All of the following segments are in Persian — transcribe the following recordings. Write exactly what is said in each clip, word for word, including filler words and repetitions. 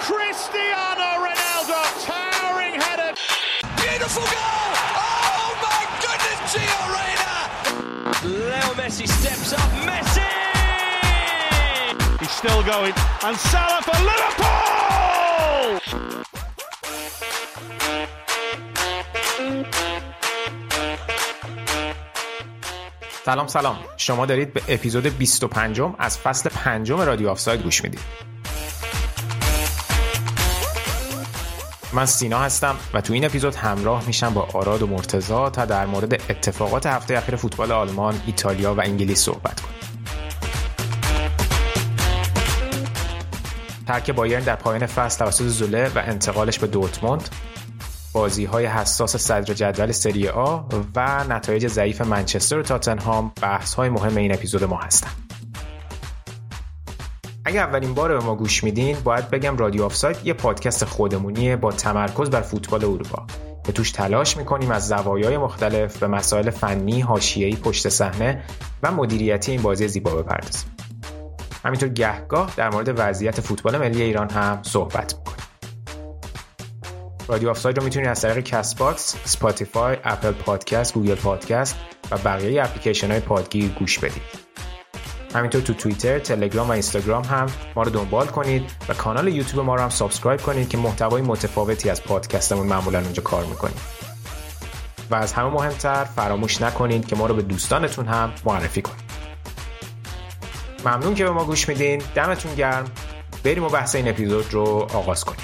Cristiano Ronaldo, towering header. Beautiful goal! Oh my goodness, Gio Reyna! Leo Messi steps up, Messi! He's still going, and Salah for Liverpool! سلام سلام، شما دارید به اپیزود بیست و پنجم از فصل پنجم رادیو آفساید گوش میدید. من سینا هستم و تو این اپیزود همراه میشم با آراد و مرتضی تا در مورد اتفاقات هفته اخیر فوتبال آلمان، ایتالیا و انگلیس صحبت کنیم. ترک بایرن در پایان فصل توسط زوله و انتقالش به دورتموند، بازی‌های حساس صدر جدول سری آ و نتایج ضعیف منچستر و تاتنهام بحث‌های مهم این اپیزود ما هستن. اگه اولین بار به ما گوش میدین، باید بگم رادیو آفساید یه پادکست خودمونیه با تمرکز بر فوتبال اروپا که توش تلاش میکنیم از زوایای مختلف به مسائل فنی، حاشیه‌ای، پشت صحنه و مدیریتی این بازی زیبا بپردازیم. همینطور گهگاه در مورد وضعیت فوتبال ملی ایران هم صحبت میکنیم. رادیو آفساید رو میتونید از طریق کست باکس، اسپاتیفای، اپل پادکست، گوگل پادکست و بقیه اپلیکیشن‌های پادگیر گوش بدید. همینطور تو توییتر، تلگرام و اینستاگرام هم ما رو دنبال کنید و کانال یوتیوب ما رو هم سابسکرایب کنید که محتوای متفاوتی از پادکستمون معمولاً اونجا کار میکنیم. و از همه مهمتر فراموش نکنید که ما رو به دوستانتون هم معرفی کنید. ممنون که به ما گوش میدین. دمتون گرم. بریم و بحث این اپیزود رو آغاز کنیم.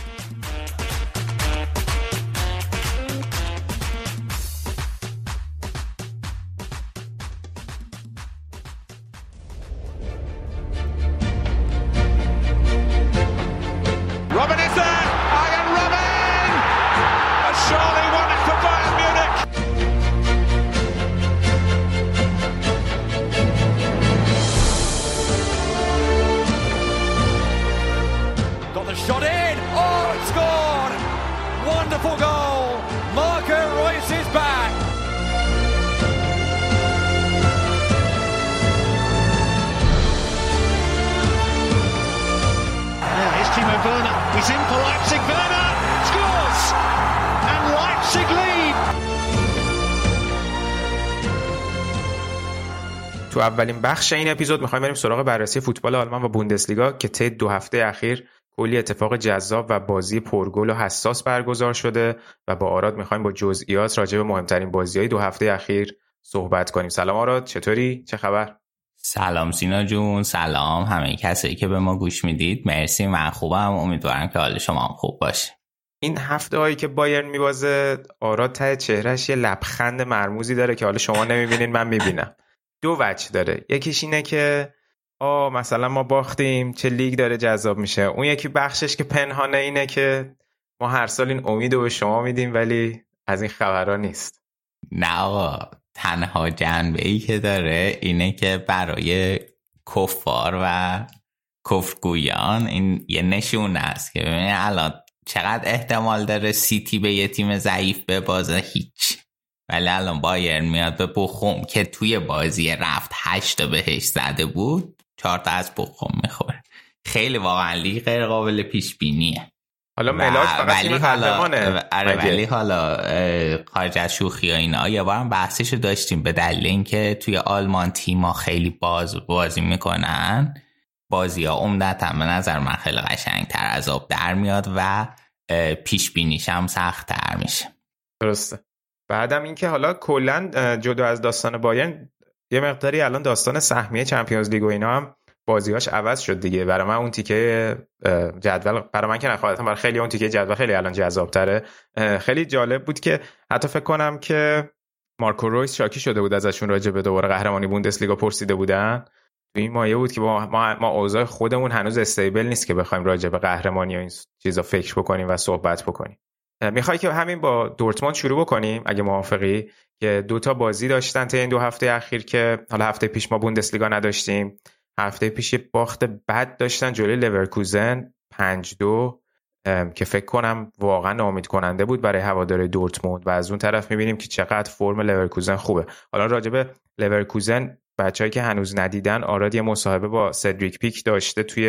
تو اولین بخش این اپیزود می‌خوایم بریم سراغ بررسی فوتبال آلمان و بوندسلیگا که طی دو هفته اخیر کلی اتفاق جذاب و بازی پرگل و حساس برگزار شده و با آراد می‌خوایم با جزئیات راجع به مهمترین بازی‌های دو هفته اخیر صحبت کنیم. سلام آراد، چطوری؟ چه خبر؟ سلام سینا جون، سلام همه کسایی که به ما گوش میدید. مرسی، من خوبم، امیدوارم که حال شما هم خوب باشه. این هفته هایی که بایرن میبازه آراد ته چهرهش یه لبخند مرموزی داره که حالا شما نمیبینین، من میبینم. دو وجه داره. یکیش اینه که آ مثلا ما باختیم، چه لیگ داره جذاب میشه. اون یکی بخشش که پنهانه اینه که ما هر سال این امیدو به شما میدیم ولی از این خبرها نیست. نه آقا، تنها جنبه‌ای که داره اینه که برای کفار و کفرگویان این یه نشونه است که ببینید الان چقدر احتمال داره سیتی به یه تیم ضعیف ببازه، هیچ. ولی الان بایرن میاد به بخوم که توی بازی رفت هشت بهش زده بود، چهار تا از بخوم میخوره. خیلی واقعا لیگ غیر قابل پیش بینیه. حالا ملاک فقط تیم قهرمانه. آره ولی حالا خارج از شوخی ها اینا یه بارم بحثشو داشتیم به دلیل اینکه توی آلمان تیما خیلی باز بازی میکنن، بازی ها عمدتاً به نظر من خیلی قشنگتر از آب در میاد و پیش بینیش هم سخت تر میشه. درسته. بعدم این که حالا کلن جدا از داستان بایرن یه مقداری الان داستان سهمیه چمپیونز لیگ و اینا هم بازیاش عوض شد دیگه. برای من اون تیکه جدول، برای من که نخواهدم، برای خیلی اون تیکه جدول خیلی الان جذاب‌تره. خیلی جالب بود که حتی فکر کنم که مارکو رویس شاکی شده بود ازشون راجع به دوباره قهرمانی بوندسلیگا پرسیده بودن. تو این مایه بود که ما ما, ما اوضاع خودمون هنوز استیبل نیست که بخوایم راجع به قهرمانی و این چیزا فکر بکنیم و صحبت بکنیم. میخوای که همین با دورتموند شروع بکنیم اگه موافقی، که دو تا بازی داشتن تا این دو هفته اخیر که حالا هفته پیش ما بوندسلیگا نداشتیم. هفته پیش یه باخت بد داشتن جلوی لورکوزن پنج دو که فکر کنم واقعا ناامید کننده بود برای هواداره دورتموند و از اون طرف میبینیم که چقدر فرم لورکوزن خوبه. حالا راجع به لورکوزن بچه‌ای که هنوز ندیدن، آراد یه مصاحبه با سدریک پیک داشته توی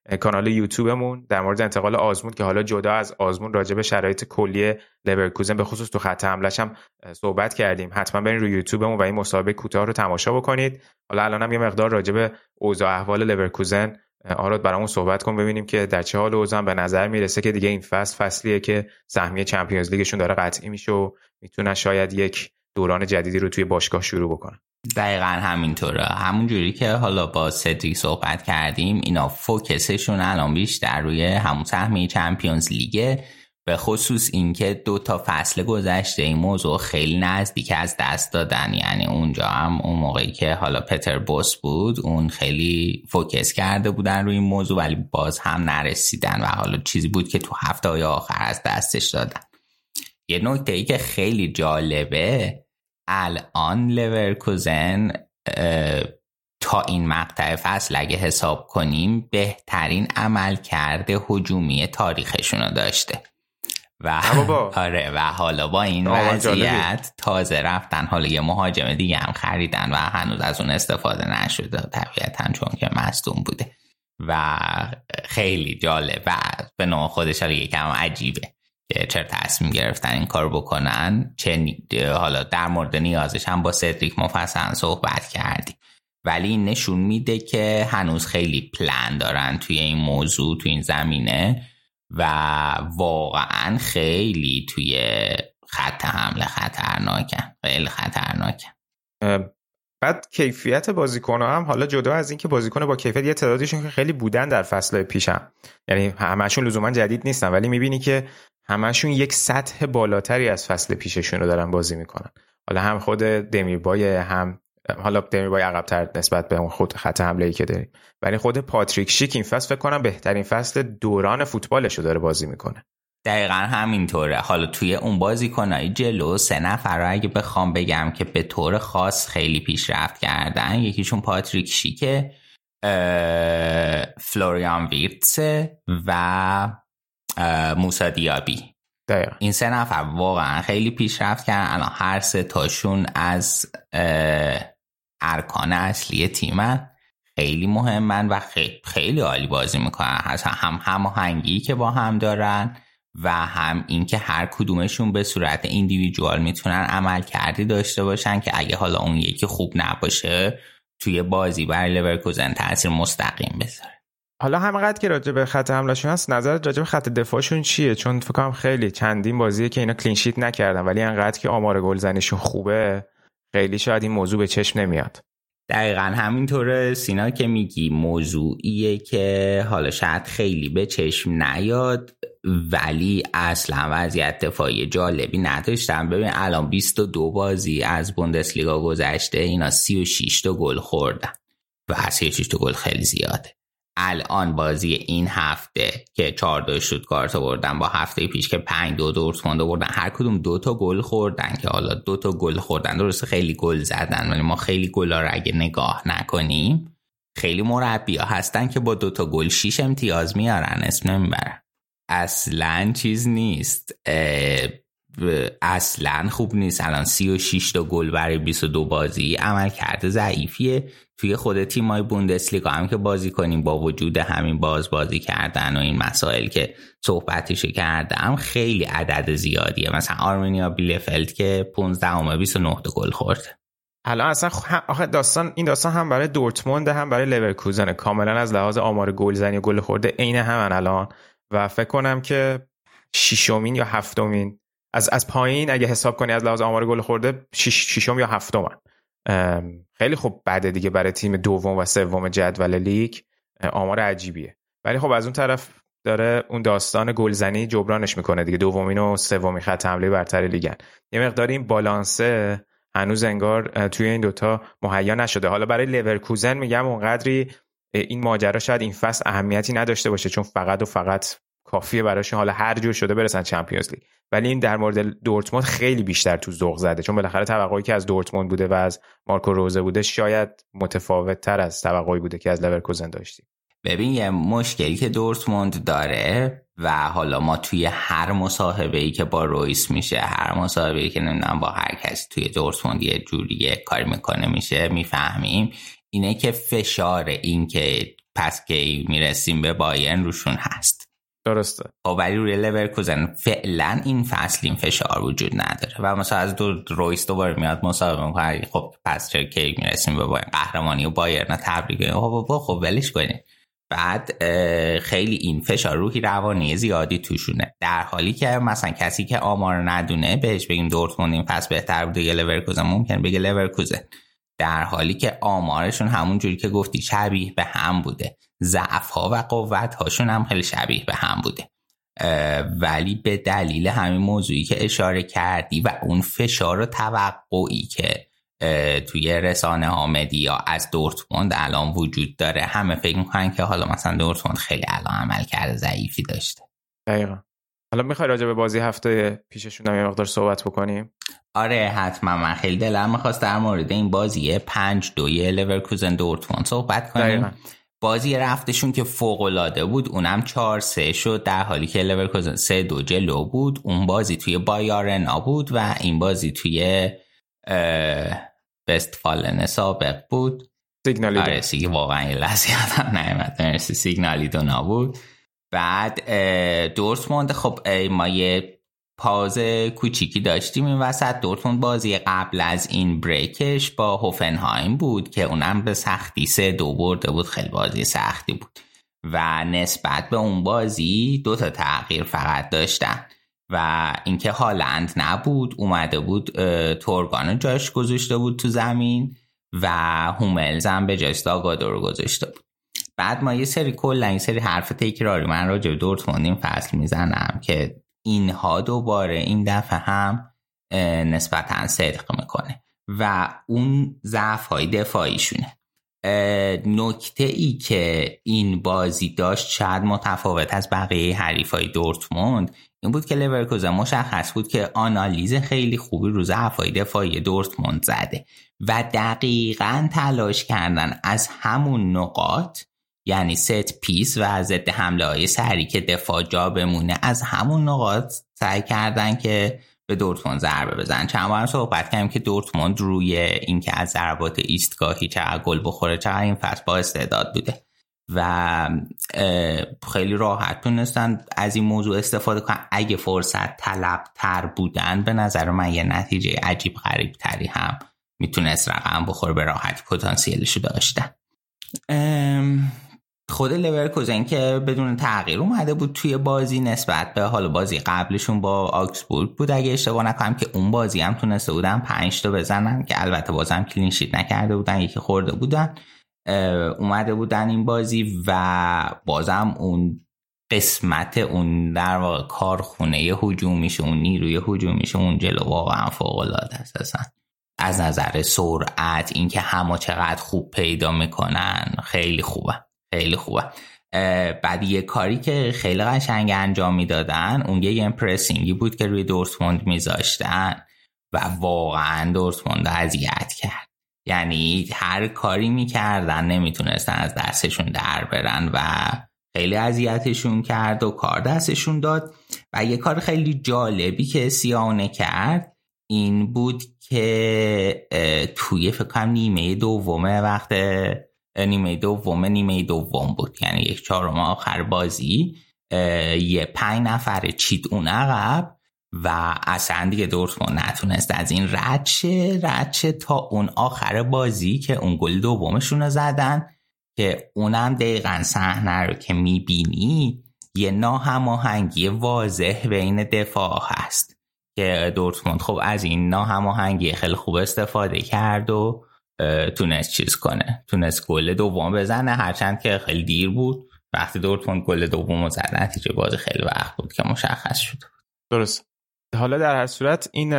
کانال یوتیوبمون در مورد انتقال آزمون که حالا جدا از آزمون راجع به شرایط کلی لورکوزن به خصوص تو خط حمله‌ش هم صحبت کردیم. حتما برید روی یوتیوبمون و این مسابقه کوتاه رو تماشا بکنید. حالا الانم یه مقدار راجع به اوضاع احوال لورکوزن آراد برامون صحبت کن، ببینیم که در چه حال اوضاع به نظر میرسه که دیگه این فصل فصلیه که سهمیه چمپیونز لیگشون داره قطعی میشه و میتونن شاید یک دوران جدیدی رو توی باشگاه شروع بکنن. دقیقاً همینطوره. همون جوری که حالا با سدریک صحبت کردیم، اینا فوکسشون الان بیشتر روی همون سهمیه چمپیونز لیگه، به خصوص اینکه دو تا فصل گذشته این موضوع خیلی نزدیک از دست دادن. یعنی اونجا هم اون موقعی که حالا پتر بوس بود اون خیلی فوکس کرده بودن روی این موضوع ولی باز هم نرسیدن و حالا چیزی بود که تو هفته های آخر از دستش دادن. یه نکته ای که خیلی جالبه، الان لورکوزن تا این مقطع فصل اگه حساب کنیم بهترین عمل کرده هجومی تاریخشونو داشته و آره و حالا با این وضعیت تازه رفتن حالا یه مهاجم دیگه هم خریدن و هنوز از اون استفاده نشده طبیعتاً چون که مصدوم بوده و خیلی جالب و به نوع خودش حالا یکم عجیبه که چرا تصمیم گرفتن این کار بکنن. چه حالا در مورد نیازش هم با سدریک مفصل صحبت کردیم ولی این نشون میده که هنوز خیلی پلان دارن توی این موضوع توی این زمینه و واقعا خیلی توی خط حمله خطرناکن، خیلی خطرناکن. بعد کیفیت بازیکن‌ها هم حالا جدا از این که بازیکن با کیفیت، یه تعدادشون که خیلی بودن در فصل پیشم، یعنی همشون لزوما جدید نیستن ولی میبینی که همشون یک سطح بالاتری از فصل پیششون رو دارن بازی میکنن. حالا هم خود دمیربای، هم حالا دمیربای عقب‌تر نسبت به اون خود خط حمله‌ای که داریم، ولی خود پاتریک شیک این فصل فکر کنم بهترین فصل دوران فوتبالش رو داره بازی میکنه. دقیقاً همینطوره. حالا توی اون بازیکنای جلو سه نفر رو اگه بخوام بگم که به طور خاص خیلی پیشرفت کردن، یکیشون پاتریک شیکه، فلوریان ویرتس و موسی دیابی. دقیقا. این سه نفر واقعا خیلی پیشرفت کردن. الان هر سه تاشون از ارکان اصلی تیمن، خیلی مهمن و خیلی, خیلی عالی بازی میکنن. هم هماهنگی که با هم دارن و هم اینکه هر کدومشون به صورت ایندیویدوال میتونن عمل کردی داشته باشن که اگه حالا اون یکی خوب نباشه توی بازی برای لورکوزن تاثیر مستقیم بذاره. حالا همینقدر که راجع به خط حملهشون هست، نظرت راجع به خط دفاعشون چیه؟ چون فکر کنم خیلی چندین بازیه که اینا کلین شیت نکردن ولی انقدر که آمار گلزنیشون خوبه خیلی شاید این موضوع به چشم نمیاد. دقیقاً همینطوره سینا که میگی، موضوعیه که حالا شاید خیلی به چشم نیاد ولی اصلا وضعیت دفاعی جالبی نداشتن. ببین الان بیست و دو بازی از بوندسلیگا گذشته، اینا سی و شش تا گل خوردن و سی و شش تا گل خیلی زیاده. الان بازی این هفته که چهار دو شتوتگارت بردن با هفته پیش که پنج دو دورتموند بردن، هر کدوم دو تا گل خوردن که حالا دو تا گل خوردن درسته خیلی گل زدن ولی ما خیلی گلا رو اگه نگاه نکنیم خیلی مربی‌ها هستن که با دو تا گل شش امتیاز میارن، اسم نمیبرن. اصلا چیز نیست، اصلا خوب نیست. الان سی و شش تا گل برای بیست و دو بازی عمل کرده ضعیفیه. توی خود تیمای بوندسلیگا هم که بازی کنیم با وجود همین باز بازی کردن و این مسائل که صحبتش کردم خیلی عدد زیادیه. مثلا آرمینیا بیلفلد که پانزده و بیست و نه تا گل خورده. الان اصلا آخه داستان این داستان هم برای دورتموند هم برای لورکوزن کاملا از لحاظ آمار گلزنی و گل خورده عین همن الان و فکر کنم که ششمین یا هفتمین از از پایین اگه حساب کنی از لحاظ آمار گل خورده شش ششم یا هفتمن. خیلی خوب بده دیگه برای تیم دوم و سوم جدول لیگ، آمار عجیبیه. ولی خب از اون طرف داره اون داستان گلزنی جبرانش میکنه دیگه، دومین و سومین خط حمله برتر لیگن. یه مقدار این بالانسه هنوز انگار توی این دوتا مهیا نشده. حالا برای لورکوزن میگم اونقدری این ماجرا شاید این فصل اهمیتی نداشته باشه چون فقط و فقط کافیه براشون حالا هر جور شده برسن چمپیونز لیگ، ولی این در مورد دورتموند خیلی بیشتر تو ذوق زده چون بالاخره توقعی که از دورتموند بوده و از مارکو روزه بوده شاید متفاوت تر از توقعی بوده که از لورکوزن داشتیم. ببین یه مشکلی که دورتموند داره و حالا ما توی هر مصاحبه‌ای که با رویس میشه، هر مصاحبه‌ای که نمیدونم با هر کسی توی دورتموند یه جوری کاری میکنه میشه میفهمیم، اینه که فشار این که پس که میرسیم به بایرن روشون هست. درسته. خب ولی روی لورکوزن فعلا این فصل این فشار وجود نداره و مثلا از دو رویس دوباره میاد مسابقه میکنه، خب پس چرا که میرسیم به بایرن قهرمانی و بایرن تبریک خب خب ولش کنیم. بعد خیلی این فشار روحی روانی زیادی توشونه، در حالی که مثلا کسی که آمار ندونه بهش بگیم دورتموند این پس بهتر بوده یا لورکوزن ممکن بگه لورکوزن، در حالی که آمارشون همون جوری که گفتی شبیه به هم بوده، ضعف ها و قوت هاشون هم خیلی شبیه به هم بوده، ولی به دلیل همین موضوعی که اشاره کردی و اون فشار و توقعی که توی رسانه ها مدیا از دورتموند الان وجود داره، همه فکر میکنن که حالا مثلا دورتموند خیلی الان عمل کرده ضعیفی داشته. دقیقا. حالا میخوای راجع به بازی هفته پیششون هم یه مقدار صحبت بکنیم؟ آره حتما، من خیلی دلم میخواست در مورد این بازی پنج دوی لورکوزن دورتموند صحبت کنیم. دقیقا. بازی رفتشون که فوق‌العاده بود، اونم چهار سه شد در حالی که لورکوزن سه دو جلو بود. اون بازی توی بایارن بود و این بازی توی وستفالن سابق بود. سیگنالی آره سیگی واقعا یه لحظه یادم نیامد مرسی سیگنالی دو نبود. بعد دورتموند خب ما یه پاز کوچیکی داشتیم این وسط. دورتموند بازی قبل از این بریکش با هوفنهایم بود که اونم به سختی سه دو برده بود، خیلی بازی سختی بود و نسبت به اون بازی دو تا تغییر فقط داشتن و اینکه هالند نبود، اومده بود تورگانو جاش گذاشته بود تو زمین و هوملز هم به جاش داگادو رو گذاشته بود. بعد ما یه سری کلا این سری حرف تکراری من راجع به دورتموند این فصل میزنم که اینها دوباره این دفعه هم نسبتاً صدق میکنه و اون ضعف‌های دفاعیشونه. نکته ای که این بازی داشت شاید متفاوت از بقیه حریفای دورتموند این بود که لورکوزن مشخص بود که آنالیز خیلی خوبی رو ضعف‌های دفاعی دورتموند زده و دقیقاً تلاش کردن از همون نقاط، یعنی ست پیس و ضد حمله های سری که دفاع جا بمونه، از همون نقاط سعی کردن که به دورتموند ضربه بزنن. چند بار هم صحبت کردیم که دورتموند روی اینکه از ضربات ایستگاهی چقدر گل بخوره چقدر این فصل با استعداد بوده و خیلی راحت تونستن از این موضوع استفاده کنن. اگه فرصت طلب تر بودن به نظر من یه نتیجه عجیب غریب تری هم میتونست رقم بخوره، به راحتی پتانسیلشو داشتن. خود لورکوزن که بدون تغییر اومده بود توی بازی نسبت به حال بازی قبلشون با آکسبورگ بود اگه اشتباه نکنم که اون بازی هم تونسته بودن پنج تا بزنن که البته بازم کلین شیت نکرده بودن، یکی خورده بودن. اومده بودن این بازی و بازم اون قسمت اون در واقع کارخونه هجومیشه، اون نیروی هجومیشه اون جلو واقعا فوق‌العاده است اصلا. از نظر سرعت اینکه همه چقدر خوب پیدا میکنن خیلی خوبه خیلی خوبه. بعد یه کاری که خیلی قشنگ انجام میدادن اون یه امپرسینگی بود که روی دورتموند میذاشتن و واقعا دورتموند اذیت کرد. یعنی هر کاری میکردن نمیتونستن از دستشون در برن و خیلی اذیتشون کرد و کار دستشون داد. و یه کار خیلی جالبی که سیاونه کرد این بود که توی فکر کنم نیمه دومه وقت نیمه دوم نیمه دوم بود، یعنی یک چهارم آخر بازی یه پنج نفر چید اون عقب و اصلا دیگه دورتموند نتونست از این رد شه رد شه تا اون آخر بازی که اون گل دومشون رو زدن که اونم دقیقاً صحنه رو که میبینی یه ناهماهنگی واضح بین دفاع هست که دورتموند خب از این ناهماهنگی خیلی خوب استفاده کرد و تونست چیز کنه، تونست گل دوم بزنه، هرچند که خیلی دیر بود. وقتی دورتموند گل دوم زد نتیجه بازی خیلی وقت بود که مشخص شد. درست. حالا در هر صورت این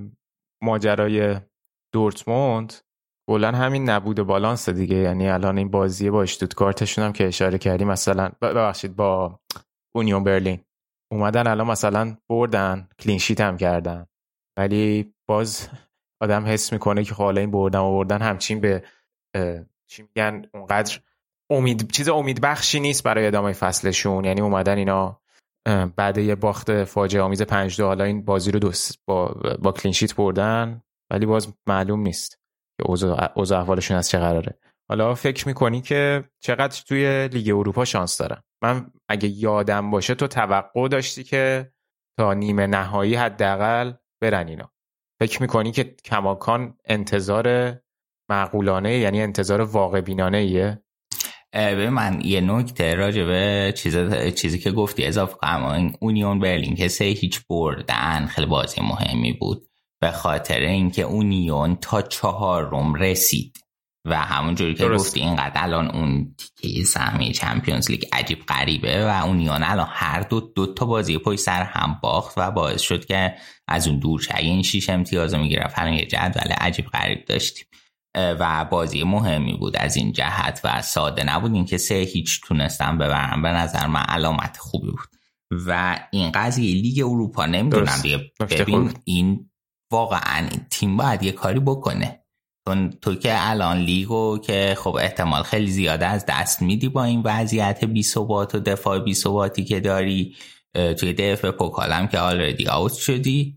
ماجرای دورتموند کلا همین نبود بالانس دیگه، یعنی الان این بازی با اشتوتگارتشون هم که اشاره کردیم مثلا ببخشید با اونیون برلین اومدن الان مثلا بردن کلین شیت هم کردن، ولی باز آدم حس میکنه که حالا این بردن و بردن همچین به چی میگن اونقدر امید چیز امید بخشی نیست برای ادامه فصلشون. یعنی اومدن اینا بعد یه باخت فاجعه آمیز پنج دو حالا این بازی رو دوست با با کلین شیت بردن، ولی باز معلوم نیست که اوضاع اوضاع احوالشون از چه قراره. حالا فکر میکنی که چقدر توی لیگ اروپا شانس دارن؟ من اگه یادم باشه تو توقع داشتی که تا نیمه نهایی حداقل برن اینا. فکر میکنی که کماکان انتظار معقولانه، یعنی انتظار واقع بینانه ایه؟ به من یه نکته راجع به چیزی چیزی که گفتی اضافه کنم. این اونیون برلین که سه هیچ بردن خیلی بازی مهمی بود، به خاطر اینکه اونیون تا چهارم رسید و همونجوری که گفتی اینقدر الان اون تیکه سهمیه چمپیونز لیگ عجیب غریبه و اونیون الان هر دو دو تا بازی پشت سر هم باخت و باعث شد که از اون دور شه. این شش امتیاز میگرفت. الان یه جدول عجیب غریب داشتیم و بازی مهمی بود از این جهت و ساده نبود این که سه هیچ تونستن ببرن. به نظر من علامت خوبی بود و این قضیه لیگ اروپا نمیدونم دیگه. ببین این واقعا تیم باید یه کاری بکنه. تو, تو که الان لیگو که خب احتمال خیلی زیاده از دست میدی با این وضعیت بی ثبات و دفاع بی ثباتی که داری. توی دف پوکالم که آلردی آوت شدی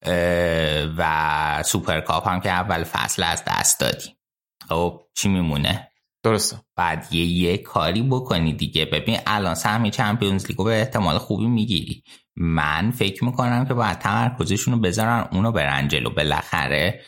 و سوپرکاپ هم که اول فصل از دست دادی. خب چی میمونه؟ درسته. بعد یه یه کاری بکنی دیگه. ببین الان سهمیه چمپیونز لیگو به احتمال خوبی میگیری. من فکر میکنم که باید تمرکزشون رو بذارن اونو برن جلو. بالاخره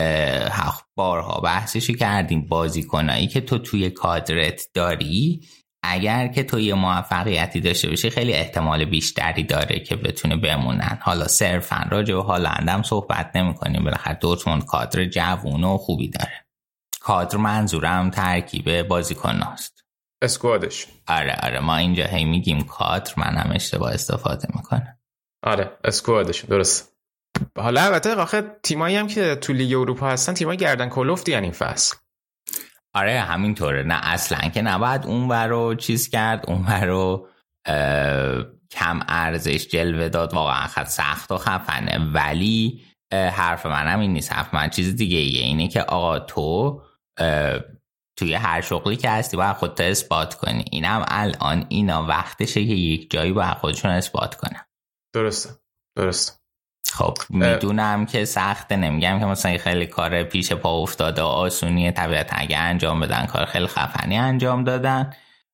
بارها بحثشی کردیم، بازیکنایی که تو توی کادرت داری اگر که تو یه موفقیتی داشته باشی خیلی احتمال بیشتری داره که بتونه بمونن. حالا صرفاً راجع به هالند هم صحبت نمی کنیم، بالاخره دورتموند کادر جوون و خوبی داره. کادر منظورم ترکیب بازیکناست، اسکوادش. آره آره ما اینجا هی میگیم کادر، من هم اشتباه استفاده میکنم. آره اسکوادش درست. حالا البته آخه تیمایی هم که تو لیگ اروپا هستن تیمای گردن کلفتی ان این فصل. آره همینطوره. نه اصلا که نباید اون رو چیز کرد، اون رو کم ارزش جلوه داد. واقعا خیلی سخت و خفنه. ولی حرف من هم این نیست، حرف من چیز دیگه ایه. اینه که آقا تو توی هر شغلی که هستی باید خودت اثبات کنی. اینم الان اینا وقتشه که یک جایی باید خودشون اثبات کنن. درسته درسته. خب میدونم که سخته، نمیگم که مثلا خیلی کار پیش پا افتاده و آسونیه. طبیعتا اگه انجام بدن کار خیلی خفنی انجام دادن،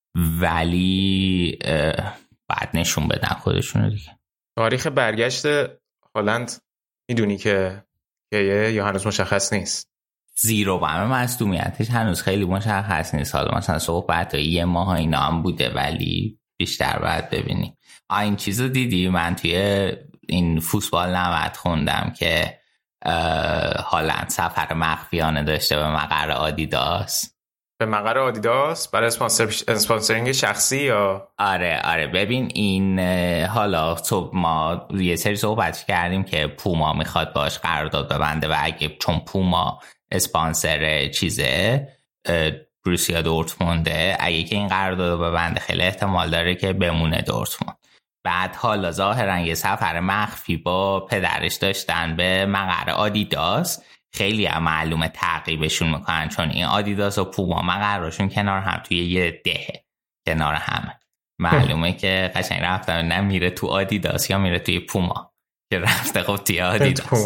ولی بعد نشون بدن خودشونو دیگه. تاریخ برگشت هالند میدونی که یا هنوز مشخص نیست؟ زیرو با همه مصدومیتش هنوز خیلی مشخص نیست. حالا مثلا صحبت یه ماه اینا هم بوده ولی بیشتر باید ببینیم. این چیزو دیدی من توی این فوتبال نود خوندم که هالند سفر مخفیانه داشته به مقر آدیداس. به مقر آدیداس برای اسپانسر اسپانسرینگ شخصی یا؟ آره آره. ببین این حالا تو ما یه سری صحبت کردیم که پوما میخواد باش قرارداد ببنده و اگه چون پوما اسپانسر چیزه بروسیا دورتمونده، اگه که این قرارداد ببنده خیلی احتمال داره که بمونه دورتموند. بعد حالا ظاهرا یه سفر مخفی با پدرش داشتن به مقر آدیداس. خیلی هم معلومه تعقیبشون میکنن چون این آدیداس و پوما مقرشون کنار هم توی یه دهه کنار همه. معلومه که قشنگ رفتن نه میره تو آدیداس یا میره توی پوما که رفته خب توی آدیداس.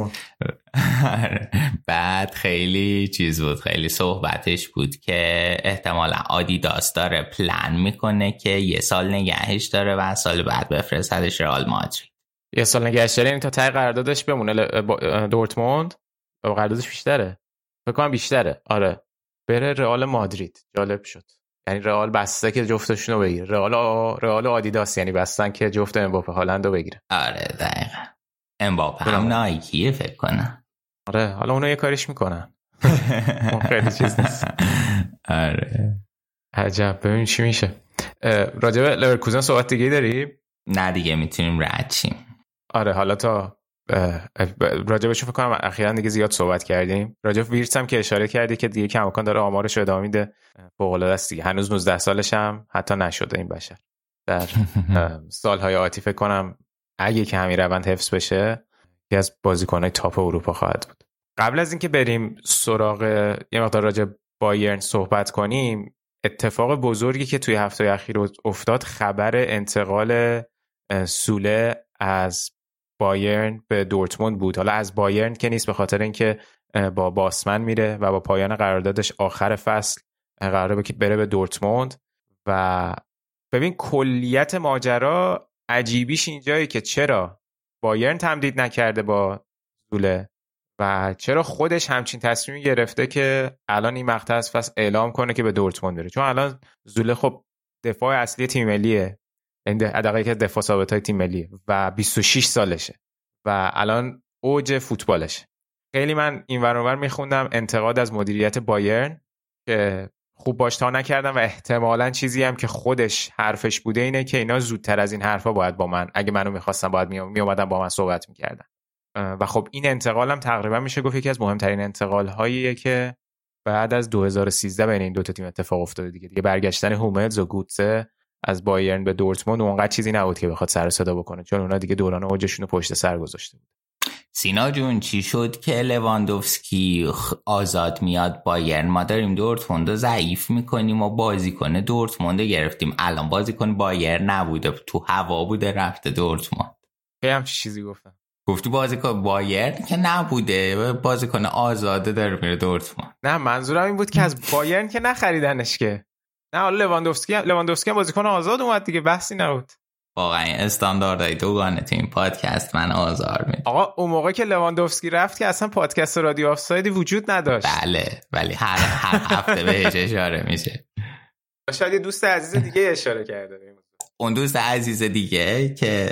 بعد خیلی چیز بود، خیلی صحبتش بود که احتمالا آدیداس داره پلان میکنه که یه سال نگهش داره و سال بعد بفرستدش رئال مادرید. یه سال نگهش داره یعنی تا ته قراردادش بمونه دورتموند؟ قراردادش بیشتره فکر کنم بیشتره. آره بره رئال مادرید. جالب شد. یعنی رئال بسته که جفتشون رو بگیره. رئال آ... رئال و آدیداس یعنی بستن که جفت امباپه هالند رو بگیره. آره دقیقاً. امباپه هم نایکیه فکر کنم. آره حالا اونو یه کاریش میکنن. خیلی چیز نیست. آره عجب. ببین چی میشه. راجع به لورکوزن صحبت دیگه داری؟ نه دیگه میتونیم رد شیم. آره حالا تا راجبش فکر کنم اخیراً دیگه زیاد صحبت کردیم. راجب ویرتس هم که اشاره کردی که دیگه کماکان داره آمارش رو ادامه میده. فوق العاده است دیگه. هنوز نوزده سالش هم حتی نشده این بشر. در سالهای آتی فکر کنم اگه که همین روند حفظ بشه یکی از بازیکن‌های تاپ اروپا خواهد بود. قبل از اینکه بریم سراغ یه مقدار راجع بایرن صحبت کنیم، اتفاق بزرگی که توی هفته اخیر افتاد خبر انتقال سوله از بایرن به دورتموند بود. حالا از بایرن که نیست، به خاطر اینکه با باسمن میره و با پایان قراردادش آخر فصل قراره بره به دورتموند. و ببین کلیت ماجرا عجیبیش اینجایی که چرا بایرن تمدید نکرده با زوله و چرا خودش همچین تصمیمی گرفته که الان این مقطع از فصل اعلام کنه که به دورتموند بره. چون الان زوله خب دفاع اصلی تیم ملیه، این حداقل که دفاع ثابتای تیم ملیه و بیست و شش سالشه و الان اوج فوتبالشه. خیلی من این ور اونور میخوندم انتقاد از مدیریت بایرن که خوب باش تا نکردم و احتمالاً چیزی هم که خودش حرفش بوده اینه که اینا زودتر از این حرفا باید با من، اگه منو میخواستم باید می اومدن با من صحبت میکردن. و خب این انتقالم تقریبا میشه گفت یکی از مهمترین انتقال هاییه که بعد از دو هزار و سیزده بین این دو تا تیم اتفاق افتاده دیگه. دیگه برگشتن هوملز و گوتزه از بایرن به دورتموند اونقدر چیزی نبود که بخواد سر و صدا بکنه، چون اونا دیگه دوران اوجشون رو پشت سر گذاشته بود. سینا جون چی شد که لواندوفسکی آزاد میاد بایرن؟ ما داریم دورتموند رو ضعیف میکنیم و بازیکن دورتموند گرفتیم، الان بازیکن بایرن نبوده، تو هوا بوده رفته دورتموند. کی هم چیزی گفتم؟ گفتی بازیکن بایرن که نبوده، بازیکن آزاده داره میره دورتموند. نه منظورم این بود که از بایرن که نخریدنش که. نه حالا لواندوفسکی لواندوفسکی بازیکن آزاد اومد دیگه، بحثی نبود. واقعا استانداردهای دوگانه تو این پادکست من آزار میده. آقا اون موقع که لواندوفسکی رفت که اصلا پادکست رادیو آفسایدی وجود نداشت. بله ولی هر هر هفته بهش اشاره میشه. شاید یه دوست عزیز دیگه اشاره کرده. اون دوست عزیز دیگه که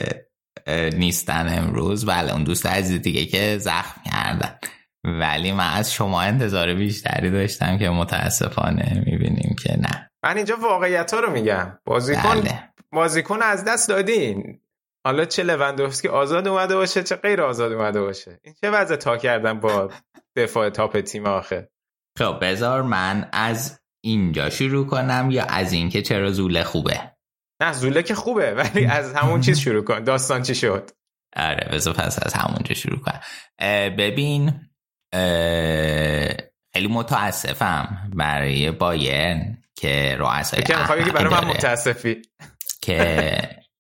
نیستن امروز، بله اون دوست عزیز دیگه که زخم کردن. ولی من از شما انتظار بیشتری داشتم که متاسفانه میبینیم که نه. من اینجا واقعیت‌ها رو میگم. بازیکن بله. بازیکن از دست دادین. حالا چه لواندوفسکی آزاد اومده باشه چه غیر آزاد اومده باشه، این چه وضع تا کردن با دفاع تاپ تیم آخه. خب بذار من از اینجا شروع کنم یا از این که چرا زوله خوبه؟ نه زوله که خوبه ولی از همون چیز شروع کن. داستان چی شد؟ آره بذار پس از همونجا شروع کنم. ببین خیلی متاسفم برای بایرن که رؤسای احمقی برای من متاسفی که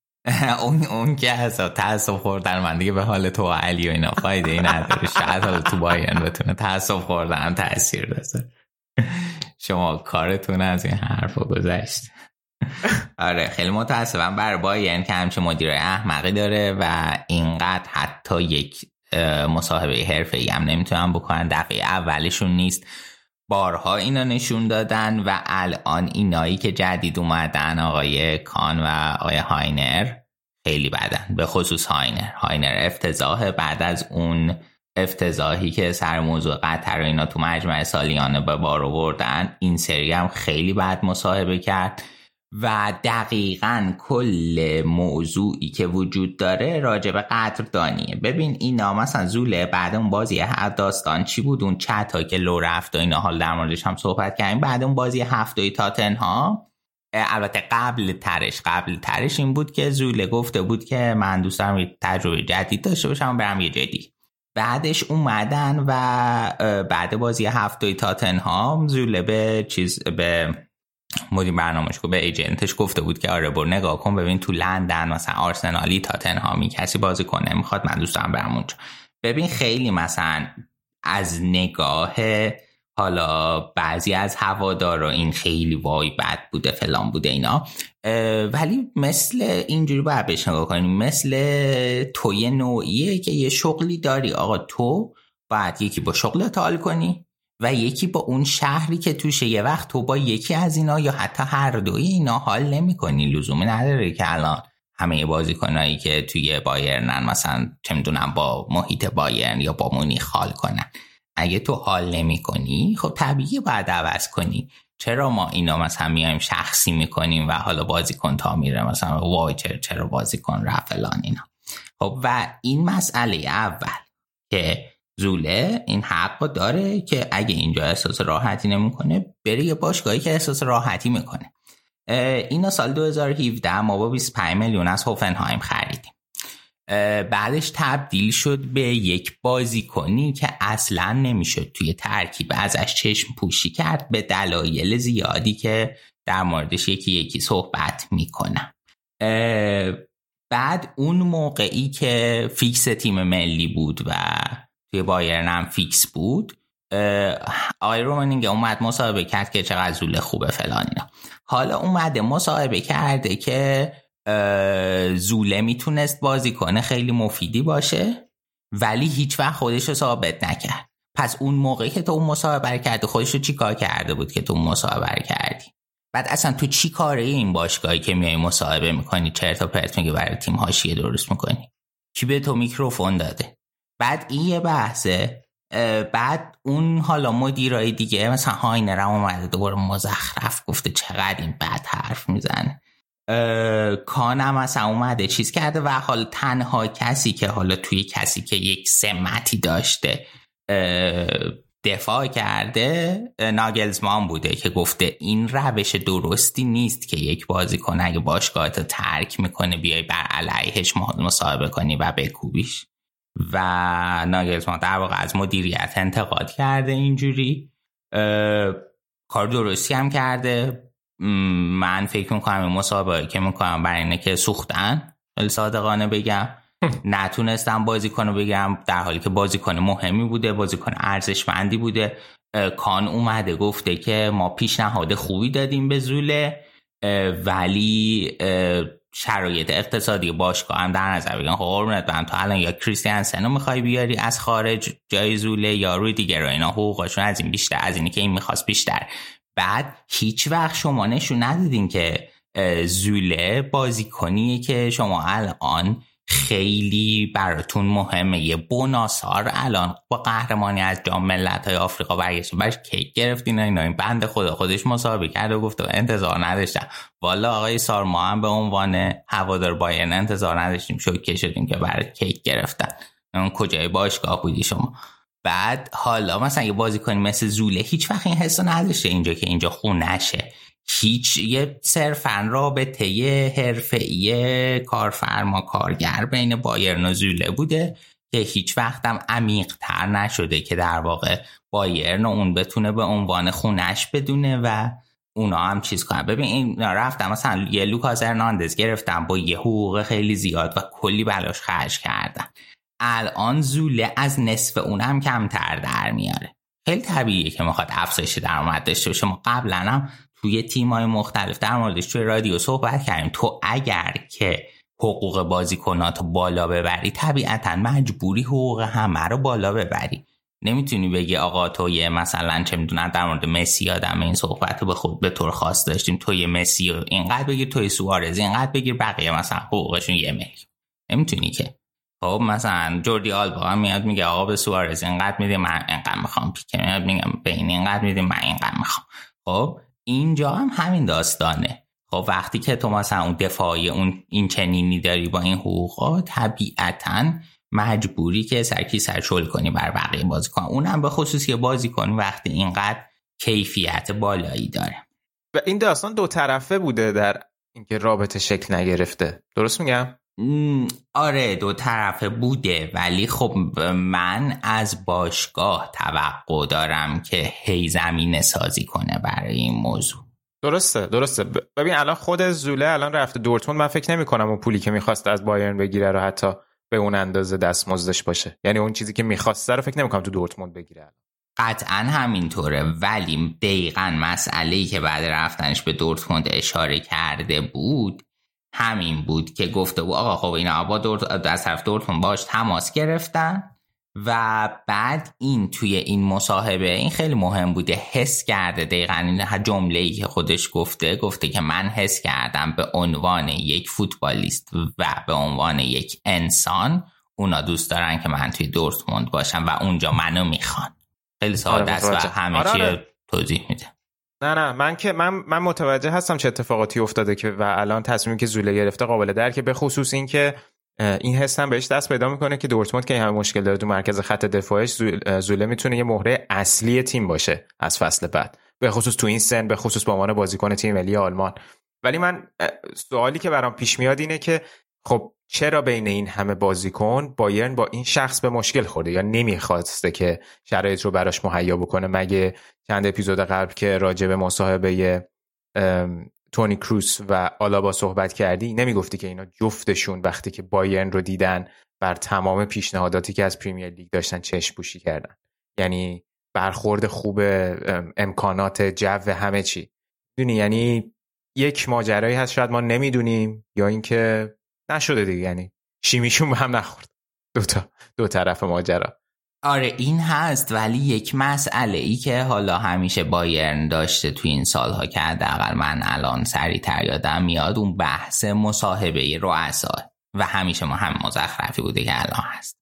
اون اون که از تاسف خوردن من دیگه به حال تو و علی و اینا فایده ای نداره. شاید حالا تو بایرن بتونه تاسف خوردن تاثیر بذاره. شما کارتون از این حرفا گذشت. آره خیلی متاسفم برای بایرن که همچین مدیر احمقی داره و اینقدر حتی یک مصاحبه حرفه‌ای هم نمیتونن بکنن. دفعه اولشون نیست، بارها اینا نشون دادن و الان اینایی که جدید اومدن آقای کان و آقای هاینر خیلی بدن. به خصوص هاینر هاینر افتضاحه. بعد از اون افتضاحی که سر موضوع قطر و اینا تو مجمع سالیانه به بار آوردن، این سری هم خیلی بد مصاحبه کرد و دقیقاً کل موضوعی که وجود داره راجع به قدردانیه. ببین اینا مثلا زوله بعد اون بازی هفت داستان چی بود، اون چت ها که لو رفت و اینا، حال در موردش هم صحبت کردیم. بعد اون بازی هفته‌ای تاتنهام، البته قبل ترش قبل ترش این بود که زوله گفته بود که من دوست دارم یه تجربه جدید داشته باشم برم یه جدی. بعدش اومدن و بعد بازی هفته‌ای تاتنهام زوله به چیز به مدیر برنامه‌اش به ایجنتش گفته بود که آره برو نگاه کن ببین تو لندن مثلا آرسنالی تاتنهامی کسی بازی کنه میخواد، من دوست دارم برم اونجا. ببین خیلی مثلا از نگاه حالا بعضی از هوادارا این خیلی وای بد بوده فلان بوده اینا، ولی مثل اینجوری باید بهش نگاه کنیم، مثل توی نوعیه که یه شغلی داری آقا، تو باید یکی با شغلت حال کنی و یکی با اون شهری که توشه. یه وقت تو با یکی از اینا یا حتی هر دوی اینا حال نمی کنی، لزومی نداره که الان همه بازیکنایی که توی بایرنن مثلا چه میدونم با محیط بایرن یا با مونیخ حال کنن. اگه تو حال نمی کنی خب طبیعی باید عوض کنی. چرا ما اینا مثلا میایم شخصی میکنیم و حالا بازیکن تا میره مثلا وای چرا بازیکن رفت فلان اینا. خب و این مسئله اول که زوله این حق داره که اگه اینجا احساس راحتی نمیکنه بره یه باشگاهی که احساس راحتی میکنه. اینا سال دو هزار و هفده ما با بیست و پنج میلیون از هوفنهایم خریدیم. بعدش تبدیل شد به یک بازیکنی که اصلا نمیشد توی ترکیب ازش چشم پوشی کرد به دلایل زیادی که در موردش یکی یکی صحبت میکنم. بعد اون موقعی که فیکس تیم ملی بود و توی بایرن هم فیکس بود، آقای رومنینگه اومد مصاحبه کرد که چقدر زوله خوبه فلان اینا. حالا اومده مصاحبه کرده که زوله میتونست بازیکن خیلی مفیدی باشه ولی هیچ وقت خودش رو ثابت نکرد. پس اون موقعی که تو اون مصاحبه کردی خودش رو چی کار کرده بود که تو اون مصاحبه کردی؟ بعد اصلا تو چی کاره این باشگاهی که میای مصاحبه میکنی چرت و پرت میگی برای تیم حاشیه درست میکنی؟ کی به تو میکروفون داده؟ بعد این یه بحثه. بعد اون حالا مدیرای دیگه مثلا هاینر هم اومده دوباره مزخرف گفته چقدر این بد حرف میزنه. کانم مثلا اومده چیز کرده و حالا تنها کسی که حالا توی کسی که یک سمتی داشته دفاع کرده ناگلزمان بوده که گفته این روش درستی نیست که یک بازیکن اگه باشگاهت ترک میکنه بیای بر علیهش مصاحبه کنی و بکوبیش. و ناگلزمان در واقع از مدیریت انتقاد کرده اینجوری. کار درستی هم کرده. من فکر میکنم این مصاحبه که میکنم برای اینه که سوختن، ولی صادقانه بگم نتونستم بازیکن رو بگم در حالی که بازیکن مهمی بوده، بازیکن ارزشمندی بوده. کان اومده گفته که ما پیشنهاد خوبی دادیم به زوله ولی شرایط اقتصادی باشگاه هم در نظر بگیرن. خب قربونت برم تو الان یا کریستیانسن رو میخوای بیاری از خارج جای زوله یا روی دیگه رو، اینا حقوقشون از این بیشتر از اینی که این میخواست بیشتر. بعد هیچ وقت شما نشون ندادین که زوله بازیکنیه که شما الان خیلی براتون مهمه. یه بوناسار الان با قهرمانی از جام ملت‌های آفریقا برگشت برش کیک گرفتین اینا. این بنده خدا خودش مسابقه کرد و گفت انتظار نداشتم. والا آقای سار ما هم به عنوان هوادار بایرن انتظار نداشتیم، شوکه شدیم که برات کیک گرفتن. اون کجای باشگاه بودی شما؟ بعد حالا مثلا یه بازیکن مثل زوله هیچ وقت این حسو نداشته اینجا که اینجا خونشه. هیچ یه صرفاً رابطه حرفه‌ای کارفرما کارگر بین بایرن و زوله بوده که هیچ وقت هم عمیق‌تر نشده که در واقع بایرن اون بتونه به عنوان خونش بدونه و اونا هم چیز کنن. ببین این رفتم مثلا یه لوکاس هرناندز گرفتم با یه حقوق خیلی زیاد و کلی بلاش خرج کردن. الان زوله از نصف اونم کمتر در میاره. خیلی طبیعیه که میخواد افزایش درآمد داشته باشه. ما قبلا هم توی تیم‌های مختلف در موردش توی رادیو صحبت کردیم. تو اگر که حقوق بازیکنات بالا ببری طبیعتاً مجبوری حقوق همه رو بالا ببری. نمیتونی بگی آقا تو یه مثلا چه میدونن در مورد مسی آدم این صحبت رو به خود به طور خاص داشتیم، تو یه مسی رو اینقدر بگیر، توی سوارز اینقدر بگیر، بقیه مثلا حقوقشون یه میلیون. نمیتونی که. خب مثلا جوردی آلبا هم میاد میگه آقا به سوارز اینقدر میدیم من اینقدر میخوام، پیک میاد میگه به این اینقدر میدیم من اینقدر میخوام. خب اینجا هم همین داستانه. خب وقتی که تو مثلا اون دفاعی اون این چنینی داری با این حقوقا طبیعتاً مجبوری که سرکی سرچول کنی بر بقیه بازیکن. اونم به خصوص یه بازیکن وقتی اینقدر کیفیت بالایی داره. و این داستان دو طرفه بوده در اینکه رابطه شکل نگرفته. درست میگم؟ آره دو طرفه بوده، ولی خب من از باشگاه توقع دارم که هی زمینه سازی کنه برای این موضوع. درسته درسته. ببین الان خود زوله الان رفته دورتموند، من فکر نمی کنم اون پولی که میخواست از بایرن بگیره رو حتی به اون اندازه دستمزدش باشه. یعنی اون چیزی که میخواسته رو فکر نمی کنم تو دورتموند بگیره. قطعا همینطوره، ولی دقیقاً مسئله‌ای که بعد رفتنش به دورتموند اشاره کرده بود همین بود که گفته بود آقا خب اینا با دورت از طرف دورتموند باش تماس گرفتن و بعد این توی این مصاحبه این خیلی مهم بوده، حس کرده دقیقاً این جمله‌ای که خودش گفته گفته که من حس کردم به عنوان یک فوتبالیست و به عنوان یک انسان اونا دوست دارن که من توی دورتموند باشم و اونجا منو میخوان. خیلی ساده است و همه چی رو توضیح میده. نه نه من که من من متوجه هستم چه اتفاقاتی افتاده که و الان تصمیمی که زوله گرفته قابل درکه، به خصوص این که این حس هم بهش دست پیدا میکنه که دورتموند که این همه مشکل داره تو مرکز خط دفاعش، زوله میتونه یه مهره اصلی تیم باشه از فصل بعد، به خصوص تو این سن، به خصوص به عنوان بازیکن تیم ملی آلمان. ولی من سوالی که برام پیش میاد اینه که خب چرا بین این همه بازیکن بایرن با این شخص به مشکل خورده یا نمیخواسته که شرایط رو براش مهیا بکنه؟ مگه چند اپیزود قبل که راجع به مصاحبه تونی کروس و آلابا صحبت کردی نمیگفتی که اینا جفتشون وقتی که بایرن رو دیدن بر تمام پیشنهاداتی که از پریمیر لیگ داشتن چشم پوشی کردن؟ یعنی برخورد خوب، امکانات، جو، همه چی. میدونی یعنی یک ماجرایی هست شاید ما نمیدونیم یا اینکه نشده دیگه، یعنی شیمیشون به هم نخورد دو تا دو طرف ماجرا. آره این هست، ولی یک مسئله ای که حالا همیشه بایرن داشته توی این سالها که حداقل من الان سریع‌تر یادم میاد، اون بحث مصاحبه رؤسا و همیشه ما هم مزخرفی بوده که الان هست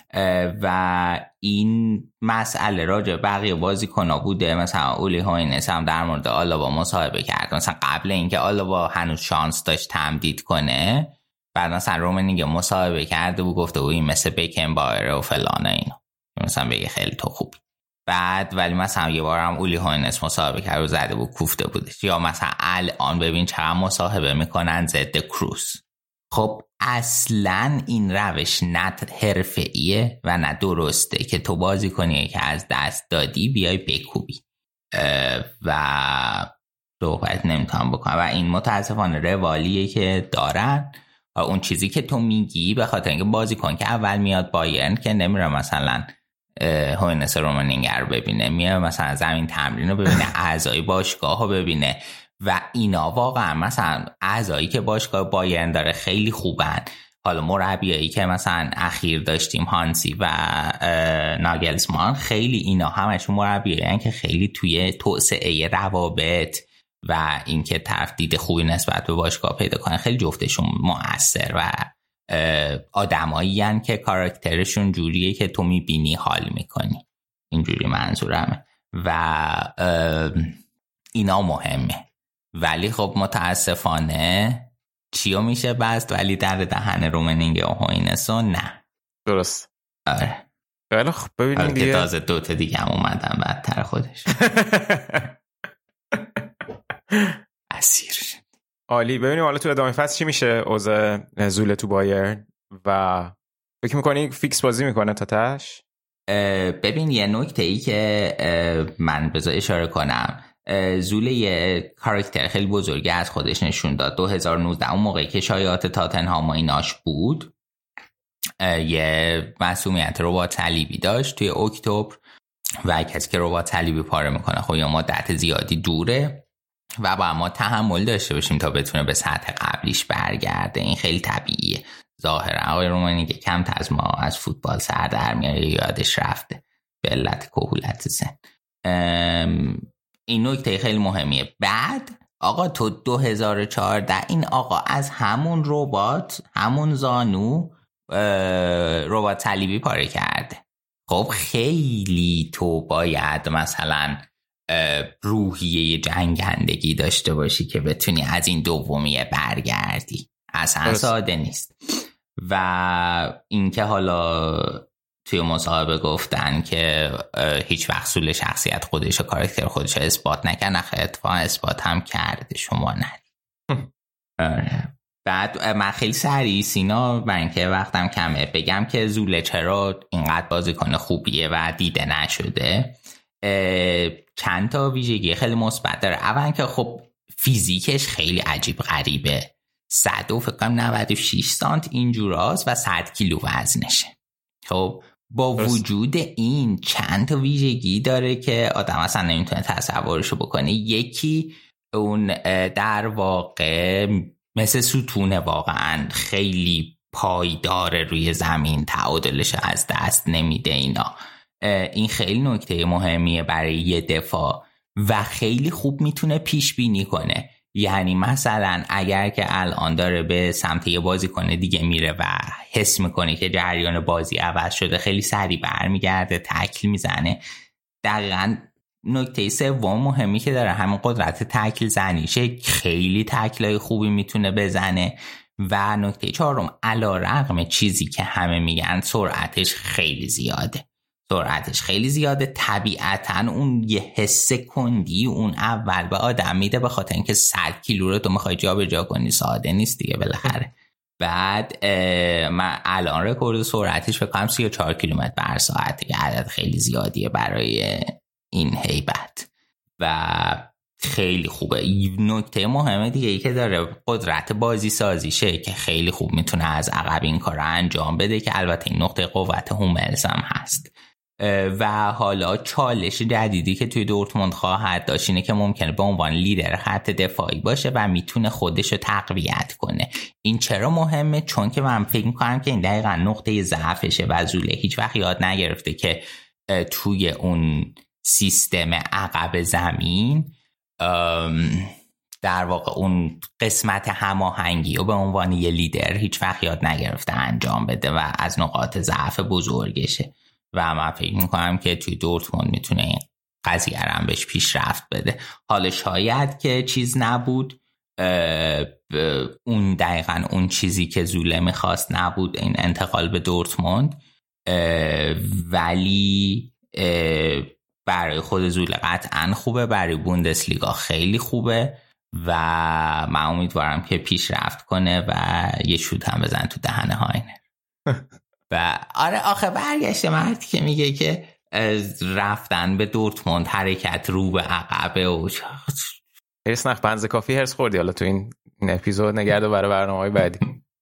و این مسئله راجع بقیه بازیکن‌ها بوده. مثلا اولی هوینس هم در مورد آلابا مصاحبه کرد، مثلا قبل اینکه آلابا هنوز شانس داشت تمدید کنه، بعد مثلا رومنیگه مصاحبه کرده و گفته بود این مثل بیکن بایر و فلان اینو، مثلا بگه خیلی تو خوبی. بعد ولی مثلا یه بار هم اولی هوینس مصاحبه کرد و زده بود کوفته بودش. یا مثلا الان ببین چقدر مصاحبه میکنن ضد کروس. خب اصلا این روش نه حرفه‌ایه و نه درسته که تو بازی کنی که از دست دادی بیای بکوبی و صحبت نمیتونم بکنم و این متاسفانه روالیه که دارن. و اون چیزی که تو میگی به خاطر اینکه بازی کن که اول میاد بایرن که نمیره مثلا هوینس رومنینگر رو ببینه، میاد مثلا زمین تمرین رو ببینه، اعضای باشگاه رو ببینه و اینا واقعا مثلا اعضایی که باشگاه بایرن داره خیلی خوبن. حالا مربیایی که مثلا اخیر داشتیم هانسی و ناگلزمان، خیلی اینا همشون مربیایی که خیلی توی توسعه روابط و اینکه طرف دید خوبی نسبت به باشگاه پیدا کنه خیلی جفتشون مؤثر و آدمایی هن که کاراکترشون جوریه که تو میبینی حال میکنی. اینجوری منظورمه و اینا مهمه. ولی خب متاسفانه چیو میشه بست ولی در دهن رومنینگه و هوینسو نه. درست. آره. خیلی خب ببینیم دیگه. تازه دوتا دیگه هم اومدن بدتر خودش. اسیر شد. عالی. ببینیم حالا تو ادامه فصل چی میشه اوضاع زوله تو بایرن و فکر میکنی فیکس بازی میکنه تا تاش؟ ببین یه نکته ای که من بذار اشاره کنم، زوله یه کاراکتر خیلی بزرگی از خودش نشون داد. دو هزار و نوزده اون موقعی که شایعات تاتنهام و ایناش بود، یه مسئولیت رباط صلیبی داشت توی اکتبر و کسی که رباط صلیبی پاره میکنه خب یا مدت زیادی دوره و با ما تحمل داشته باشیم تا بتونه به سطح قبلیش برگرده. این خیلی طبیعیه. ظاهرا آقای رومنیگه کم تا از ما از فوتبال سر در میاره، یادش رفته به علت کهولت سن. این نکته خیلی مهمیه. بعد آقا تو دو هزار و چهارده این آقا از همون رباط، همون زانو رباط صلیبی پاره کرده. خب خیلی تو باید مثلا روحیه جنگندگی داشته باشی که بتونی از این دومیه برگردی. اصلا ساده نیست. و اینکه حالا توی مصاحبه گفتن که هیچ وقت سول شخصیت خودش و کاراکتر خودش رو اثبات نکرد، نخواهی اتفاقا اثبات هم کرده، شما ندید. بعد من خیلی سریع سینا برای اینکه وقتم کمه بگم که زوله چرا اینقدر بازیکن خوبیه و دیده نشده. چند تا ویژگی خیلی مثبت داره. اول که خب فیزیکش خیلی عجیب غریبه. صد و فکر کنم نود و شش سانت اینجوراست و صد کیلو وزنشه. خب با وجود این چند تا ویژگی داره که آدم اصلا نمیتونه تصورشو بکنه. یکی اون در واقع مثل ستونه، واقعا خیلی پایداره روی زمین، تعادلش از دست نمیده. اینا این خیلی نکته مهمیه برای یه دفاع و خیلی خوب میتونه پیش بینی کنه. یعنی مثلا اگر که الان داره به سمت یه بازیکن دیگه میره و حس میکنه که جریان بازی عوض شده، خیلی سریع برمیگرده تکل میزنه. دقیقاً نکته سوم مهمی که داره همین قدرت تکل زنیشه. خیلی تکلای خوبی میتونه بزنه. و نکته چهارم علیرغم چیزی که همه میگن سرعتش خیلی زیاده. سرعتش خیلی زیاده. طبیعتاً اون یه حس کندی اون اول به آدم میده، به خاطر اینکه صد کیلو رو تو میخوای جا به جا کنی ساده نیست دیگه بالاخره. بعد من الان رکورد سرعتش فکر کنم سی و چهار کیلومتر بر ساعت که عدد خیلی زیادیه برای این هیبت و خیلی خوبه. نکته مهمه دیگه ای که داره قدرت بازی سازیشه که خیلی خوب میتونه از عقب این کار رو انجام بده، که البته این نقطه قوت هوملز هم هست. و حالا چالش جدیدی که توی دورتموند خواهد داشت اینه که ممکنه به عنوان لیدر خط دفاعی باشه و میتونه خودش رو تقویت کنه. این چرا مهمه؟ چون که من فکر میکنم که این دقیقا نقطه ضعفشه و زوله هیچ وقت یاد نگرفته که توی اون سیستم عقب زمین در واقع اون قسمت هماهنگی رو به عنوان یه لیدر هیچ وقت یاد نگرفته انجام بده و از نقاط ضعف بزرگشه و من فکر میکنم که توی دورتموند میتونه این قضیه رو بهش پیشرفت بده. حالا شاید که چیز نبود، اون دقیقاً اون چیزی که زوله میخواست نبود این انتقال به دورتموند، ولی برای خود زوله قطعاً خوبه، برای بوندسلیگا خیلی خوبه و من امیدوارم که پیشرفت کنه و یه شوت هم بزن تو دهن هاینر. و آره آخه برگشته مردی که میگه که رفتن به دورتموند حرکت رو به عقبه و هرس نخ بنز کافی هرس خوردی حالا تو این, این اپیزود نگرده برای برنامه‌های بعدی.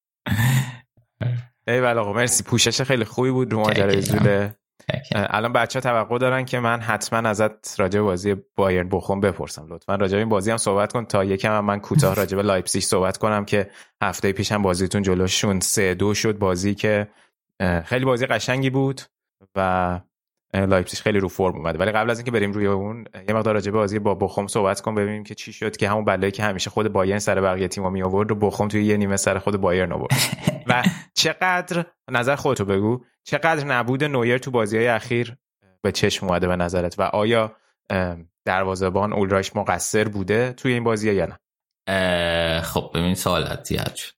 ای والا آقا مرسی، پوشش خیلی خوبی بود رو ماجرای زوله. الان بچه‌ها توقع دارن که من حتما ازت راجع به بازی بایرن بوخوم بپرسم، لطفاً راجع به این بازی هم صحبت کن تا یکم هم من کوتاه راجع به لایپزیگ صحبت کنم که هفته پیش هم بازیتون جلوشون سه دو شد، بازی که خیلی بازی قشنگی بود و لایپزیگ خیلی رو فرم اومده. ولی قبل از اینکه بریم روی اون یه مقدار راجع به بازی با بوخوم صحبت کنم ببینیم که چی شد که همون بلایی که همیشه خود بایرن سر بقیه تیم‌ها می آورد رو بوخوم توی یه نیمه سر خود بایرن آورد. و چقدر نظر خودتو بگو چقدر نبود نویر تو بازی‌های اخیر به چشم اومده به نظرت و آیا دروازه‌بان اولرایش مقصر بوده توی این بازی‌ها یا نه؟ خب ببین سوالات زیاد شد.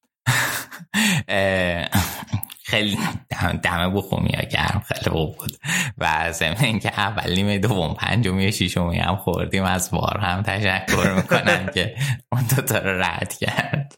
خیلی دمه بخومی ها گرم خیلی خوب بود و ضمن اینکه اول نیمه دوم پنجمی ششمی هم خوردیم از وار هم تشکر میکنم که اون دوتا رو رد کرد.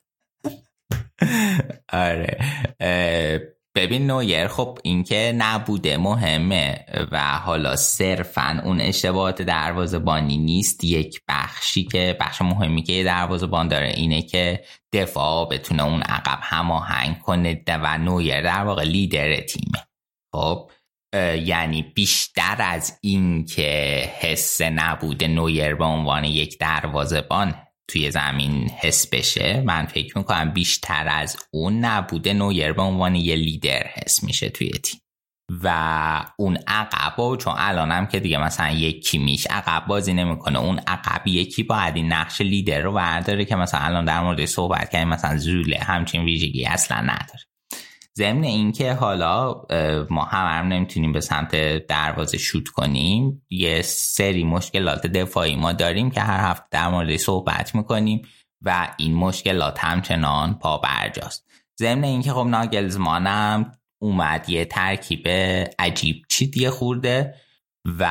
آره ببین نویر خب این که نبوده مهمه و حالا صرفا اون اشتباهات دروازه‌بانی نیست، یک بخشی که بخش مهمی که دروازه‌بان داره اینه که دفاع بتونه اون عقب هماهنگ کنه و نویر در واقع لیدر تیمه. خب یعنی بیشتر از این که حس نبوده نویر به عنوان یک دروازه‌بان توی زمین حس بشه، من فکر میکنم بیشتر از اون نبوده نویر به عنوان یه لیدر حس میشه توی تیم و اون عقبا، چون الانم که دیگه مثلا یکی میش عقب بازی نمیکنه، اون عقب یکی باید این نقش لیدر رو برداره که مثلا الان در مورد صحبت کردیم مثلا زوله همچین ویژگی اصلا نداره. ضمن این که حالا ما هم هم نمیتونیم به سمت دروازه شوت کنیم، یه سری مشکلات دفاعی ما داریم که هر هفته در مورد صحبت میکنیم و این مشکلات همچنان پا برجاست. ضمن این که خب ناگلزمان هم اومد یه ترکیب عجیب چی دیگه خورده و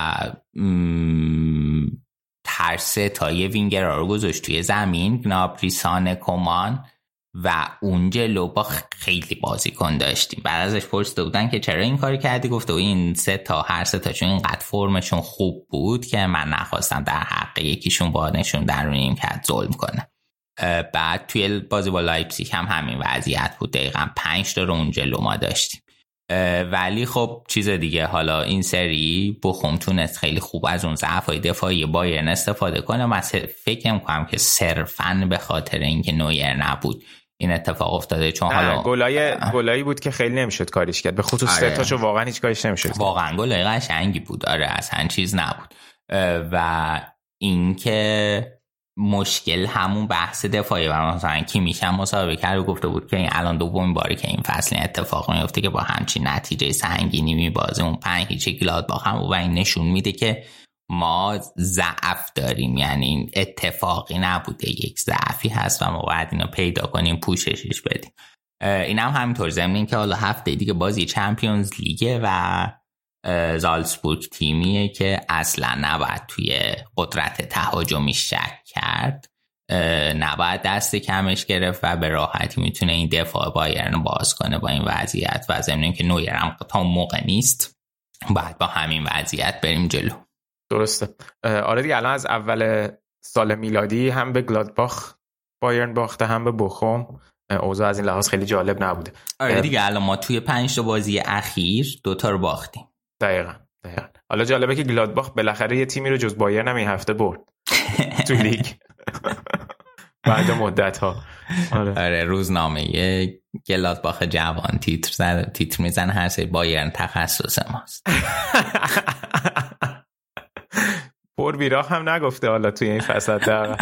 هر سه تا یه وینگرها رو گذاشت توی زمین، گنابری، سانه، کومان و اون جلو با خیلی بازیکن داشتیم. بعد ازش پرسیده بودن که چرا این کاری کردی، گفته و این سه تا هر سه تاشون اینقدر فرمشون خوب بود که من نخواستم در حق یکیشون با نشون درونیم که ظلم کنه. بعد توی بازی با لایپزیگ هم همین وضعیت بود، دقیقاً پنج تا رو اون جلو ما داشتیم. ولی خب چیز دیگه، حالا این سری بخوم تونست خیلی خوب از اون ضعف‌های دفاعی بایرن استفاده کنه. من فکر می‌کنم که صرفاً به خاطر اینکه نویر نبود این اتفاق افتاده، چون حالا گلای گلایی بود که خیلی نمیشد کاریش کرد، به خصوص سه تاشو واقعا هیچ کاریش نمیشد. واقعا گلای قشنگی بود، آره اصلا چیز نبود. و اینکه مشکل همون بحث دفاعی و مثلا کی میشم مصاحبه کرد و گفته بود که این الان دومین باری که این فصل اتفاق میفته که با همچین نتیجه سنگینی میبازه اون پنج هیچ گلادباخ هم، و این نشون میده که ما ضعف داریم، یعنی این اتفاقی نبوده، یک ضعفی هست و ما باید اینو پیدا کنیم پوششش بدیم. این هم همینطور. ضمن این که حالا هفته دیگه بازی چمپیونز لیگه و زالتسبورگ تیمیه که اصلا نباید توی قدرت تهاجمی شک کرد، نباید دست کمش گرفت و به راحتی میتونه این دفاع بایرن باز کنه با این وضعیت و ضمن این که نویر هم تا موقع نیست، باید با همین وضعیت بریم جلو. درسته. آره دیگه الان از اول سال میلادی هم به گلادباخ بایرن باخته هم به بوخوم، اوضاع از این لحاظ خیلی جالب نبوده. آره دیگه الان ما توی پنج تا بازی اخیر دوتا رو باختیم. دقیقاً حالا جالبه که گلادباخ بالاخره یه تیمی رو جز بایرن هم این هفته برد تو لیگ بعد مدت ها. آره, آره روزنامه گلادباخ جوان تیتر زد تیتر میزنه هر سری بایرن تخصص ماست. پر بیراه هم نگفته حالا توی این فصل در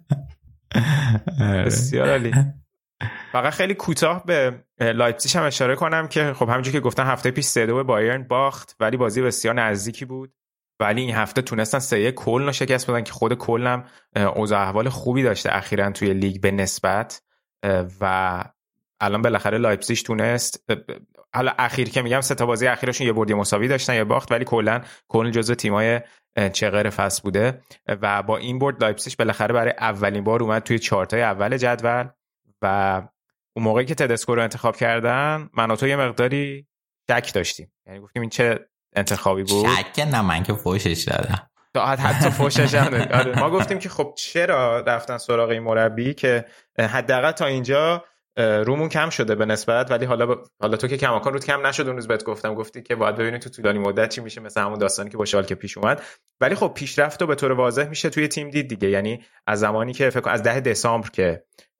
بسیار عالی. فقط خیلی کوتاه به لایپزیگ هم اشاره کنم که خب همونجوری که گفتن هفته پیش سه دو به بایرن باخت ولی بازی بسیار نزدیکی بود، ولی این هفته تونستن سه یک کلن رو شکست بدن که خود کلن هم اوضاع احوال خوبی داشته اخیراً توی لیگ به نسبت و الان بالاخره لایپزیگ تونست، حالا اخیر که میگم سه تا بازی اخیرشون یه برد یه مساوی داشتن یه باخت، ولی کلا کلن جزو تیمای چغر فصل بوده و با این برد لایپزیگ بالاخره برای اولین بار اومد توی چارتای اول جدول و اون موقعی که تدسکو رو انتخاب کردن من و تو یه مقداری شک داشتیم، یعنی گفتیم این چه انتخابی بود. شک نه، من که فوشش دادم، حتی فوشش هم دادم. ما گفتیم که خب چرا رفتن سراغ این مربی که حداقل تا اینجا رومون کم شده به نسبت، ولی حالا ب... حالا تو که کماکان روت کم نشد اون روز بهت گفتم گفتی که باید ببینید تو طولانی مدت چی میشه، مثل همون داستانی که با شالکه پیش اومد، ولی خب پیشرفت رو به طور واضح میشه توی تیم دید دیگه. یعنی از زمانی که فکر کنم از ده دسامبر که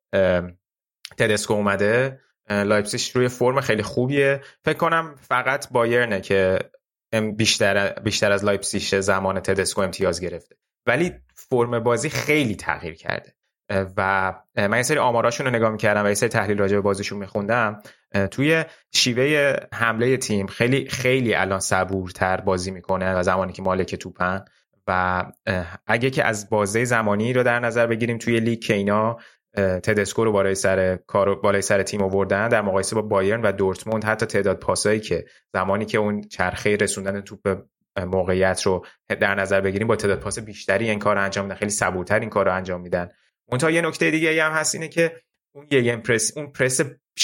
تدسکو اومده لایپزیگ روی فرم خیلی خوبیه. فکر کنم فقط بایرنه که بیشتر بیشتر از لایپزیگ زمان تدسکو امتیاز گرفته، ولی فرم بازی خیلی تغییر کرده و من یه سری آماراشون رو نگاه می‌کردم و یه سری تحلیل راجع به بازیشون می‌خوندم. توی شیوه حمله تیم خیلی خیلی الان صبورتر بازی میکنه و زمانی که مالک توپن و اگه که از بازه زمانی رو در نظر بگیریم توی لیگ که اینا تدسکو رو بالای سر کارو بالای سر تیم آوردن در مقایسه با بایرن و دورتموند، حتی تعداد پاسایی که زمانی که اون چرخه رسوندن توپ به موقعیت رو در نظر بگیریم با تعداد پاس بیشتری این کارو انجام میدن، خیلی صبورتر این کارو انجام میدن. اون تا یه نکته دیگه هم هست اینه که اون یه پرس اون پرس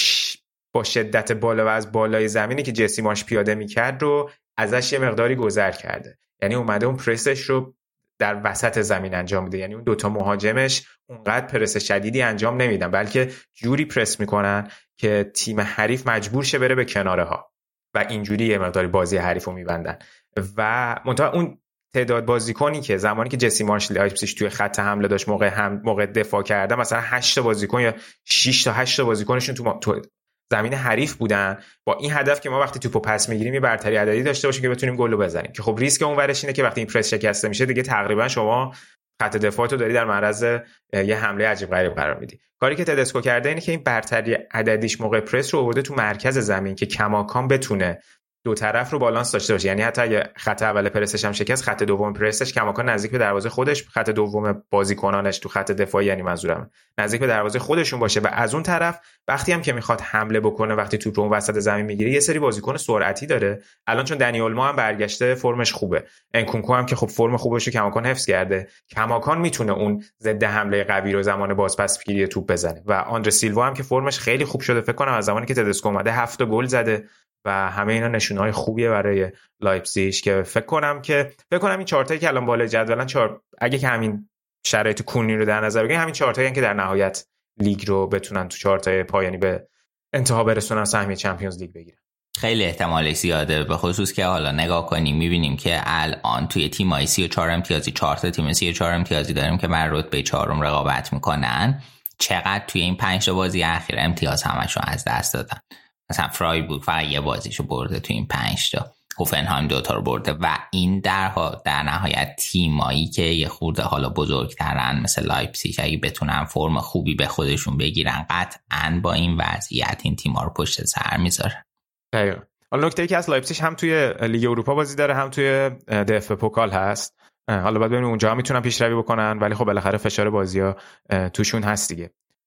با شدت بالا و از بالای زمینی که جسی مارش پیاده میکرد رو ازش یه مقداری گذر کرده، یعنی اومده اون پرسش رو در وسط زمین انجام میده، یعنی اون دوتا مهاجمش اونقدر پرس شدیدی انجام نمیدن بلکه جوری پرس میکنن که تیم حریف مجبور شه بره به کناره ها و اینجوری یه مقداری بازی حریف رو میبندن و منتها اون تعداد بازیکنی که زمانی که جسی مارش لایپزیگ توی خط حمله داشت موقع هم موقع دفاع کرده مثلا هشت تا بازیکن یا شش تا هشت تا بازیکنشون تو, تو زمین حریف بودن با این هدف که ما وقتی توپو پس میگیریم یه برتری عددی داشته باشیم که بتونیم گل بزنیم، که خب ریسک اون ورش اینه که وقتی این پرس شکسته میشه دیگه تقریبا شما خط دفاعتو داری در معرض یه حمله عجیب غریب قرار میدی. کاری که تدسکو کرده اینه که این برتری عددیش موقع پرس رو آورده تو مرکز زمین که کماکان بتونه دو طرف رو بالانس داشته باشه، یعنی حتی اگه خط اول پرسش هم شکست خط دوم پرسش کماکان نزدیک به دروازه خودش، خط دوم بازیکنانش تو خط دفاعی یعنی منظورم نزدیک به دروازه خودشون باشه و از اون طرف وقتی هم که میخواد حمله بکنه وقتی توپ رو اون وسط زمین میگیره یه سری بازیکن سرعتی داره. الان چون دنی اولمو هم برگشته فرمش خوبه، انکونکو هم که خب فرم خوبش رو کماکان حفظ کرده، کماکان میتونه اون ضد حمله قوی رو زمان بازپس گیری توپ بزنه و آندره سیلوا هم که فرمش خیلی خوب شده، فکر کنم از زمانی که تدسکو اومده هفت گل زده و همه اینا نشونهای خوبیه برای لایپزیگ که فکر کنم که فکر کنم این چهار تایی که الان بالای جدولن چهار اگه که همین شرایط کنونی رو در نظر بگیریم همین چهار تایی که در نهایت لیگ رو بتونن تو چهار تای پایانی به انتها برسونن، سهمیه چمپیونز لیگ بگیرن. خیلی احتمالش زیاده، به خصوص که حالا نگاه کنیم میبینیم که الان توی تیمای سی و چهار امتیازی چهار تا تیم سی و چهار امتیازی داریم که بر رتبه چهارم رقابت میکنن. چقدر توی این پنج تا بازی اخیر امتیاز همشون از دست دادن. مثلا فرایبورگ فقط یه بازیشو برده تو این پنج تا، هوفنهایم دوتا رو برده و این در, در نهایت تیمایی که یه خورده حالا بزرگترن مثل لایپزیگ اگه بتونن فرم خوبی به خودشون بگیرن قطعاً با این وضعیت این تیما رو پشت سر میذاره. دقیقاً. حالا نکته ای که از لایپزیگ هم توی لیگ اروپا بازی داره هم توی دف پوکال هست، حالا بعد ببینیم اونجا هم میتونن پیشروی بکنن ولی خب بالاخره فشار بازی‌ها توشون هست دیگه.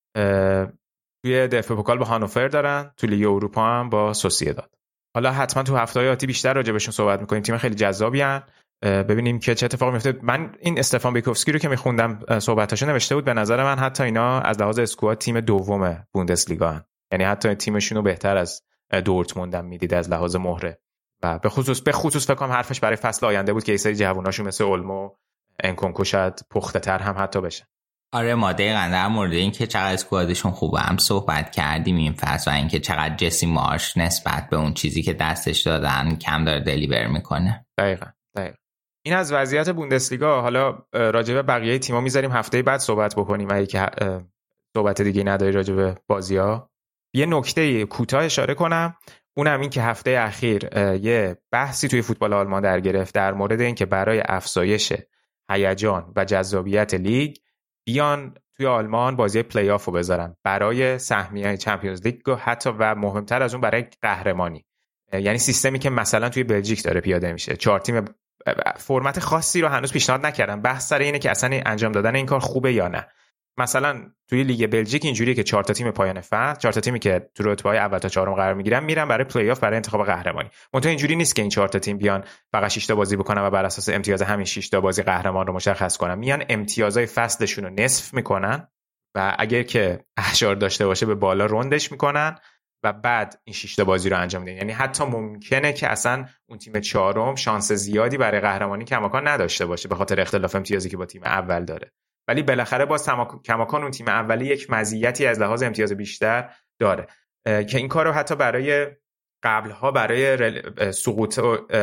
توی دف پوکال با هانوفر دارن، تو لیگ اروپا هم با سوسییداد. حالا حتما تو هفته‌های آتی بیشتر راجع بهشون صحبت می‌کنیم، تیم خیلی جذابی ان، ببینیم که چه اتفاقی میفته. من این استفان بیکوفسکی رو که می‌خوندم صحبتاشو نوشته بود، به نظر من حتی اینا از لحاظ اسکواد تیم دوم بوندسلیگا ان، یعنی حتی تیمشون رو بهتر از دورتموند هم میدید از لحاظ مهره و به خصوص به خصوص فکر کنم حرفش برای فصل آینده بود که یه سری جووناشون مثل اولمو انکونکو شاید پخته‌تر هم حتی بشه. آره ما دقیقا در مورد این که چقدر اسکوادشون خوبه هم صحبت کردیم این فصل و این که چقدر جسی مارش نسبت به اون چیزی که دستش دادن کم داره دلیور میکنه. دقیقا دقیقا این از وضعیت بوندسلیگا. حالا راجع به بقیه تیم‌ها میذاریم هفته بعد صحبت بکنیم اگه که صحبت دیگه نداری راجع به بازی‌ها. یه نکته کوتاه اشاره کنم، اونم این که هفته اخیر یه بحثی توی فوتبال آلمان در گرفت در مورد این که برای افزایش هیجان و جذابیت لیگ بیان توی آلمان بازی پلی آف رو بذارن برای سهمیه چمپیونز لیگ و حتی و مهمتر از اون برای قهرمانی. یعنی سیستمی که مثلا توی بلژیک داره پیاده میشه، چهار تیم. فرمت خاصی رو هنوز پیشنهاد نکردم، بحث سر اینه که اصلا انجام دادن این کار خوبه یا نه. مثلا توی لیگ بلژیک اینجوریه که چهار تا تیم پایان فصل، چهار تا تیمی که تو رتبه‌های اول تا چهارم قرار میگیرن میرن برای پلی آف برای انتخاب قهرمانی. منتها اینجوری نیست که این چهار تا تیم بیان فقط شش تا بازی بکنن و بر اساس امتیاز همین شش تا بازی قهرمان رو مشخص کنن. میان امتیازهای فصلشون رو نصف میکنن و اگر که احشار داشته باشه به بالا روندش میکنن و بعد این شش تا بازی رو انجام میدن. یعنی حتی ممکنه که اصلا اون تیم چهارم شانس زیادی برای قهرمانی کماکان نداشته باشه به خاطر اختلاف امتیازی که با تیم اول داره، ولی بالاخره باز کماکان اون تیم اولی یک مزیتی از لحاظ امتیاز بیشتر داره که این کارو حتی برای قبلها برای سقوط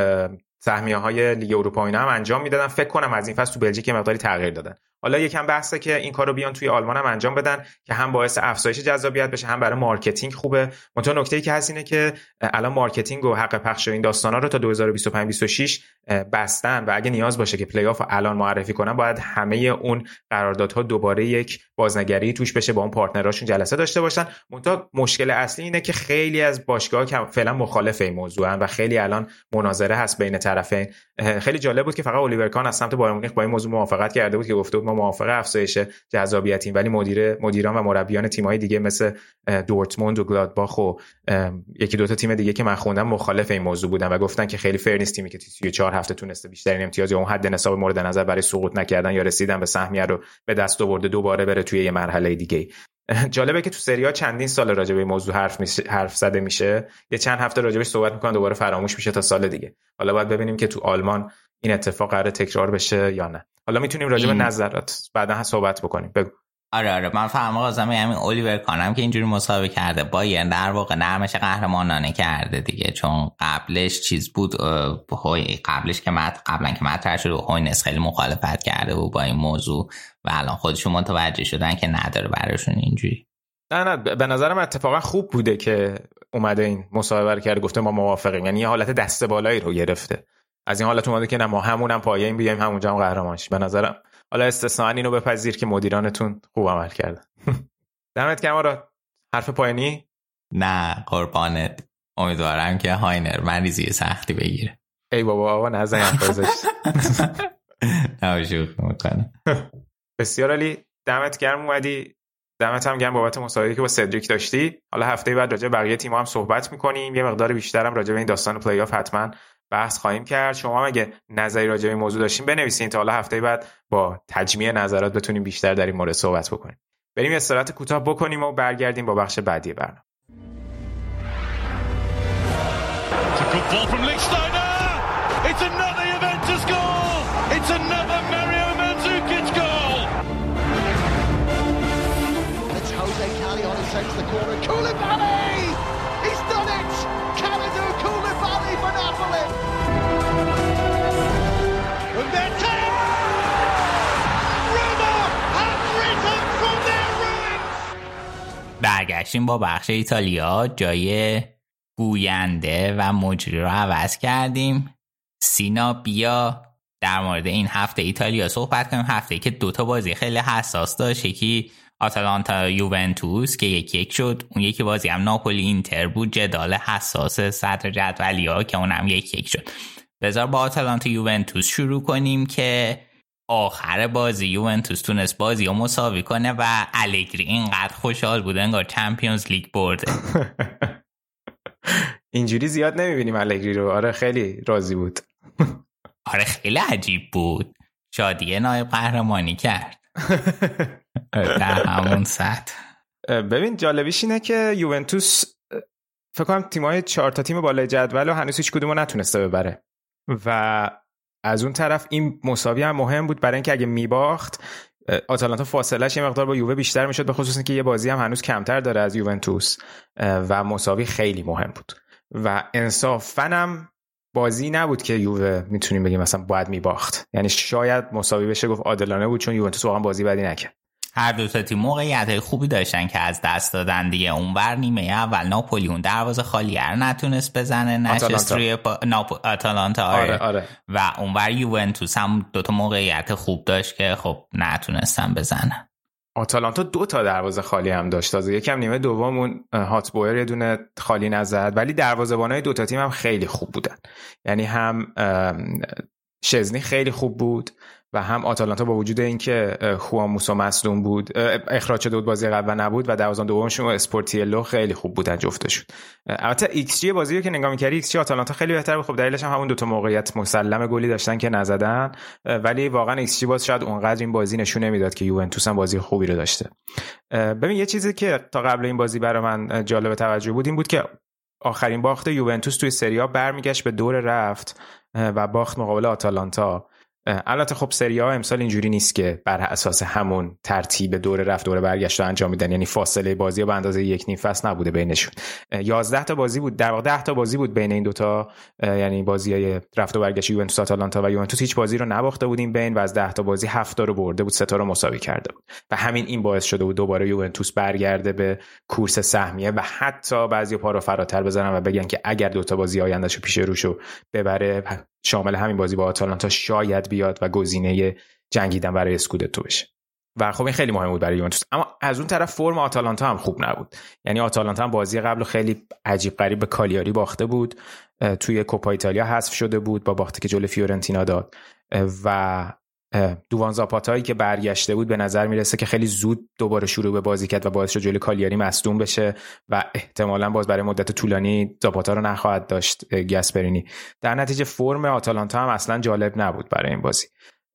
سهمیه‌های لیگ اروپا اینا هم انجام میدادن. فکر کنم از این فصل تو بلژیک مقداری تغییر دادن. حالا یکم بحثه که این کارو بیان توی آلمان هم انجام بدن که هم باعث افزایش جذابیت بشه هم برای مارکتینگ خوبه. منتها نکته‌ای که هست اینه که الان مارکتینگ و حق پخش این داستانا رو تا دو هزار و بیست و پنج بیست و شش بستن و اگه نیاز باشه که پلی آف رو الان معرفی کنن باید همه اون قراردادها دوباره یک بازنگری توش بشه، با اون پارتنراشون جلسه داشته باشن. منتها مشکل اصلی اینه که خیلی از باشگاه‌ها که فعلا مخالف این موضوعن و خیلی الان مناظره هست بین طرفین. خیلی جالب بود که فقط الیور کان از سمت بایر مونیخ با این موضوع موافقت کرده بود که گفته بود ما موافق افزایش جذابیتیم، ولی مدیر مدیران و مربیان تیم‌های دیگه مثل دورتموند و گلادباخ و یکی دو تا تیم دیگه که من خوندم مخالف این موضوع بودن و گفتن که خیلی فر نیست تیمی که سی و چهار هفته تونسته بیشترین امتیاز یا اون حد نصاب مورد نظر برای سقوط نکردن یا رسیدن به سهمیه رو به دست آورده دوباره بره توی یه مرحله دیگه. جالبه که تو سری ها چندین سال راجع به این موضوع حرف میشه، حرف زده میشه، یه چند هفته راجعش صحبت میکنن دوباره فراموش میشه تا سال دیگه. حالا باید ببینیم که تو آلمان این اتفاق قراره تکرار بشه یا نه. حالا میتونیم راجع به نظرات بعدا صحبت بکنیم. بگو. آره آره من فهمم آقا همین الیور کانم که اینجوری مسابقه کرده بایر در واقع نرمش قهرمانانه کرده دیگه، چون قبلش چیز بود قبلش که مت قبلا که مطرح شد هوینس خیلی مخالفت کرده بود با این موضوع و الان خودشون متوجه شدن که نداره براشون اینجوری. نه نه به نظرم اتفاقا خوب بوده که اومده این مسابقه رو کرده، گفته ما موافقیم، یعنی یه حالت دست بالایی رو گرفته. از این حالت اومده که نه ما همونم پایه‌ایم بیایم همونجا هم قهرمان شیم. به نظرم حالا استثناً اینو بپذیر که مدیرانتون خوب عمل کردن. دمت گرم. آره حرف پایانی؟ نه قربانت، امیدوارم که هاینر مریضی سختی بگیره. ای بابا آقا نزن حرفش. نه شوخی میکنه. بسیار عالی، دمت گرم اومدی. دمت هم گرم بابت مصاحبه‌ای که با سدریک داشتی. حالا هفته بعد راجع به بقیه تیم‌ها هم صحبت می‌کنیم، یه مقدار بیشتر هم راجع به این داستان پلی آف حتما بحث خواهیم کرد. شما هم اگه نظری راجع به این موضوع داشتین بنویسین تا حالا هفته بعد با تجمیع نظرات بتونیم بیشتر در این مورد صحبت بکنیم. بریم یه استراحت کوتاه بکنیم و برگردیم با بخش بعدی برنامه. Takes the corner, Koulibaly! He's done it! Kalidou Koulibaly for Napoli! And then ten! Roma have risen from their ruins! برگشتیم با بخش ایتالیا. جای گوینده و مجری رو عوض کردیم. سینا بیا در مورد این هفته ایتالیا صحبت کنیم. هفته که دوتا بازی خیلی حساس داشت، یکی آتالانتا یوونتوس که یک یک شد، اون یکی بازی هم ناپولی اینتر بود، جدال حساس صدر جدولیا که اونم یک یک شد. بذار با آتالانتا یوونتوس شروع کنیم که آخر بازی یوونتوس تونست بازی رو مساوی کنه و الگری اینقدر خوشحال بود انگار چمپیونز لیگ برده. اینجوری زیاد نمیبینیم الگری رو. آره خیلی راضی بود. آره خیلی عجیب بود، شادیه نایب قهرمانی کرد در همون سطح. ببین جالبیش اینه که یوونتوس فکر کنم تیم‌های چهار تا تیم بالای جدول و هنوز هیچ کدومو نتونسته ببره و از اون طرف این مساوی هم مهم بود برای اینکه اگه میباخت آتالانتا فاصلهش یه مقدار با یووه بیشتر میشد، به خصوص اینکه یه بازی هم هنوز کمتر داره از یوونتوس و مساوی خیلی مهم بود و انصافاً هم بازی نبود که یووه میتونیم بگیم مثلا باید میباخت، یعنی شاید مساوی بشه گفت عادلانه بود چون یوونتوس واقعا بازی بدی نکرد. هر دو تا تیم موقعیت خوبی داشتن که از دست دادن دیگه. اونور نیمه اول ناپولیون دروازه خالی رو نتونست بزنه، نشست روی پا... ناپو... آتالانتا آره. آره آره. و اونور یوونتوس هم دو تا موقعیت خوب داشت که خب نتونستن بزنن. آتالانتا دو تا دروازه خالی هم داشت، تازه یکم نیمه دوم اون هاتبویر یه دونه خالی نزد، ولی دروازه‌بانای دو تا تیم هم خیلی خوب بودن، یعنی هم شزنی خیلی خوب بود و هم آتالانتا با وجود اینکه خوان موسا مصدوم بود، اخراج شده بود بازی قبل نبود و دروازه‌بان دومشون اسپورتیلو خیلی خوب بودن جفتشون. البته ایکس جی بازی رو که نگاه می‌کردی ایکس جی آتالانتا خیلی بهتر بود، خب دلیلش هم همون دو تا موقعیت مسلم گلی داشتن که نزدن، ولی واقعا ایکس جی باز شاید اونقدر این بازی نشون نمیداد که یوونتوس هم بازی خوبی رو داشته. ببین یه چیزی که تا قبل این بازی برای من جالب توجه بود این بود که آخرین باخت یوونتوس توی سری آ برمیگشت به دور رفت و باخت مقابل آتالانتا. البته خب سری آ امسال اینجوری نیست که بر اساس همون ترتیب دور رفت دور برگشت رو انجام میدن، یعنی فاصله بازی به اندازه یک نیم فصل نبوده بینشون. یازده تا بازی بود، در واقع ده تا بازی بود بین این دوتا، یعنی بازی‌های رفت و برگشت یوونتوس آتالانتا و یوونتوس هیچ بازی رو نباخته بود این بین و از ده تا بازی هفت تا رو برده بود، سه تا رو مساوی کرده بود و همین این باعث شده بود دوباره یوونتوس برگرده به کورس سهمیه و حتی بعضی پا رو فراتر بزنن و بگن که اگر دوتا بازی آیندهشو پیش روشو ببره شامل همین بازی با آتالانتا شاید بیاد و گزینه جنگیدن برای اسکودتو بشه و خب این خیلی مهم بود برای یوونتوس. اما از اون طرف فرم آتالانتا هم خوب نبود، یعنی آتالانتا هم بازی قبل خیلی عجیب غریب به کالیاری باخته بود، توی کوپا ایتالیا حذف شده بود با باختی که جلوی فیورنتینا داد و دووان زاپاتایی که برگشته بود به نظر میرسه که خیلی زود دوباره شروع به بازی کرد و باعث شد جلوی کالیاری مصدوم بشه و احتمالاً باز برای مدت طولانی زاپاتا رو نخواهد داشت گاسپرینی. در نتیجه فرم آتالانتا هم اصلا جالب نبود برای این بازی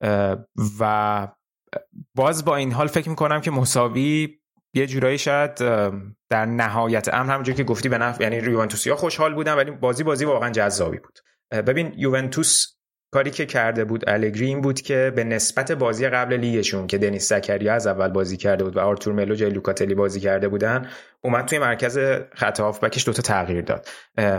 و باز با این حال فکر میکنم که مساوی یه جورایی شاید در نهایت امر همونجوری که گفتی به نفع، یعنی یوونتوسیا خوشحال بودن ولی بازی بازی واقعا جذابی بود. ببین یوونتوس کاری که کرده بود الگری این بود که به نسبت بازی قبل لیگشون که دنیس زکریا از اول بازی کرده بود و آرتور ملو جای لوکاتلی بازی کرده بودن، اومد توی مرکز خط هافبکش دوتا تغییر داد،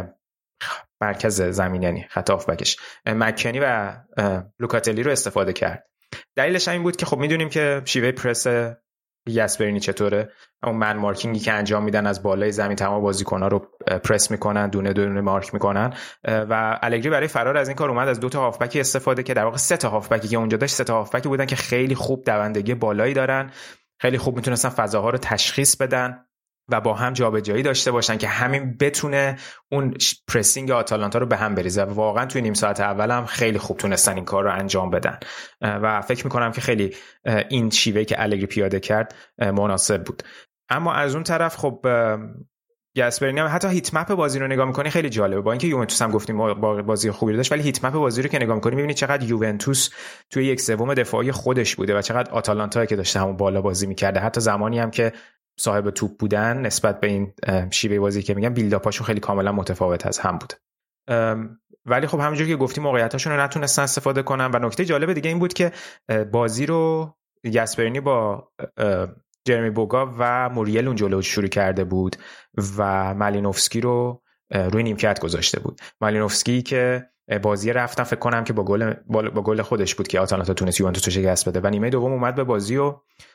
مرکز زمین یعنی خط هافبکش مکنی و لوکاتلی رو استفاده کرد. دلیلش این بود که خب میدونیم که شیوه پرس گاسپرینی چطوره، اون من مارکینگی که انجام میدن از بالای زمین تمام بازیکن‌ها رو پرس میکنن، دونه دونه مارک میکنن و الگری برای فرار از این کار اومد از دو تا هافبک استفاده که در واقع سه تا هافبکی که اونجا داشت سه تا هافبکی بودن که خیلی خوب دوندگی بالایی دارن، خیلی خوب میتونستن فضاها رو تشخیص بدن و با هم جابجایی داشته باشن که همین بتونه اون پرسینگ آتالانتا رو به هم بریزه و واقعا توی نیم ساعت اول هم خیلی خوب تونستن این کار رو انجام بدن و فکر میکنم که خیلی این شیوهی که الگری پیاده کرد مناسب بود. اما از اون طرف خب گاسپرینی هم حتی هیت مپ بازی رو نگاه می‌کنی خیلی جالبه، با اینکه یوونتوس هم گفتیم بازی خوبی داشت ولی هیت مپ بازی رو که نگاه می‌کنی می‌بینی چقدر یوونتوس توی یک سوم دفاعی خودش بوده و چقدر آتالانتا که داشته همون بالا بازی می‌کرده، حتی زمانی هم که صاحب توپ بودن نسبت به این شیوه بازی که میگم بیلداپاشون خیلی کاملا متفاوت از هم بود. ولی خب همونجوری که گفتیم موقعیتاشون رو نتونستن استفاده کنن و نکته جالب دیگه این بود که بازی رو گاسپرینی با جرمی بوگا و موریل اون جلو شروع کرده بود و مالینوفسکی رو روی نیمکت گذاشته بود. مالینوفسکی که بازی رفتن فکر کنم که با گل با گل خودش بود که آتالانتا تونست یوونتوس رو شکست بده و نیمه دوم اومد به بازی و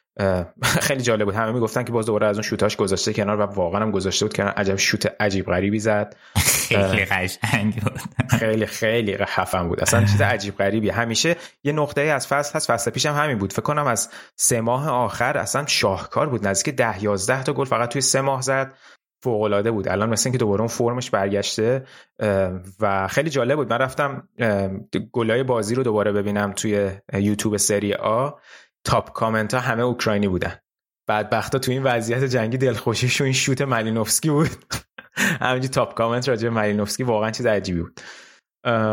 خیلی جالب بود. همه میگفتن که باز دوباره از اون شوتاش گذاشته کنار و واقعا هم گذاشته بود کنار. عجب شوت عجیب غریبی زد، خیلی قشنگ بود، خیلی خیلی خفن بود، اصلا چیز عجیب غریبی. همیشه یه نقطه از فصل هست، فصل پیشم همین بود، فکر کنم از سه ماه آخر اصلا شاهکار بود، نزدیک ده یازده تا گل فقط توی سه ماه زد، فوق العاده بود. الان مثلا که دوباره اون فرمش برگشته و خیلی جالب بود. من رفتم گلای بازی رو دوباره ببینم توی یوتیوب سری آ، تاپ کامنت ها همه اوکراینی بودن. بدبختا تو این وضعیت جنگی دلخوشیشون این شوت مالینوفسکی بود. همینجوری تاپ کامنت راجع به مالینوفسکی واقعا چیز عجیبی بود.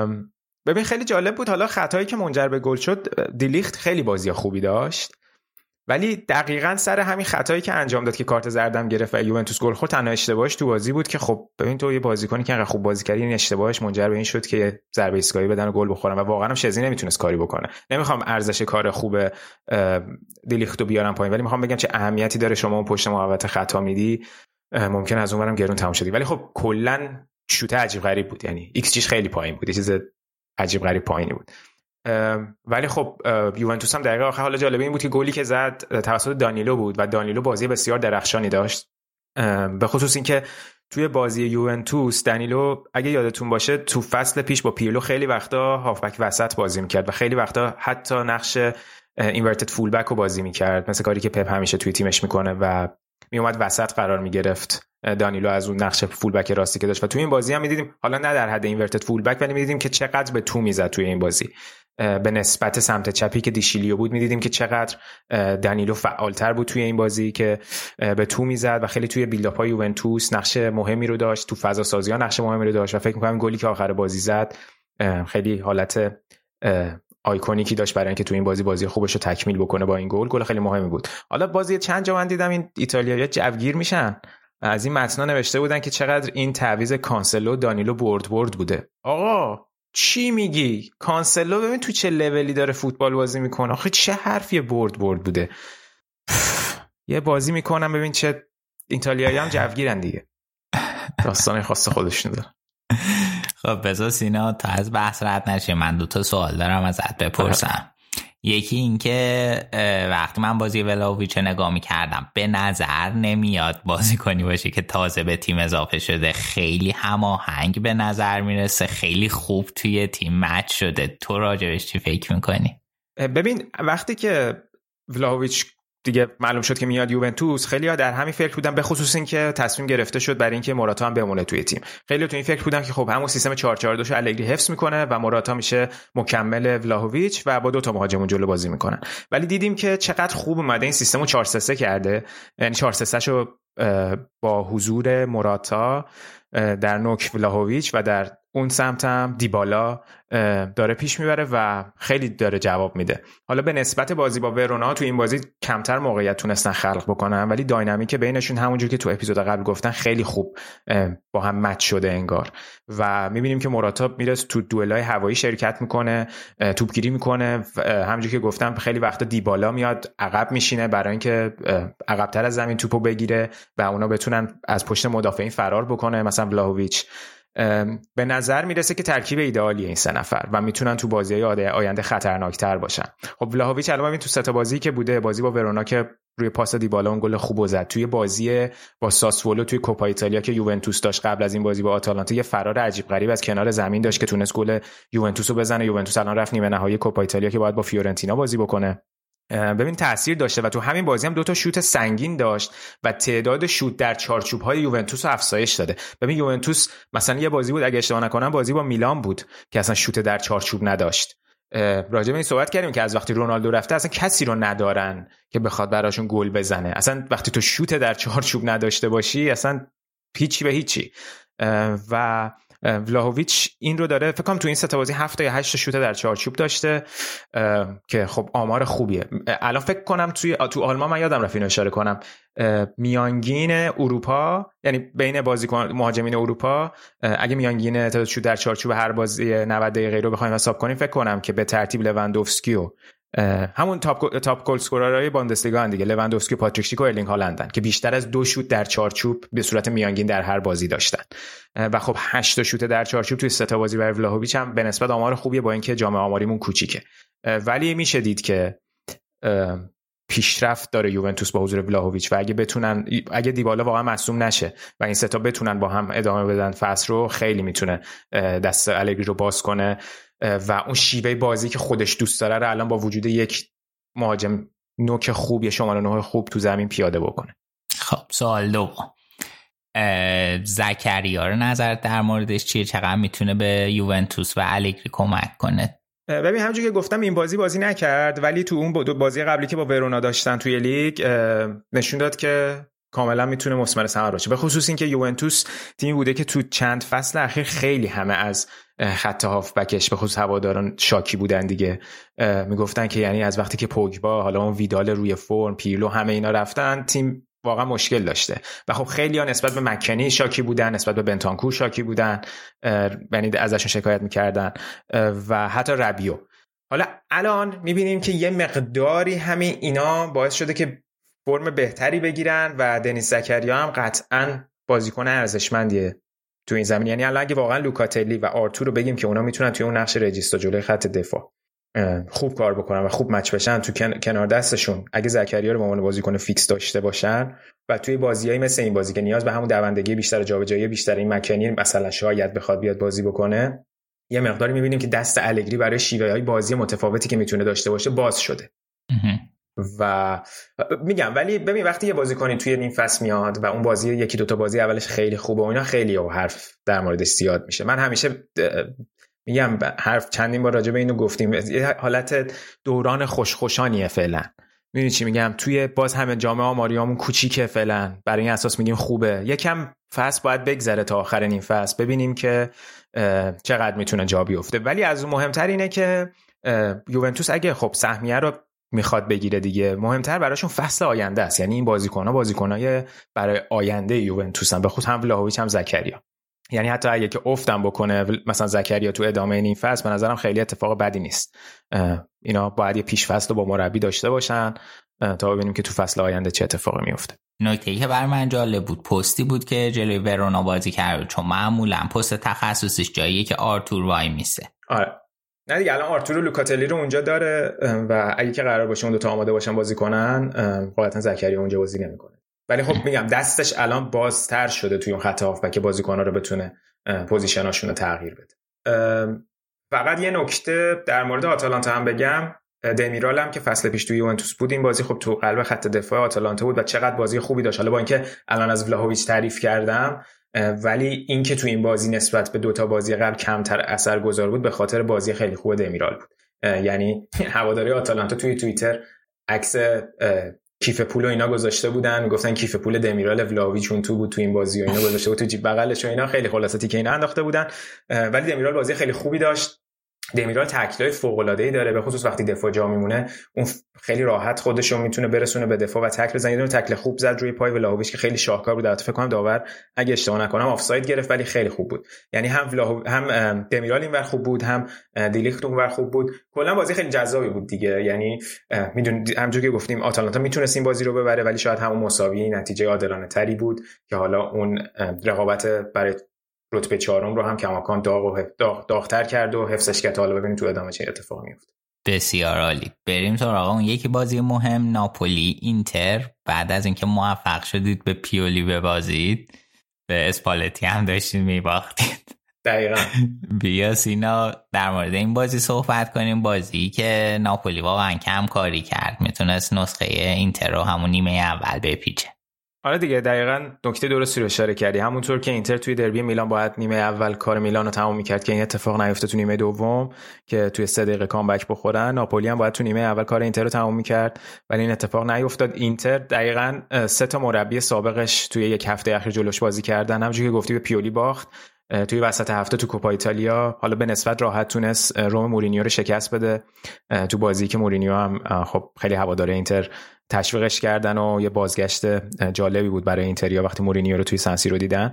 ببین خیلی جالب بود. حالا خطایی که منجر به گل شد، دیلیخت خیلی بازی خوبی داشت ولی دقیقاً سر همین خطایی که انجام داد که کارت زردم گرفت و یوونتوس گل خورد، تنها اشتباهش تو بازی بود که خب ببین تو یه بازیکنی که انقدر خوب بازی کردی، این اشتباهش منجر به این شد که ضربه ایستگاهی بدن و گل بخورن و واقعا هم شزنی نمیتونست کاری بکنه. نمیخوام ارزش کار خوب دیلیختو بیارم پایین، ولی میخوام بگم چه اهمیتی داره شما اون پشت محوطه خطا میدی، ممکن از اونورم گرون تموم شدی. ولی خب کلا شوت عجیب غریب بود، یعنی ایکس جیش خیلی پایین بود، یه چیز عجیب غریب پایینی بود. ولی خب یوونتوس هم دقیقه آخر، حالا جالبه این بود که گلی که زد توسط دانیلو بود و دانیلو بازی بسیار درخشانی داشت، به خصوص این که توی بازی یوونتوس دانیلو اگه یادتون باشه تو فصل پیش با پیرلو خیلی وقتا هافبک وسط بازی میکرد و خیلی وقتا حتی نقش اینورتد فول بک رو بازی میکرد، مثل کاری که پپ همیشه توی تیمش میکنه و میومد وسط قرار میگرفت دانیلو از اون نقش فول بک راستی که داشت. و توی این بازی هم میدیدیم، حالا نه در حد اینورتد فول بک، ولی میدیدیم که چقدر به تو میزد توی این بازی به نسبت سمت چپی که دیشیلیو بود. میدیدیم که چقدر دانیلو فعالتر بود توی این بازی که به تو میزد و خیلی توی بیلداپ های یوونتوس نقش مهمی رو داشت، تو فضا سازی ها نقش مهمی رو داشت و فکر می‌کنم گلی که آخر بازی زد خیلی حالت آیکونیکی داشت برای اینکه تو این بازی بازی خوبش رو تکمیل بکنه با این گل. گل خیلی مهمی بود. حالا بازی چند جا من دیدم این ایتالیایی‌ها جوگیر میشن، از این متنا نوشته بودن که چقدر این تعویض کانسلو دانیلو برد برد بوده. آقا چی میگی؟ کانسلو ببین تو چه لولی داره فوتبال بازی میکنه، آخه چه حرفیه برد برد بوده. یه بازی میکنم ببین چه ایتالیایی هم جوگیرن دیگه، داستان خاص خودشون داره. خب بذار سینا تا از بحث رد نشه، من دو تا سوال دارم ازت بپرسم. یکی این که وقتی من بازی ولاویچ نگاه میکردم به نظر نمیاد بازی کنی باشه که تازه به تیم اضافه شده، خیلی هماهنگ به نظر میرسه، خیلی خوب توی تیم مچ شده. تو راجبش چی فکر میکنی؟ ببین وقتی که ولاویچ دیگه معلوم شد که میاد یوونتوس، خیلی‌ها در همین فکر بودن، به خصوص این که تصمیم گرفته شد برای اینکه موراتا هم بمونه توی تیم. خیلی‌ها تو این فکر بودن که خب همون سیستم چهار چهار دو شو الگری حفظ میکنه و موراتا میشه مکمل ولاهویچ و با دو تا مهاجم جلو بازی میکنن. ولی دیدیم که چقدر خوب اومده این سیستمو چهار سه سه کرده، یعنی چهار سه سه شو با حضور موراتا در نوک ولاهویچ و در اون سمت هم دیبالا داره پیش میبره و خیلی داره جواب میده. حالا به نسبت بازی با ورونا تو این بازی کمتر موقعیت تونستن خلق بکنن، ولی داینامیک بینشون همونجور که تو اپیزود قبل گفتن خیلی خوب با هم مچ شده انگار و میبینیم که موراتا میره تو دوئل‌های هوایی شرکت میکنه، توپگیری میکنه، همونجور که گفتم خیلی وقتا دیبالا میاد عقب میشینه برای اینکه عقب‌تر از زمین توپو بگیره و اونا بتونن از پشت مدافعین فرار بکنه، مثلا ولاهویچ. به نظر میرسه که ترکیب ایدئالیه این سه نفر و میتونن تو بازی‌های آینده خطرناکتر باشن. خب ولاهویچ الان ببین تو سه تا بازی که بوده، بازی با ورونا که روی پاس دیبالا اون گل خوب زد، توی بازی با ساسولو توی کوپا ایتالیا که یوونتوس داشت قبل از این بازی با آتالانتا یه فرار عجیب غریب از کنار زمین داشت که تونست گل یوونتوس رو بزنه. یوونتوس الان رفت نیمه نهایی کوپا ایتالیا که باید با فیورنتینا بازی بکنه. ببین تأثیر داشته و تو همین بازی هم دو تا شوت سنگین داشت و تعداد شوت در چارچوب‌های یوونتوس رو افزایش داده. ببین یوونتوس مثلا یه بازی بود اگه اشتباه نکنم بازی با میلان بود که اصلا شوت در چارچوب نداشت. راجع به این صحبت کردیم که از وقتی رونالدو رفته اصلا کسی رو ندارن که بخواد براشون گل بزنه. اصلا وقتی تو شوت در چارچوب نداشته باشی اصلا هیچی به هیچی. و ولاهویچ این رو داره، فکر کنم تو این سه تا بازی هفت تا یا هشت تا شوت در چارچوب داشته که خب آمار خوبیه. الان فکر کنم توی تو آلمان من یادم رفت اینو اشاره کنم، میانگین اروپا یعنی بین بازیکن مهاجمین اروپا اگه میانگین تعداد شوت در چارچوب هر بازی نود دقیقه رو بخوایم حساب کنیم، فکر کنم که به ترتیب لواندوفسکی و همون تاپ تاپ گل اسکوررهای باندسلیگا دیگه، لواندوفسکی و پاتریک شیک و ارلینگ هالندن که بیشتر از دو شوت در چارچوب به صورت میانگین در هر بازی داشتن و خب هشت تا شوت در چارچوب توی سه تا بازی برای ولاهویچ هم به نسبت آمار خوبیه با اینکه جامعه آماریمون کوچیکه، ولی میشه دید که پیشرفت داره یوونتوس با حضور ولاهویچ و اگه بتونن اگه دیبالا واقعا مصدوم نشه و این سه تا بتونن با هم ادامه بدن فصل رو، خیلی میتونه دست الگری رو باز کنه و اون شیوه بازی که خودش دوست داره رو الان با وجود یک مهاجم نوک خوب یا شماره نه خوب تو زمین پیاده بکنه. خب سوال دوم، زکریا رو نظر در موردش چیه؟ چقدر میتونه به یوونتوس و الگری کمک کنه؟ ببین همونجوری که گفتم این بازی بازی نکرد، ولی تو اون بازی قبلی که با ورونا داشتن توی لیگ نشون داد که کاملا میتونه مثمر ثمر باشه. به خصوص اینکه یوونتوس تیمی بوده که تو چند فصل اخیر خیلی همه از خط هافبکش به خصوص هواداران شاکی بودن دیگه. میگفتن که یعنی از وقتی که پوگبا، حالا اون ویدال روی فرم، پیرلو، همه اینا رفتن، تیم واقعا مشکل داشته. و خب خیلی ها نسبت به مکنی شاکی بودن، نسبت به بنتانکور شاکی بودن، یعنی ازشون شکایت میکردن و حتی ربیو. حالا الان میبینیم که یه مقداری همین اینا باعث شده که فرم بهتری بگیرن و دنیس زکریا هم قطعاً بازیکن ارزشمندیه تو این زمین. یعنی الان اگه واقعا لوکاتلی و آرتور رو بگیم که اونا میتونن توی اون نقش رجیستا جلوی خط دفاع خوب کار بکنن و خوب مچ بشن تو کنار دستشون، اگه زکریا رو به عنوان بازیکن فیکس داشته باشن و توی بازیایی مثل این بازی که نیاز به همون دوندگی بیشتر، جابجایی بیشتر، این مکنی مثلا شاید بخواد بیاد بازی بکنه، یه مقداری میبینیم که دست الگری برای شیوه‌های بازی متفاوتی که میتونه داشته باشه باز شده. و میگم ولی ببین وقتی یه بازیکنی توی نیم فصل میاد و اون بازی یکی دوتا بازی اولش خیلی خوبه و اینا، خیلی و حرف در موردش زیاد میشه. من همیشه میگم حرف چندین بار راجع به اینو گفتیم، یه حالت دوران خوشخوشانیه فعلا. میدونی چی میگم؟ توی باز همه جامعه آماریامون کوچیکه فعلا، برای این اساس میگیم خوبه. یکم فصل باید بگذره تا آخر نیم فصل ببینیم که چقدر میتونه جا بیفته. ولی از اون مهمتر اینه که یوونتوس اگه خب سهمیه رو میخواد بگیره دیگه، مهمتر براشون فصل آینده است. یعنی این بازیکن‌ها بازیکنای برای آینده یوونتوسن، به خصوص هم ولاهویچ هم زکریا. یعنی حتی اگه که افتم بکنه مثلا زکریا تو ادامه این فصل، به نظرم خیلی اتفاق بدی نیست. اینا باید یه پیش فصل رو با مربی داشته باشن تا ببینیم که تو فصل آینده چه اتفاقی میفته. نکته‌ای که بر من جالب بود پستی بود که جلوی ورونا بازی کرد، چون معمولا پست تخصصیش جاییه که آرتور وای میسه. آره نه دیگه، الان آرتور و لوکاتلی رو اونجا داره و اگه که قرار باشه اون دو تا آماده باشن بازی کنن، غالبا زکریا اونجا بازی نمیکنه. ولی خب میگم دستش الان بازتر شده توی اون خط هافبک که بازیکن‌ها رو بتونه پوزیشناشون رو تغییر بده. فقط یه نکته در مورد آتالانتا هم بگم، دمیرال هم که فصل پیش توی یوونتوس بود، این بازی خب تو قلب خط دفاع آتالانتا بود و چقدر بازی خوبی داشت. حالا با اینکه الان از ولاهویچ تعریف کردم، ولی این که تو این بازی نسبت به دوتا بازی قبل کمتر اثرگذار بود به خاطر بازی خیلی خوب دمیرال بود. یعنی هواداری آتالانتا توی توییتر عکس کیف پول و اینا گذاشته بودن، میگفتن کیف پول دمیرال ولاهویچ اون تو بود تو این بازی و اینا گذاشته بود تو جیب بغلش و اینا، خیلی خلاصاتی که اینا انداخته بودن. ولی دمیرال بازی خیلی خوبی داشت. دمیرال تکلای فوق‌العاده‌ای داره، به خصوص وقتی دفاع جا میمونه اون خیلی راحت خودش رو میتونه برسونه به دفاع و تکل بزنه. یه دونه تکل خوب زد روی پای ولاهویچ که خیلی شاهکار بود. البته فکر کنم داور اگه اشتباه نکنم آفساید گرفت، ولی خیلی خوب بود. یعنی هم ولاهو هم دمیرال اینور خوب بود، هم دیلیخت اونور خوب بود. کلا بازی خیلی جذابی بود دیگه. یعنی میدونید همونجوری که گفتیم آتالانتا میتونست این بازی رو ببره، ولی شاید همون مساوی نتیجه عادلانه تری بود که حالا اون رقابت برای رتبه چهارم رو هم کماکان داغ و داغ داغتر کرد و حفظش کرد. حالا ببینیم تو ادامه چه اتفاقی میفته. بسیار عالی. بریم سراغ اون یکی بازی مهم، ناپولی اینتر. بعد از اینکه موفق شدید به پیولی ببازید، به اسپالتی هم داشتید میباختید. دقیقاً. بیا سینا در مورد این بازی صحبت کنیم. بازی که ناپولی واقعا کم کاری کرد، میتونست نسخه اینتر رو همون نیمه اول بپیچه. آره دیگه، دقیقاً نکته درستی رو اشاره کردی. همونطور که اینتر توی دربی میلان باید نیمه اول کار میلان رو تمام میکرد که این اتفاق نیفته تو نیمه دوم که توی سه دقیقه کامبک بخورن، ناپولی هم باید تو نیمه اول کار اینتر رو تمام میکرد ولی این اتفاق نیفتاد. اینتر دقیقاً سه تا مربی سابقش توی یک هفته اخیر جلوش بازی کردن. همونجوری که گفتی به پیولی باخت، توی وسط هفته تو کوپا ایتالیا حالا به نسبت راحت تونست روم مورینیو رو شکست بده تو بازی که مورینیو هم خب خیلی هوادار اینتر تشویقش کردن و یه بازگشت جالبی بود برای اینتریا وقتی مورینیو رو توی سنسیرو دیدن.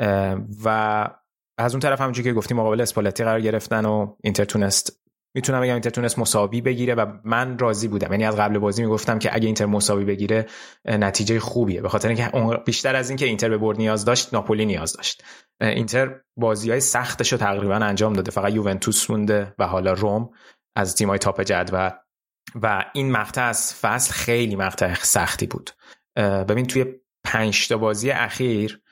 و از اون طرف همونجوری که گفتیم مقابل اسپالتی قرار گرفتن و اینتر تونست، میتونم بگم اینتر تونست مساوی بگیره و من راضی بودم. یعنی از قبل بازی میگفتم که اگه اینتر مساوی بگیره نتیجه خوبیه، به خاطر اینکه بیشتر از این که اینتر به برد نیاز داشت، ناپولی نیاز داشت. اینتر بازی‌های سختشو تقریبا انجام داده، فقط یوونتوس مونده و حالا روم از تیم‌های تاپ جدول و این مقطع از فصل خیلی مقطع سختی بود. ببین توی پنج تا بازی اخیر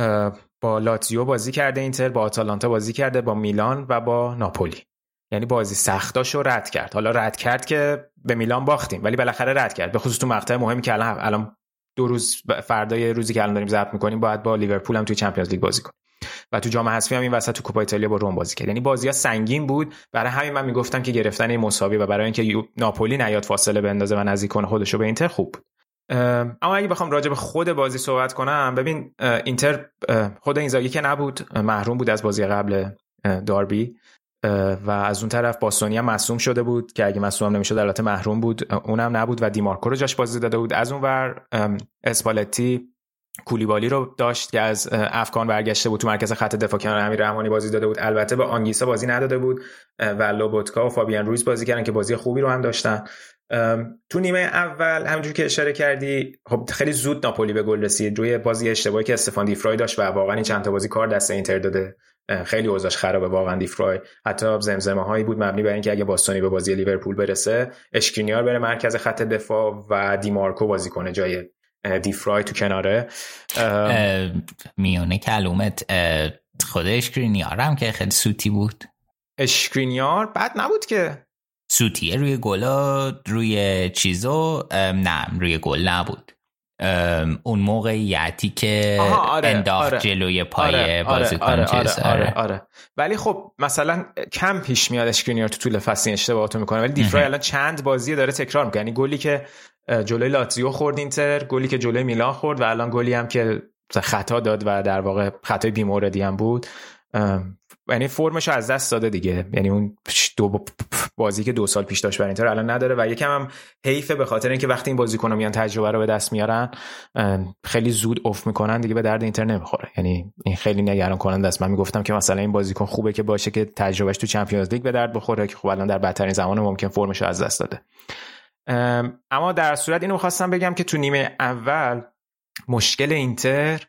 با لاتزیو بازی کرده اینتر، با آتالانتا بازی کرده، با میلان و با ناپولی. یعنی بازی سختاشو رد کرد. حالا رد کرد که به میلان باختیم ولی بالاخره رد کرد، به خصوص تو مقطع مهمی که الان الان دو روز فردای روزی که الان داریم ضبط می‌کنیم باید با لیورپول هم توی چمپیونز لیگ بازی کنیم و تو جام حذفی هم این وسط تو کوپا ایتالیا با روم بازی کرد. یعنی بازی‌ها سنگین بود، برای همین من میگفتم که گرفتن این مساوی و برای اینکه ناپولی نیاد فاصله بندازه و نزدیک کنه خودشو به اینتر خوب بود. اما اگه بخوام راجع به خود بازی صحبت کنم، ببین اینتر خود اینزاگی که نبود، محروم بود از بازی قبل داربی و از اون طرف باستونی هم مصدوم شده بود که اگه مصدوم نمیشد البته محروم بود، اونم نبود و دیمارکو رو جاش بازی داده بود. از اون ور اسپالتی کولیبالی رو داشت که از افغان برگشته بود، تو مرکز خط دفاع کنار امیر رحمانی بازی داده بود. البته با آنگیسا بازی نداده بود و لوبوتکا و فابیان رویز بازی کردن که بازی خوبی رو هم داشتن. تو نیمه اول همونجوری که اشاره کردی خب خیلی زود ناپولی به گل رسید روی بازی اشتباهی که استفان دیفرای داشت و واقعا این چند تا بازی کار دست اینتر داده. خیلی اوضاعش خرابه واقعا دیفرای. حتی زمزمه هایی بود مبنی بر اینکه اگه باستونی به بازی لیورپول برسه اشکرینیار بره مرکز خط دفاع و دیمارکو بازی کنه جای دیفرای تو کناره. میونه کلومت خود اشکرینیار هم که خیلی سوتی بود. اشکرینیار بد نبود که سوتیه روی گلا روی چیزو نه روی گل نبود. اون موقعیتی که آره، انداخت آره، جلوی پای آره، بازیکن آره، چیز آره، آره، آره. ولی خب مثلا کم پیش میاد اشکرینیار تو طول فصل اشتباهاتو میکنه، ولی دیفرای الان چند بازی داره تکرار میکنه. یعنی گلی که جلوی لاتزیو خورد اینتر، گلی که جلوی میلان خورد و الان گلی هم که خطا داد و در واقع خطای بی‌موردی هم بود، یعنی فرمشو از دست داده دیگه. یعنی اون دو بازی که دو سال پیش داشت برای اینتر الان نداره و یکم هم حیفه به خاطر اینکه وقتی این بازیکن‌ها میان تجربه رو به دست میارن خیلی زود افت میکنن دیگه، به درد اینتر نمیخوره. یعنی این خیلی نگران کننده است. من میگفتم که مثلا این بازیکن خوبه که باشه که تجربهش تو چمپیونز لیگ به درد بخوره که خب الان در بدترین زمان ممکن فرمشو از دست داده. اما در صورت اینو خواستم بگم که تو نیمه اول مشکل اینتر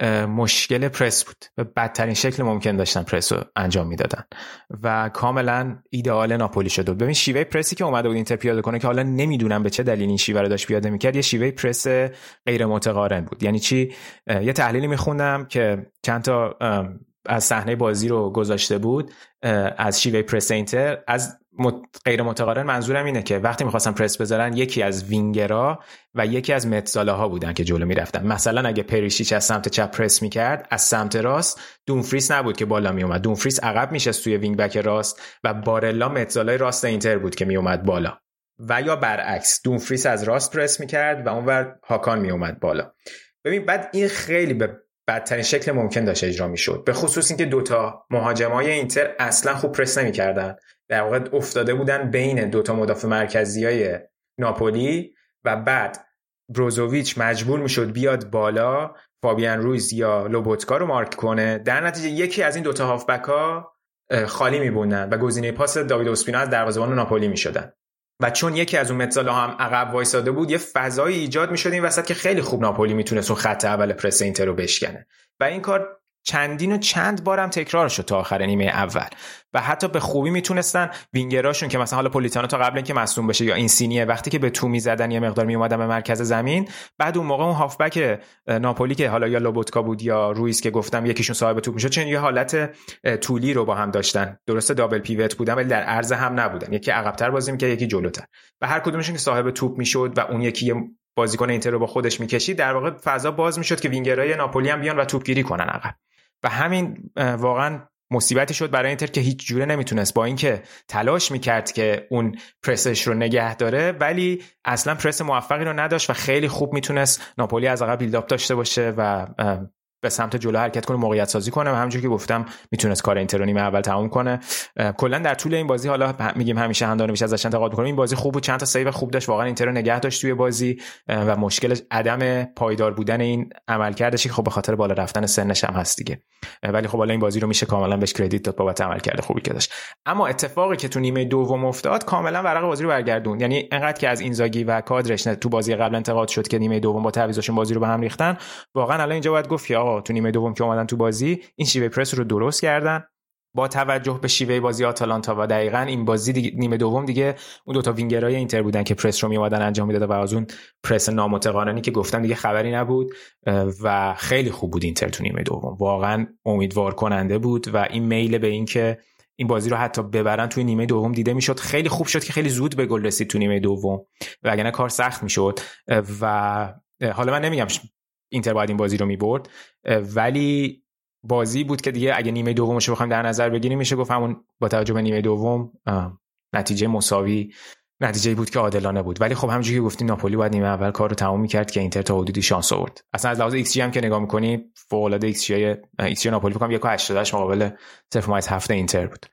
مشکل پرس بود. به بدترین شکل ممکن داشتن پرس رو انجام میدادن و کاملا ایدئال ناپولی شده. ببین شیوه پرسی که اومده بود اینتر پیاده کنه که حالا نمیدونم به چه دلیل این شیوه رو داشت پیاده میکرد، یه شیوه پرس غیر متقارن بود. یعنی چی؟ یه تحلیلی میخوندم که چند تا از صحنه بازی رو گذاشته بود از شیوه پرس اینتر. از غیر متقارن منظورم اینه که وقتی میخواستن پرس بذارن یکی از وینگرها و یکی از متزالاها بودن که جلو میرفتن. مثلا اگه پریشیچ از سمت چپ پرس میکرد، از سمت راست دونفریس نبود که بالا میومد، دونفریس عقب میشست توی وینگ بک راست و بارلا متزالای راست اینتر بود که میومد بالا، و یا برعکس دونفریس از راست پرس میکرد و اونور هاکان میومد بالا. ببین بعد این خیلی به بدترین شکل ممکن داشت اجرا میشد، به خصوص اینکه دوتا مهاجمای اینتر اصلا خوب پرس نمیکردن، در واقع افتاده بودن بین دوتا مدافع مرکزیای ناپولی و بعد بروزوویچ مجبور میشد بیاد بالا فابیان رویز یا لوبوتکا رو مارک کنه. در نتیجه یکی از این دوتا هافبک ها خالی میبوندن و گزینه پاس داوید اوسپینا از دروازه‌بان ناپولی میشدن و چون یکی از اون متزالا هم عقب وایساده بود یه فضایی ایجاد میشد این وسط که خیلی خوب ناپولی میتونست اون خط اول پرس اینتر رو بشکنه و این کار چندین و چند بارم تکرار شد تا آخر نیمه اول و حتی به خوبی میتونستن وینگراشون که مثلا حالا پولیتانو تا قبل اینکه مصدوم بشه یا اینسینیه وقتی که به تو میزدن یه مقدار میومدن به مرکز زمین، بعد اون موقع اون هافبک ناپولی که حالا یا لوبوتکا بود یا رویز که گفتم یکیشون صاحب توپ میشد، چون یه حالت طولی رو با هم داشتن، درسته دابل پیوت بودن ولی در عرض هم نبودن، یکی عقب‌تر بازی می‌کرد یکی جلوتر و هر کدومشون که صاحب توپ میشد و اون یکی بازیکن اینتر رو با خودش میکشید، در واقع فضا باز میشد که وینگرهای ناپولی هم بیان و توپگیری کنن عقب و همین واقعا مصیبتی شد برای اینتر که هیچ جوره نمیتونست، با اینکه تلاش میکرد که اون پرسش رو نگه داره ولی اصلا پرس موفقی رو نداشت و خیلی خوب میتونست ناپولی از عقب بیلداپ داشته باشه و به سمت جلو حرکت کنه، موقعیت سازی کنه و همونجوری که گفتم میتونست کار اینتر رو نیمه اول تموم کنه. کلا در طول این بازی حالا میگیم همیشه همدانو بیش ازش انتقاد میکنیم، این بازی خوب بود، چند تا سیو خوب داشت، واقعا اینتر رو نگه داشت توی بازی و مشکل عدم پایدار بودن این عملکردش که خب به خاطر بالا رفتن سنش هم هست دیگه، ولی خب حالا این بازی رو میشه کاملا بهش کردیت داد بابت عملکرد خوبی که داشت. اما اتفاقی که تو نیمه دوم افتاد کاملا ورق بازی رو برگردون، یعنی انقدر که از اینزاگی و کادرش تو بازی قبل انتقاد شد که نیمه دوم با تعویضاشون بازی رو به هم ریختن، واقعا الان اینجا باید گفت که آقا تو نیمه دوم که اومدن تو بازی این شیوه پرس رو درست کردن با توجه به شیوه بازی آتالانتا و دقیقاً این بازی دیگه نیمه دوم دیگه اون دوتا وینگرای اینتر بودن که پرس رو میومدن انجام میدادن و از اون پرس نامتقارنی که گفتم دیگه خبری نبود و خیلی خوب بود اینتر تو نیمه دوم، واقعاً امیدوار کننده بود و این میل به این که این بازی رو حتی ببرن توی نیمه دوم دیده میشد. خیلی خوب شد که خیلی زود به گل رسید تو نیمه دوم وگرنه کار سخت میشد و حالا من نمیگم اینتر باید این بازی رو میبرد ولی بازی بود که دیگه اگه نیمه دومش رو بخوایم در نظر بگیریم میشه گفت همون با توجه به نیمه دوم نتیجه مساوی نتیجه‌ای بود که عادلانه بود. ولی خب همونجوری که گفتیم ناپولی باید نیمه اول کارو تموم می‌کرد که اینتر تا حدودی شانس آورد. اصلا از لحاظ ایکس جی هم که نگاه می‌کنی فوق‌العاده ایکس جی ایکس جی ناپولی فکر کنم یک و هشتاد و هشت مقابل صفر و هفت اینتر بود.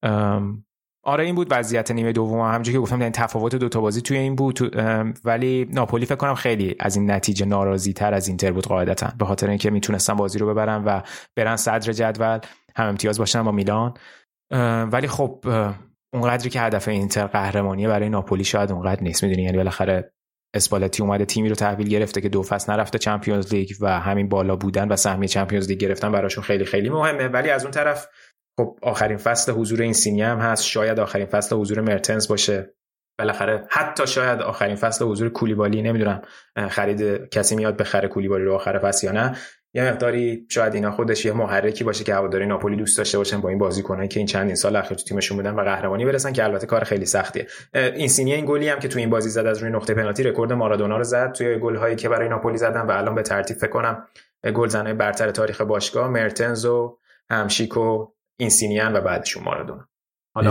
آره این بود وضعیت نیمه دوم. همونجوری که گفتم این تفاوت دو تا بازی توی این بود، ولی ناپولی فکر کنم خیلی از این نتیجه ناراضی‌تر از اینتر بود قاعدتاً، به خاطر اینکه میتونستن بازی رو ببرن و برن صدر جدول، هم امتیاز باشن با میلان. ولی خب اونقدری که هدف اینتر قهرمانیه برای ناپولی شاید اونقدر نیست، میدونی، یعنی بالاخره اسپالتی اومده تیمی رو تحویل گرفته که دو فصل نرفته چمپیونز لیگ و همین بالا بودن و سهمیه چمپیونز لیگ گرفتن براشون خیلی خیلی مهمه. ولی از اون طرف خب آخرین فصل حضور اینسینی هم هست، شاید آخرین فصل حضور مرتنز باشه، بالاخره حتی شاید آخرین فصل حضور کولیبالی، نمیدونم خرید کسی میاد بخره کولیبالی رو آخر فصل یا نه. یه مقداری شاید اینا خودش یه محرکی باشه که هواداری ناپولی دوست داشته باشن با این بازیکنایی که این چندین سال اخیر تو تیمشون بودن و قهرمانی برسن، که البته کار خیلی سختیه. اینسینی این گلی هم که تو این بازی زد از روی نقطه پنالتی رکورد مارادونا رو زد توی گل‌هایی که برای ناپولی زدن و الان به ترتیب فکر کنم گلزنای برتر تاریخ باشگاه مرتنز و همشیک و اینسینیان و بعدشون مارادونا. حالا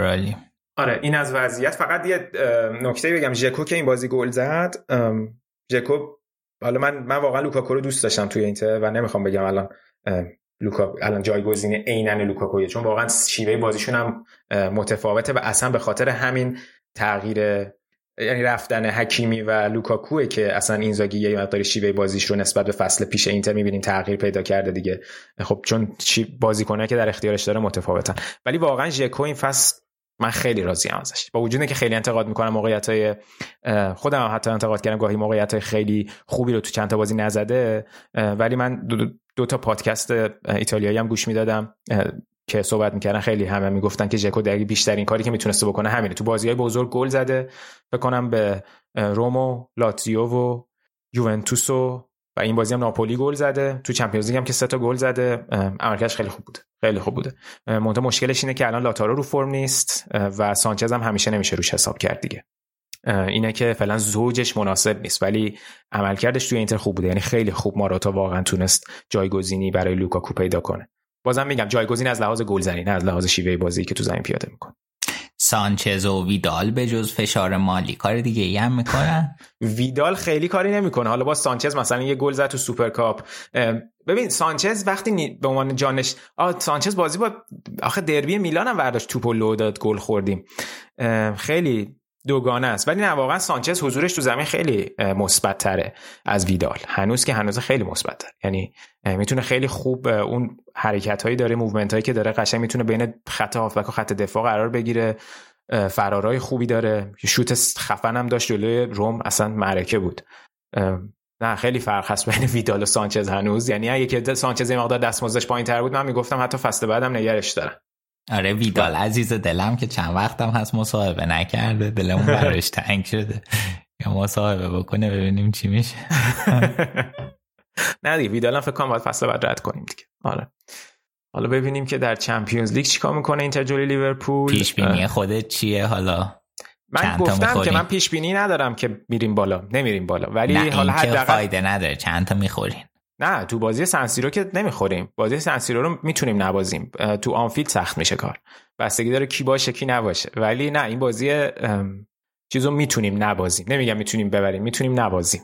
آره این از وضعیت. فقط یه نکته بگم، ژکو که این بازی گل زد، ژکو حالا من من واقعا لوکاکو رو دوست داشتم توی اینتر و نمیخوام بگم الان لوکا الان جایگزین عیناً لوکاکوئه، چون واقعا شیوه بازیشون هم متفاوته و اصلا به خاطر همین تغییر، یعنی رفتن حکیمی و لوکاکوئه که اصلا اینزاگی یه مقدار شیوه بازیش رو نسبت به فصل پیش اینتر می‌بینیم تغییر پیدا کرده دیگه. خب چون بازیکنایی که در اختیارش داره متفاوتن. ولی واقعا ژکو این فصل من خیلی راضیم ازش، با وجودی که خیلی انتقاد میکنم موقعیت‌های، خودم هم حتی انتقاد کردم گاهی موقعیت‌های خیلی خوبی رو تو چند تا بازی نزده، ولی من دو, دو تا پادکست ایتالیایی هم گوش میدادم که صحبت میکردن، خیلی همه میگفتن که ژکو دقیقاً بیشترین کاری که میتونسته بکنه همینه. تو بازی‌های بزرگ گل زده، فکر کنم به روم و لاتزیو و یوونتوس و و این بازی هم ناپولی گل زده، تو چمپیونز لیگ هم که سه تا گل زده. عملکردش خیلی خوب بوده، خیلی خوب بوده. منتها مشکلش اینه که الان لاتارو رو فرم نیست و سانچز هم همیشه نمیشه روش حساب کرد دیگه. اینه که فعلا زوجش مناسب نیست، ولی عملکردش توی اینتر خوب بوده، یعنی خیلی خوب ماراتا واقعا تونست جایگزینی برای لوکاکو پیدا کنه. بازم میگم جایگزین از لحاظ گلزنی، نه از لحاظ شیوه بازی که تو زمین پیاده میکنه. سانچز و ویدال به جز فشار مالی کار دیگه ای هم میکنن؟ ویدال خیلی کاری نمیکنه. حالا با سانچز مثلا یه گل زد تو سوپرکاپ. ببین سانچز وقتی به عنوان جانش آ سانچز بازی با آخه دربی میلان هم برداشت توپو لو داد گل خوردیم، خیلی دوگانه است. ولی نه واقعا سانچز حضورش تو زمین خیلی مثبت تره از ویدال، هنوز که هنوز خیلی مثبت تره، یعنی میتونه خیلی خوب اون حرکت هایی داره، موومنت هایی که داره، قشنگ میتونه بین خط هافبک و خط دفاع قرار بگیره، فرارای خوبی داره، شوت خفن هم داشت جلوی روم، اصلا معرکه بود. نه خیلی فرق هست بین ویدال و سانچز هنوز، یعنی اگه که سانچز یه مقدار دستمزدش پایین‌تر بود من میگفتم حتی فصل بعدم نگرش دارم. آره ویدال با... عزیز دلم که چند وقتم هست مصاحبه نکرده، دلمون براش تنگ شده یا مصاحبه بکنه ببینیم چی میشه. نه دیگه ویدال هم فکر کنم باید فصل بعد رد کنیم دیگه. آره حالا ببینیم که در چمپیونز لیگ چیکار میکنه اینتر جلوی لیورپول. پیش بینی خودت چیه حالا؟ من گفتم که من پیش بینی ندارم که میریم بالا، نمیریم بالا، ولی حالا حداقل فایده نداره، چند تا میخورین. نه تو بازی سنسیرو که نمیخوریم، بازی سنسیرو رو میتونیم نبازیم، تو آنفیلد سخت میشه کار، بستگی داره کی باشه کی نباشه. ولی نه این بازی چیزو میتونیم نبازیم، نمیگم میتونیم ببریم، میتونیم نبازیم.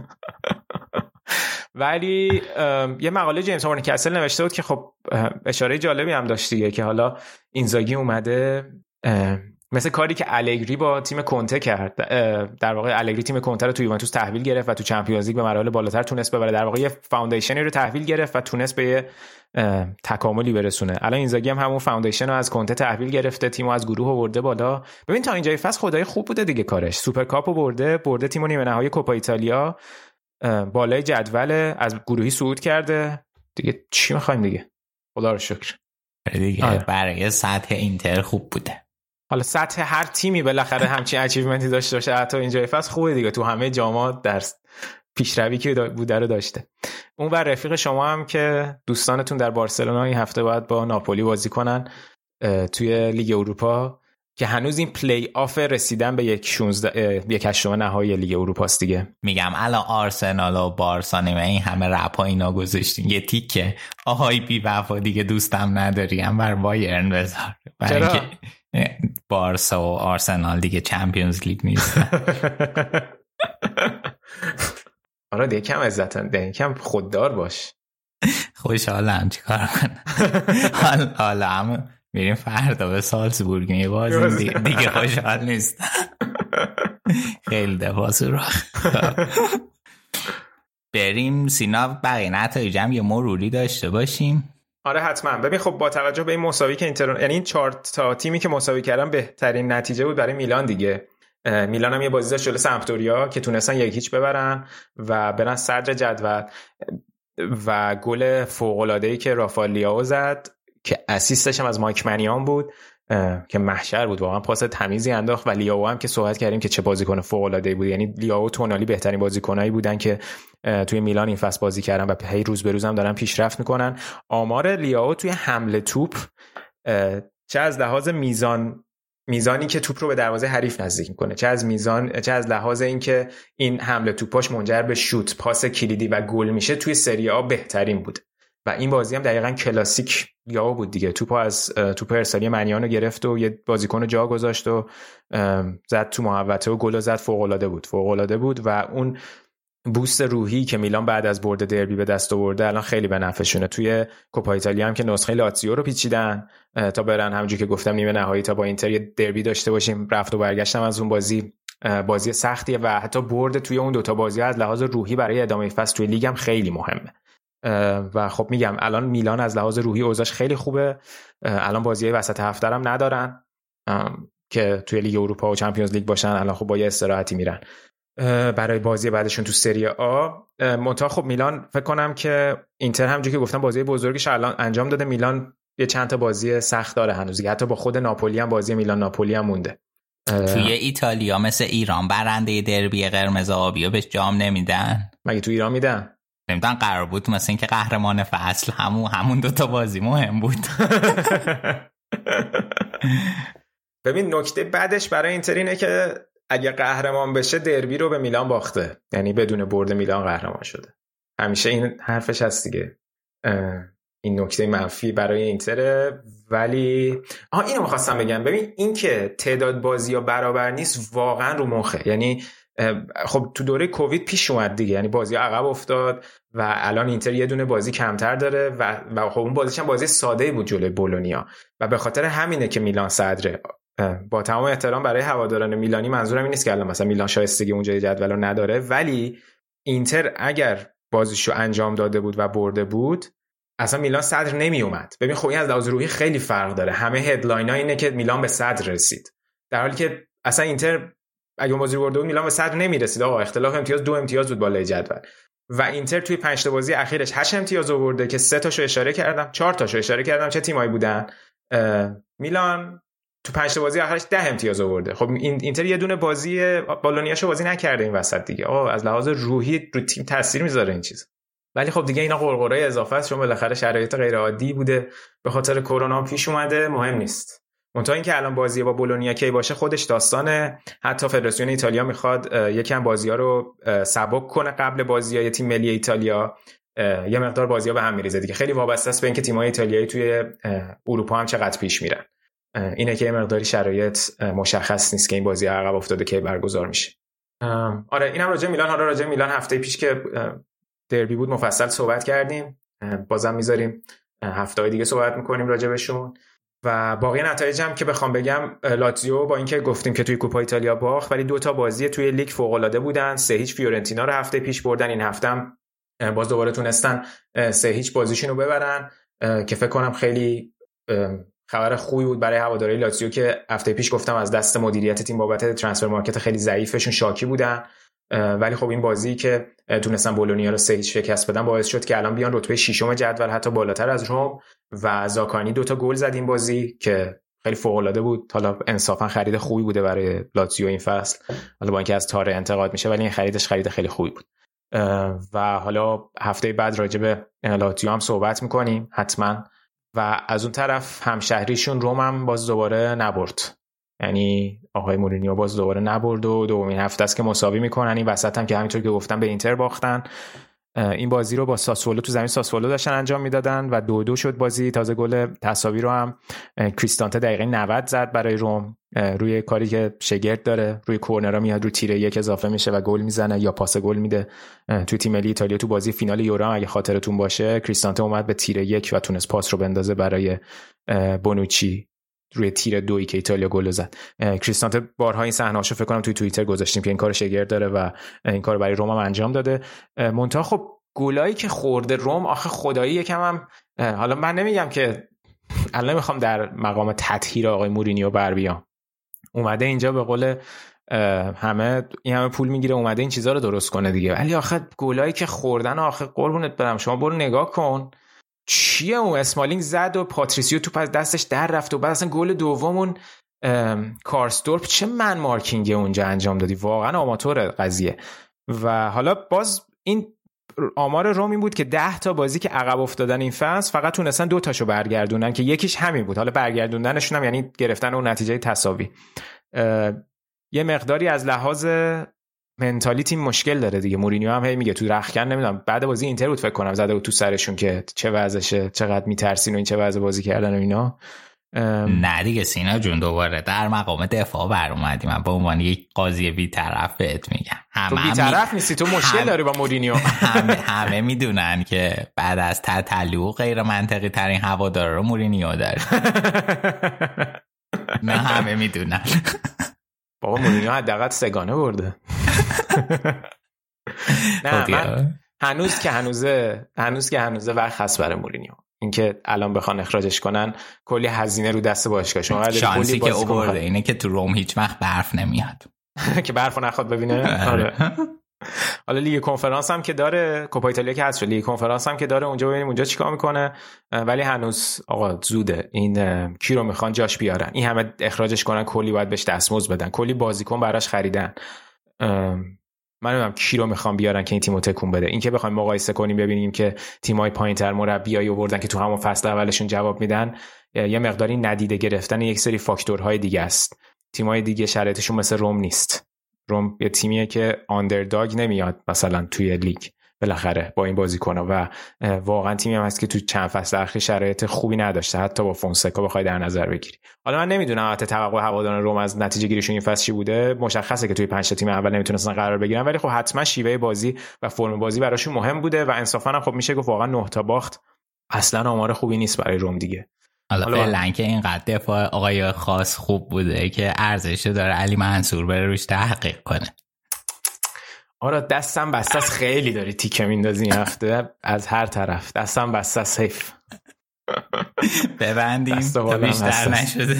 ولی یه مقاله جیمز هورنکسل نوشته بود که خب اشاره جالبی هم داشت دیگه، که حالا اینزاگی اومده مثل کاری که الگری با تیم کنته کرد، در واقع الگری تیم کنته رو تو یوونتوس تحویل گرفت و تو چمپیونز لیگ به مراحل بالاتر تونست ببره، در واقع یه فاوندیشنی رو تحویل گرفت و تونست به یه تکاملی برسونه. الان اینزاگی هم همون فاوندیشن رو از کنته تحویل گرفته، تیمو از گروه آورده بالا. ببین تا اینجای فصل خدای خوب بوده دیگه کارش، سوپرکاپو برده، برده تیمو نیمه نهایی کوپا ایتالیا، بالای جدول، از گروهی صعود کرده دیگه. چی می‌خوایم دیگه؟ خدا رو شکر دیگه. آره. برای سطح اینتر خوب بوده. حالا سطح هر تیمی بالاخره همچین اچیومنتی داشته باشه، حتی اینجای فصل خوبه دیگه، تو همه جام‌ها در پیشروی که بوده رو داشته. اون ور رفیق شما هم که دوستانتون در بارسلونا این هفته باید با ناپولی بازی کنن توی لیگ اروپا، که هنوز این پلی آف رسیدن به یک شانزده یک هشتم نهایی لیگ اروپا است دیگه. میگم الان آرسنال و بارسا نیمه این همه رپا اینا گذاشتین یه تیکه آهای بی وفا دیگه دوستم نداری هم بر بایرن بذار. چرا؟ بارسا و آرسنال دیگه چمپیونز لیگ نیستن. آره دیگه کم عزتن، دیگه کم خوددار باش. خوشحالم چیکار کنم. حالا حالا هم میریم فردا به سالزبورگ میبازیم دیگه, دیگه خوشحال نیست. خیلی دفاع سوراخ. بریم سینا بقیه نتایج هم یه مروری داشته باشیم. آره حتما. ببین خب با توجه به این مساوی که اینتر، یعنی این چهار تا تیمی که مساوی کردن بهترین نتیجه بود برای میلان دیگه. میلان هم یه بازی داشت جلوی سمپدوریا که تونستن یک هیچ ببرن و برن صدر جدول و گل فوق‌العاده‌ای که رافائل لیائو زد که اسیستش هم از مایک منیان بود که محشر بود، واقعا پاس تمیزی انداخت. و لیائو هم که صحبت کردیم که چه بازیکن فوق‌العاده‌ای بود، یعنی لیائو و تونالی بهترین بازیکنایی بودن که توی میلان این فصل بازی کردن و هی روز به روز هم دارن پیشرفت میکنن. آمار لیائو توی حمله توپ چه از لحاظ میزان میزانی که توپ رو به دروازه حریف نزدیک میکنه، چه از میزان چه از لحاظ اینکه این حمله توپاش منجر به شوت، پاس کلیدی و گل میشه، توی سری آ بهترین بود. و این بازی هم دقیقاً کلاسیک لیائو بود دیگه. توپو از توپ ارسالی منیانو گرفت و یه بازیکن رو جا گذاشت و زد تو محوطه و گل زد. فوق العاده بود، فوق العاده بود. و اون بوست روحی که میلان بعد از برد دربی به دست آورده الان خیلی به نفعشونه. توی کوپا ایتالیا هم که نسخه لاتزیو رو پیچیدن تا برن، همونجوری که گفتم نیمه نهایی تا با اینتر یه دربی داشته باشیم. رفت و برگشتم از اون بازی بازی سختیه و حتی برد توی اون دوتا بازی از لحاظ روحی برای ادامه فصل توی لیگ هم خیلی مهمه. و خب میگم الان میلان از لحاظ روحی اوضاعش خیلی خوبه. الان بازیای وسط هفته هم ندارن که توی لیگ اروپا و چمپیونز لیگ باشن. الان خب با یه استراحتی میرن برای بازی بعدشون تو سری آ. منتها خب میلان فکر کنم که اینتر همونجوری که گفتم بازی بزرگش الان انجام داده. میلان یه چند تا بازی سخت داره هنوز، حتی با خود ناپولی هم بازی میلان ناپولی هم مونده. توی ایتالیا مثل ایران برنده دربی قرمز آبیو بهش جام نمیدن؟ مگه تو ایران میدن؟ نمیدن. قرار بود مثل این که قهرمان فصل همون همون دو تا بازی مهم بود. ببین نکته بعدش برای اینتر اینه که اگه قهرمان بشه دربی رو به میلان باخته، یعنی بدون برد میلان قهرمان شده. همیشه این حرفش هست دیگه. این نکته منفی برای اینتره. ولی آها اینو می‌خواستم بگم، ببین این که تعداد بازی‌ها برابر نیست واقعا رو مخه. یعنی خب تو دوره کووید پیش اومد دیگه، یعنی بازی‌ها عقب افتاد و الان اینتر یه دونه بازی کمتر داره و و خب اون بازیش هم بازی ساده‌ای بود جلوی بولونیا و به خاطر همینه که میلان صدره. با تمام احترام برای هواداران میلانی، منظورم این نیست که الان مثلا میلان شایستگی اونجای جدول رو نداره، ولی اینتر اگر بازیشو انجام داده بود و برده بود اصلا میلان صدر نمی اومد. ببین خب این از لحاظ روحی خیلی فرق داره. همه هدلاین‌ها اینه که میلان به صدر رسید، در حالی که اصلا اینتر اگه بازی برده بود میلان به صدر نمی رسید. آقا اختلاف امتیاز دو امتیاز بود بالای جدول و اینتر توی پنج تا بازی اخیرش هشت امتیاز آورده که سه تاشو اشاره کردم، چهار تاشو اشاره کردم چه تیمایی بودن. میلان تو پنج تا بازی آخرش ده امتیاز آورده. خب این اینتر یه دونه بازی بالونیاشو بازی نکرده این وسط دیگه. آقا از لحاظ روحی رو تیم تاثیر میذاره این چیز. ولی خب دیگه اینا قرقره اضافه است، چون بالاخره شرایط غیر عادی بوده به خاطر کرونا پیش اومده، مهم نیست. منتها اینکه الان بازی با بولونیا کی باشه خودش داستانه. حتی فدراسیون ایتالیا میخواد یکم بازی‌ها رو سبک کنه قبل بازی‌های تیم ملی ایتالیا. یه مقدار بازی‌ها به هم میریزه دیگه. خیلی وابسته است به اینکه تیم‌های ایتالیایی توی اروپا هم چقدر پیش میرن. اینه که یه مقداری شرایط مشخص نیست که این بازی عقب افتاده که برگزار میشه. آره اینم راجع میلان. حالا راجع میلان هفته پیش که دربی بود مفصل صحبت کردیم، بازم میذاریم هفته‌های دیگه صحبت میکنیم راجع بهشون. و باقی نتایج هم که بخوام بگم، لاتزیو با اینکه گفتیم که توی کوپا ایتالیا باخت ولی دو تا بازی توی لیگ فوق العاده بودن. سه هیچ فیورنتینا رو هفته پیش بردن، این هفته هم باز دوباره تونستن سه هیچ بازیشون رو ببرن که فکر کنم خیلی خبر خوبی بود برای هواداری لاتزیو که هفته پیش گفتم از دست مدیریت تیم بابت ترانسفر مارکت خیلی ضعیفشون شاکی بودن. ولی خب این بازی که تونستن بولونیا رو سه هیچ شکست بدن باعث شد که الان بیان رتبه ششم جدول، حتی بالاتر از روم. و زاکانی دوتا گل زد این بازی که خیلی فوق العاده بود. حالا انصافا خرید خوبی بوده برای لاتزیو این فصل، حالا با اینکه از تاره انتقاد میشه ولی این خریدش خرید خیلی خوبی بود. و حالا هفته بعد راجع به لاتزیو هم صحبت میکنیم حتما. و از اون طرف همشهریشون روم هم باز دوباره نبرد، یعنی آقای مورینیو باز دوباره نبرد و دومین هفته است که مساوی میکنن. این وسط هم که همینطور که گفتم به اینتر باختن. این بازی رو با ساسولو تو زمین ساسولو داشتن انجام میدادن و دو دو شد بازی. تازه گل تساوی رو هم کریستانته دقیقه نود زد برای روم روی کاری که شگرد داره، روی کورنرها میاد رو تیر یک اضافه میشه و گل میزنه یا پاس گل میده. تو تیم ملی ایتالیا تو بازی فینال یورو اگه خاطرتون باشه کریستانته اومد به تیر یک و تونست پاس رو بندازه برای بونوچی روی تیر دویی که ایتالیا گل زد. کریستانته بارها این صحنه‌اشو فکر کنم توی توییتر گذاشتیم که این کارو شگرد داره و این کارو برای روم هم انجام داده. منتها خب گلایی که خورده روم آخه خدایی یکم هم، حالا من نمیگم که الان میخوام در مقام تطهیر آقای مورینیو بر بیام، اومده اینجا به قول همه این همه پول میگیره اومده این چیزا رو درست کنه دیگه، ولی آخه گلایی که خوردن آخه قربونت برم شما برو نگاه کن چیه اون اسمالینگ زد و پاتریسیو توپ از دستش در رفت و بعد اصلا گل دومون کارستورپ چه من مارکینگ اونجا انجام دادی، واقعا آماتور قضیه. و حالا باز این آمار روم این بود که ده تا بازی که عقب افتادن این فصل فقط تونستن دو تاشو برگردونن که یکیش همین بود. حالا برگردوندنشون هم یعنی گرفتن اون نتیجه تساوی. یه مقداری از لحاظ منتالیتی مشکل داره دیگه. مورینیو هم هی میگه تو رختکن نمیدونم بعد بازی اینتر بود فکر کنم زده بود تو سرشون که چه وضعشه، چقدر میترسین و این چه وضع بازی کردن و اینا. نه دیگه سینا جون دوباره در مقام دفاع بر اومدی، من به عنوان یک قاضی بی‌طرف بهت میگم همه تو بی‌طرف نیستی، تو مشکل داری با مورینیو. همه همه میدونن که بعد از تتلو غیر منطقی ترین هوادارا رو مورینیو داره. نه همه میدونن. بابا مورینیو حداقل سگانه برده. نه من هنوز که هنوزه هنوز که هنوزه وقت هست برای مورینیو، اینکه الان بخوان اخراجش کنن کلی هزینه رو دست باشگاه. شما شانسی که آورده اینه که تو روم هیچ وقت برف نمیاد که برفو نخواد ببینه. آره. حالا لیگ کنفرانس هم که داره، کوپا ایتالیا که هست، لیگ کنفرانس هم که داره، اونجا ببینیم اونجا چیکار میکنه. ولی هنوز آقا زوده. این کی رو میخوان جاش بیارن؟ این همه اخراجش کنن کلی باید بهش دستمزد بدن، کلی بازیکن براش خریدن. من نمیدونم کی رو میخوام بیارن که این تیمو تکون بده. این که بخوایم مقایسه کنیم ببینیم که تیمای پایینتر مربیایی آوردن که تو همون فصل اولشون جواب میدن، یه مقداری ندیده گرفتن یک سری فاکتورهای دیگه است. تیمای دیگه شرایطشون مثل روم نیست. روم یه تیمیه که آندرداگ نمیاد مثلا توی لیگ بالاخره با این بازیکن‌ها و واقعا تیمی هم هست که تو چند فصل اخیر شرایط خوبی نداشته، حتی با فونسکا بخوای در نظر بگیری. حالا من نمیدونم البته توقع هواداران روم از نتیجه گیریشون این فصل چی بوده. مشخصه که توی پنج تا تیم اول نمیتونستن قرار بگیرن، ولی خب حتما شیوه بازی و فرم بازی براشون مهم بوده و انصافا هم خب میشه گفت واقعا نه تا باخت اصلا آمار خوبی نیست برای روم دیگه. حالا فعلا که اینقدر دفاع آقای خاص خوب بوده که ارزش داره علی منصور بره روش تحقیق کنه. آره دستم بسته است، خیلی داری تیکه میندازی این هفته از هر طرف. دستم بسته است، حیف. ببندیم تا بیشتر نشده.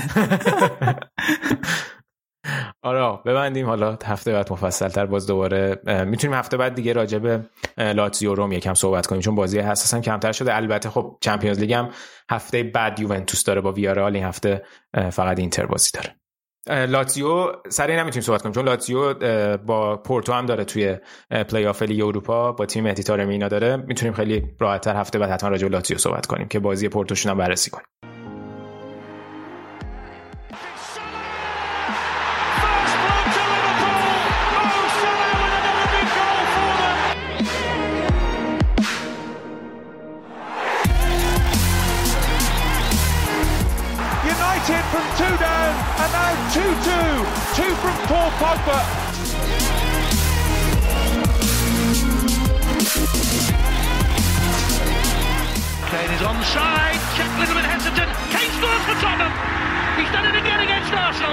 آره ببندیم. حالا هفته بعد مفصل تر باز دوباره میتونیم هفته بعد دیگه راجع به لاتزیو روم یکم صحبت کنیم چون بازی حساسا کمتر شده. البته خب چمپیونز لیگ هم هفته بعد یوونتوس داره با ویارال، این هفته فقط اینتر بازی داره. لاتزیو سری نمیتونیم صحبت کنیم چون لاتزیو با پورتو هم داره توی پلی آف لیگ اروپا، با تیم مهدی طارمی اینا داره. میتونیم خیلی راحت‌تر هفته بعد حتما راجع به لاتزیو صحبت کنیم که بازی پورتوشون هم بررسی کنیم. From two down and now two two, two from Paul Pogba. Kane is onside, checked a little bit hesitant. Kane scores for Tottenham. He's done it again against Arsenal.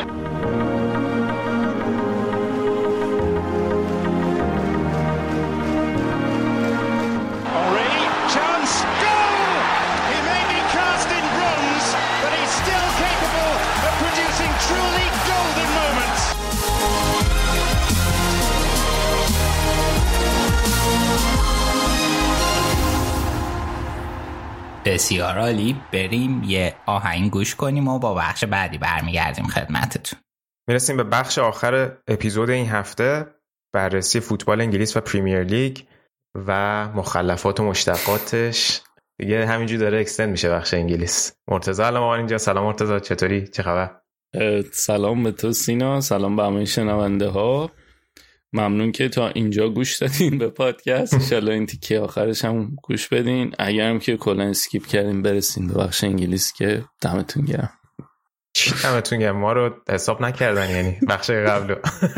Henry, chance, goal! He may be cast in bronze, but he's still capable of producing truly golden moments. بسیار عالی. بریم یه آهنگ گوش کنیم و با بخش بعدی برمیگردیم خدمتتون. میرسیم به بخش آخر اپیزود این هفته، بررسی فوتبال انگلیس و پریمیر لیگ و مخلفات و مشتقاتش. دیگه همینجوری داره اکستند میشه بخش انگلیس. مرتضی الان اینجا. سلام مرتضی، چطوری؟ چه خبر؟ سلام به تو سینا، سلام به همه شنونده ها. ممنون که تا اینجا گوش دادین به پادکست. انشالله این تیکه آخرش هم گوش بدین. اگرم که کلا اسکیپ کردین برسین به بخش انگلیس که دمتون گرم. چی همتون گم ما رو حساب نکردن یعنی بخش قبلو.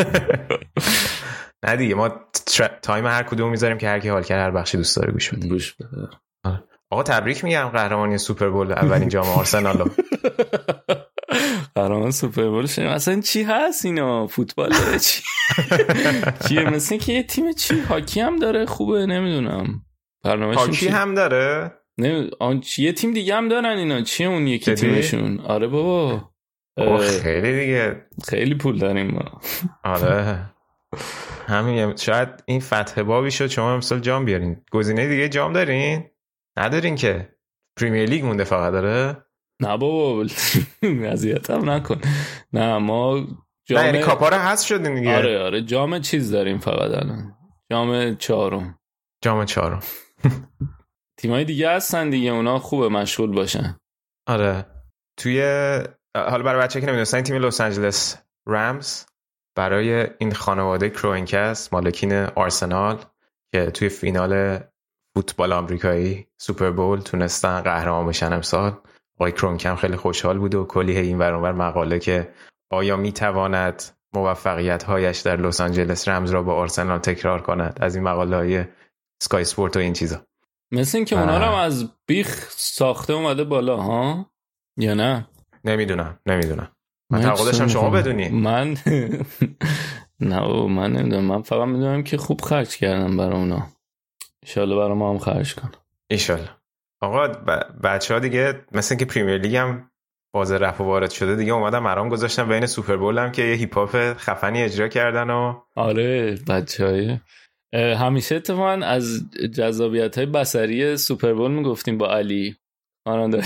نه دیگه ما تایم هر کدوم میذاریم که هر کی حال کرد هر بخشی دوست داره گوش بده. گوش بده. آقا تبریک میگم قهرمانی سوپر بول اولین جام آرسنال. قهرمان سوپر بول شدیم. اصلا چی هست اینا؟ فوتبال چی؟ چیه مثلا که یه تیم چی هاکی هم داره خوبه نمیدونم. برنامه‌شون هاکی هم داره؟ نه آن یه تیم دیگه هم دارن اینا. چیه اون یکی تیمشون؟ آره بابا. خیلی دیگه خیلی پول داریم ما. آره. همین شاید این فتح بابی شد شما امسال جام بیارین. گزینه دیگه جام دارین؟ ندارین که. پریمیر لیگ مونده فقط داره؟ نه بابا اذیتم نکن. نه ما جام نه یعنی کاپا رو حذف شدین دیگه. آره آره جام چیز داریم فقط الان. جام چهارم. جام چهارم. تیمای دیگه هستن دیگه اونا خوبه مشغول باشن. آره. توی حالا برای بچه‌ها که نمی‌دونن تیم لس آنجلس رامز برای این خانواده کروینکس مالکین آرسنال که توی فینال فوتبال آمریکایی سوپر بول تونستن قهرمان بشن امسال. آقای کرونک هم خیلی خوشحال بود و کلی این ور اونور مقاله که آیا میتواند موفقیت‌هایش در لس آنجلس رامز را با آرسنال تکرار کند، از این مقاله‌های اسکای اسپورت و این چیزا. مثل این که اونا رو هم از بیخ ساخته اومده بالا ها یا نه؟ نمیدونم نمیدونم من توقع داشتم شما بدونی. من نه من نمیدونم. من فقط میدونم که خوب خرج کردم برای اونا. انشالله برای ما هم خرج کن. انشالله. آقا ب... بچه ها دیگه مثل که پریمیر لیگ هم باز رپ وارد شده دیگه اومدن مرام گذاشتن بین سوپر بول هم که یه هیپ هاپ خفنی اجرا کردن و آره بچهای همیشه اتفاقا از جذابیت های بصری سوپر بول میگفتیم با علی آنانده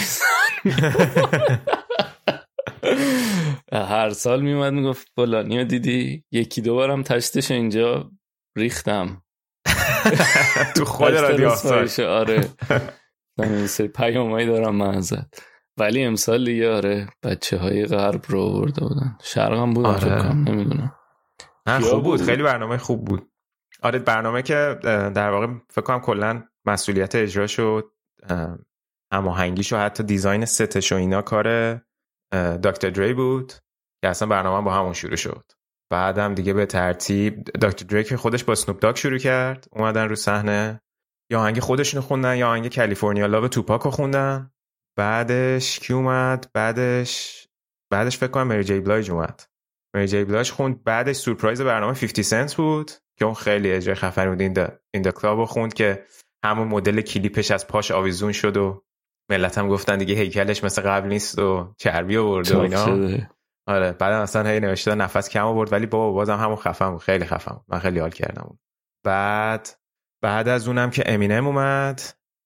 هر سال میومد میگفت فلانیو دیدی یکی دو بارم تشتش اینجا ریختم تو خود رادیو آفتاب. آره من این سری پیامایی دارم من ازت. ولی امسال دیگه آره بچه های غرب رو آورده بودن. شرق هم بود آره. نمیدونم نه خوب بود. خیلی برنامه خوب بود. آره برنامه که در واقع فکر کنم کلا مسئولیت اجراشو هماهنگیشو حتی دیزاین ستش و اینا کار دکتر دری بود که اصلا برنامه با همون شروع شد. بعدم دیگه به ترتیب دکتر دری که خودش با اسنوپ داگ شروع کرد اومدن رو صحنه یا آهنگ خودشونو خوندن یا آهنگ کالیفرنیا لاو توپاک رو خوندن. بعدش کی اومد؟ بعدش بعدش فکر کنم مری جی بلایج اومد. مری جی بلایج خوند. بعدش سورپرایز برنامه پنجاه سنت بود که اون خیلی اجرای خفنی بود. این د این د کلاب رو خوند که همون مدل کلیپش از پاش آویزون شد و ملت هم گفتن دیگه هیکلش مثل قبل نیست و چربی آورده و اینا. آره بعد اصلا هی نوشته نفس کم آورد ولی بابا بازم همون خفن بود. خیلی خفن بود. من خیلی حال کردم. بعد بعد از اونم که امینم اومد.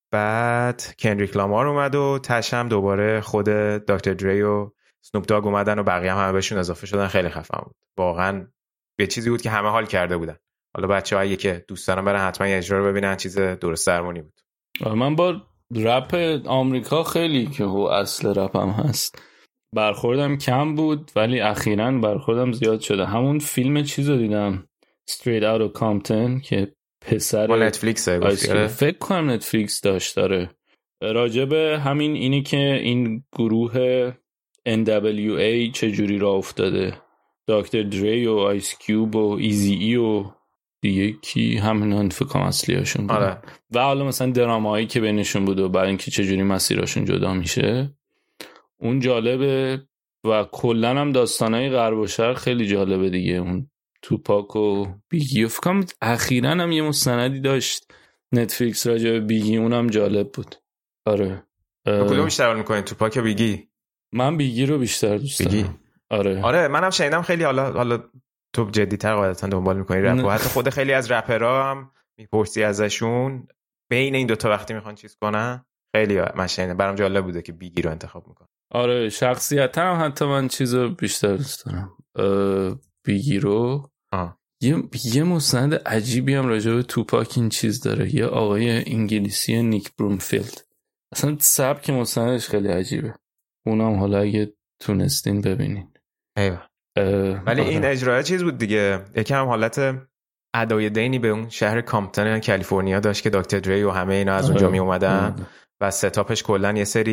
بعد کندریک لامار اومد و تشم دوباره خود دکتر دری و اسنوپ داگ اومدن و بقیه هم همه بهشون اضافه شدن. خیلی خفن بود. واقعا یه چیزی بود که همه حال کرده بودن. حالا بچه‌هایی که دوست دارن برن حتما اجرا رو ببینن. چیز درست درمونی بود. من با رپ آمریکا خیلی که هو اصل رپم هست برخوردم کم بود ولی اخیراً برخوردم زیاد شده. همون فیلم چیزو دیدم Straight Outta Compton که پسر با نتفلیکسه گفتی. فکر کنم نتفلیکس داشت داره. راجبه همین اینی که این گروه ان دبلیو ای چجوری راه افتاده. دکتر دری و آیس کیوب و ایزی ای و دیگه کی همینان فکر کنم اصلیاشون بود. آره. و حالا مثلا درامایی که بینشون بود و برای اینکه چجوری مسیرشون جدا میشه اون جالبه. و کلا هم داستانای غرب و شرق خیلی جالبه دیگه. اون توپاک و بیگی فکر کنم اخیراً هم یه مستندی داشت نتفلیکس راجع به بیگی اونم جالب بود. آره کدوم بیشتر حال می‌کنی توپاک یا بیگی؟ من بیگی رو بیشتر دوست دارم. بیگی. آره آره منم شنیدم خیلی. حالا حالا تو جدی‌تر قاعدتاً دنبال می‌کنی رپ و حتی خود خیلی از رپرها هم میپرسی ازشون بین این دو تا وقتی میخوان چیز کنن. خیلی من شنیدم برام جالب بوده که بیگی رو انتخاب میکنه. آره شخصیتاً هم حتی من چیزو بیشتر دوست دارم بیگی رو. آه. یه یه مستند عجیبی هم راجع به توپاک این چیز داره. یه آقای انگلیسی نیک برومفیلد. اصلا سبک مستندش خیلی عجیبه. اونم حالا اگه تونستین ببینین. ایوه. ولی آره. این اجرای چیز بود دیگه. یکم حالت ادای دینی به اون شهر کامپتون کالیفرنیا داشت که دکتر دری و همه اینا از اونجا می اومدن و ستاپش کلا یه سری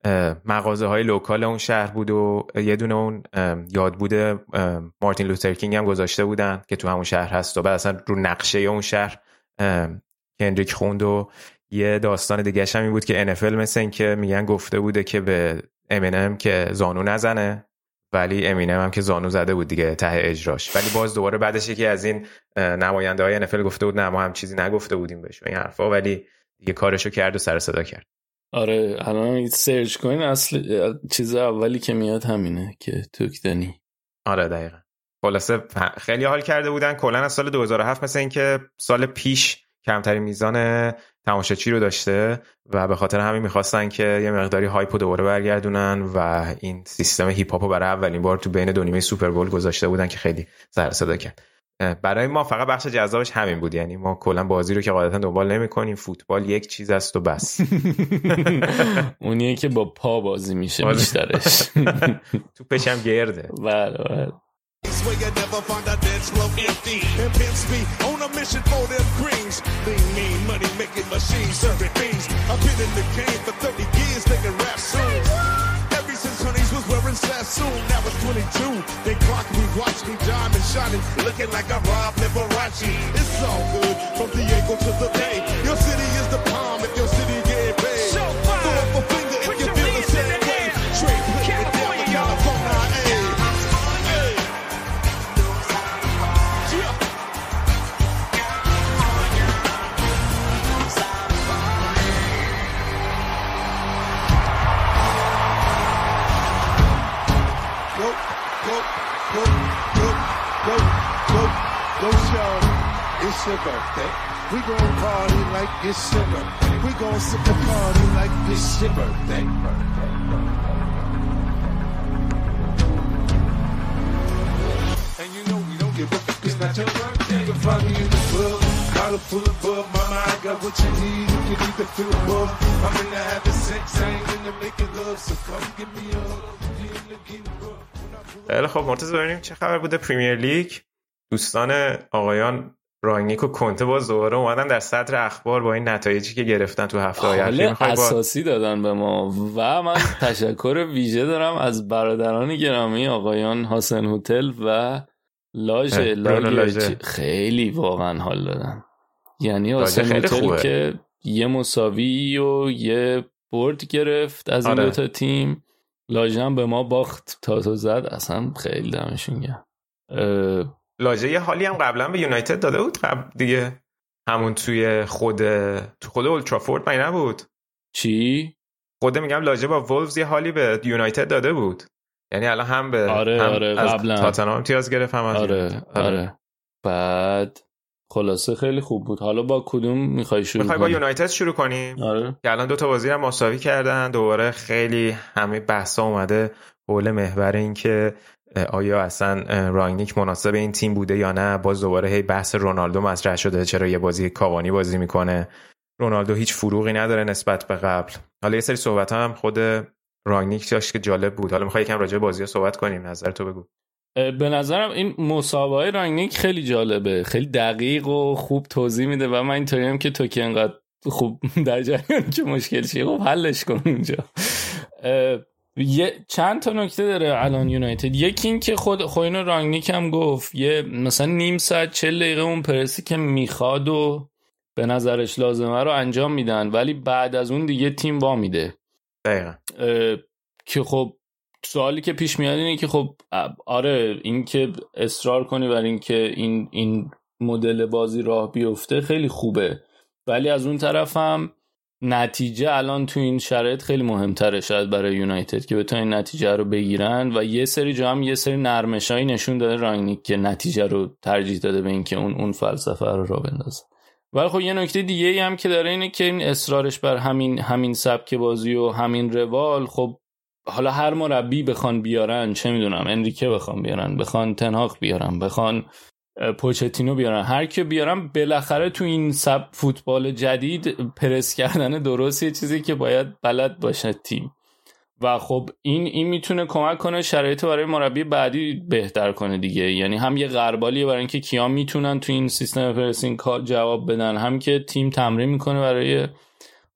مغازه های لوکال اون شهر بود و یه دونه اون یادبود مارتین لوتر کینگ هم گذاشته بودن که تو همون شهر هست و بعد اصلا رو نقشه اون شهر هنریک خوند و یه داستان دیگه هم این بود که ان اف ال مثل این که میگن گفته بوده که به امینم که زانو نزنه، ولی امینم هم که زانو زده بود دیگه ته اجراش، ولی باز دوباره بعدش یکی از این نماینده های ان اف ال گفته بود نه ما هم چیزی نگفته بودیم بهش این حرفا، ولی دیگه کارشو کرد و سر صدا کرد. آره الان سرچ کنین اصل چیز اولی که میاد همینه که توکدنی. آره دقیقاً. خلاصه خیلی حال کرده بودن کلا از سال دو هزار و هفت مثل این که سال پیش کمترین میزان تماشاچی رو داشته و به خاطر همین میخواستن که یه مقداری هایپو دوباره برگردونن و این سیستم هیپ هاپو برای اولین بار تو بین دو نیمه سوپر بول گذاشته بودن که خیلی سر صدا کرد. برای ما فقط بخش جذابش همین بود، یعنی ما کلا بازی رو که قاعدتا دنبال نمی‌کنیم، فوتبال یک چیز است و بس. اونیه که با پا بازی میشه بیشترش. توپش هم گرده. بله بله. Where you never find a dance floor empty and pimps be on a mission for them greens. Lean, mean, money making machines serving fiends. I've been in the game for thirty years making rap songs. Ever since Honeys was wearing Sassoon, now it's twenty-two. They clock me, watch me, diamond shining, looking like a Rob Liberace. It's all good from Diego to the Bay. Your city is the palm if your city get paid. Throw up a finger if you feel the same way. Straight put it down with California. Go show, it's your birthday. We gon' party like it's your birthday. We gon' sip the party like it's your birthday. And you know we don't give a fuck, it's not your birthday. You can find me in the club, collar full of bub. Mama, I got what you need if you need to feel above. I'm in the having sex, I ain't in the making love. So come give me a hug, you in the getting rough. خیلی خب مرتضی ببینیم چه خبر بوده پریمیر لیگ. دوستان آقایان رانگنیک و کنته باز دوباره اومدن در صدر اخبار با این نتایجی که گرفتن تو هفته‌های اخیر. اساسی با... دادن به ما و من تشکر ویژه دارم از برادران گرامی آقایان حسن هتل و لاژ لاژ خیلی واقعا حال دادن. یعنی حسن هتل که یه مساوی و یه برد گرفت از این آره. دو تا تیم، لاژم به ما باخت تا تو زد، اصلا خیلی دمشون گرم. لاژه یه حالی هم قبلا به یونایتد داده بود قبل دیگه، همون توی خود تو خود اولترافورد من نبود چی؟ خود میگم لاژه با وولفز یه حالی به یونایتد داده بود، یعنی الان هم به آره هم آره از قبلا تاتنهام امتیاز گرفت هم از آره آره. آره بعد خلاصه خیلی خوب بود. حالا با کدوم میخوای شروع میخوای با یونایتد شروع کنیم؟ آره. که الان دو تا بازی رو مساوی کردن، دوباره خیلی همه بحثا اومده حول محور این که آیا اصلا رانگنیک مناسب این تیم بوده یا نه. باز دوباره هی بحث رونالدو مطرح شده، چرا یه بازی کاوانی بازی میکنه، رونالدو هیچ فروغی نداره نسبت به قبل. حالا یه سری صحبت هم خود رانگنیک داشت که جالب بود. حالا میخوای یکم راجع به بازی‌ها صحبت کنیم، نظر تو بگو. به نظرم این مسابقه رانگنیک خیلی جالبه، خیلی دقیق و خوب توضیح میده و من اینطوری هم که تو که انقدر خوب در جریان که مشکل چیه خب حلش کن اونجا. یه چند تا نکته داره الان یونایتد. یکی این که خود خوین رانگنیک هم گفت یه مثلا نیم ساعت چهل دقیقه اون پرسی که میخواد و به نظرش لازمه رو انجام میدن، ولی بعد از اون دیگه تیم وا میده. دقیقاً. که خب سوالی که پیش میاد اینه که خب آره این که اصرار کنی بر این که این این مدل بازی راه بیفته خیلی خوبه، ولی از اون طرف هم نتیجه الان تو این شرایط خیلی مهمتره شاید برای یونایتد که بتونن این نتیجه رو بگیرن و یه سری جا هم یه سری نرمشایی نشون داده رانگنیک که نتیجه رو ترجیح داده به این که اون اون فلسفه رو راه بندازه. ولی خب یه نکته دیگه ای هم که داره اینه که این اصرارش بر همین همین سبک بازی و همین روال، خب حالا هر مربی بخوان بیارن، چه میدونم انریکه بخوان بیارن، بخوان تنهاق بیارن، بخوان پوچتینو بیارن، هر کی بیارن، بالاخره تو این سب فوتبال جدید پرس کردن درست یه چیزی که باید بلد باشه تیم و خب این این میتونه کمک کنه شرایط برای مربی بعدی بهتر کنه دیگه. یعنی هم یه غربالیه برای اینکه کیا میتونن تو این سیستم پرسینگ جواب بدن، هم که تیم تمرین میکنه برای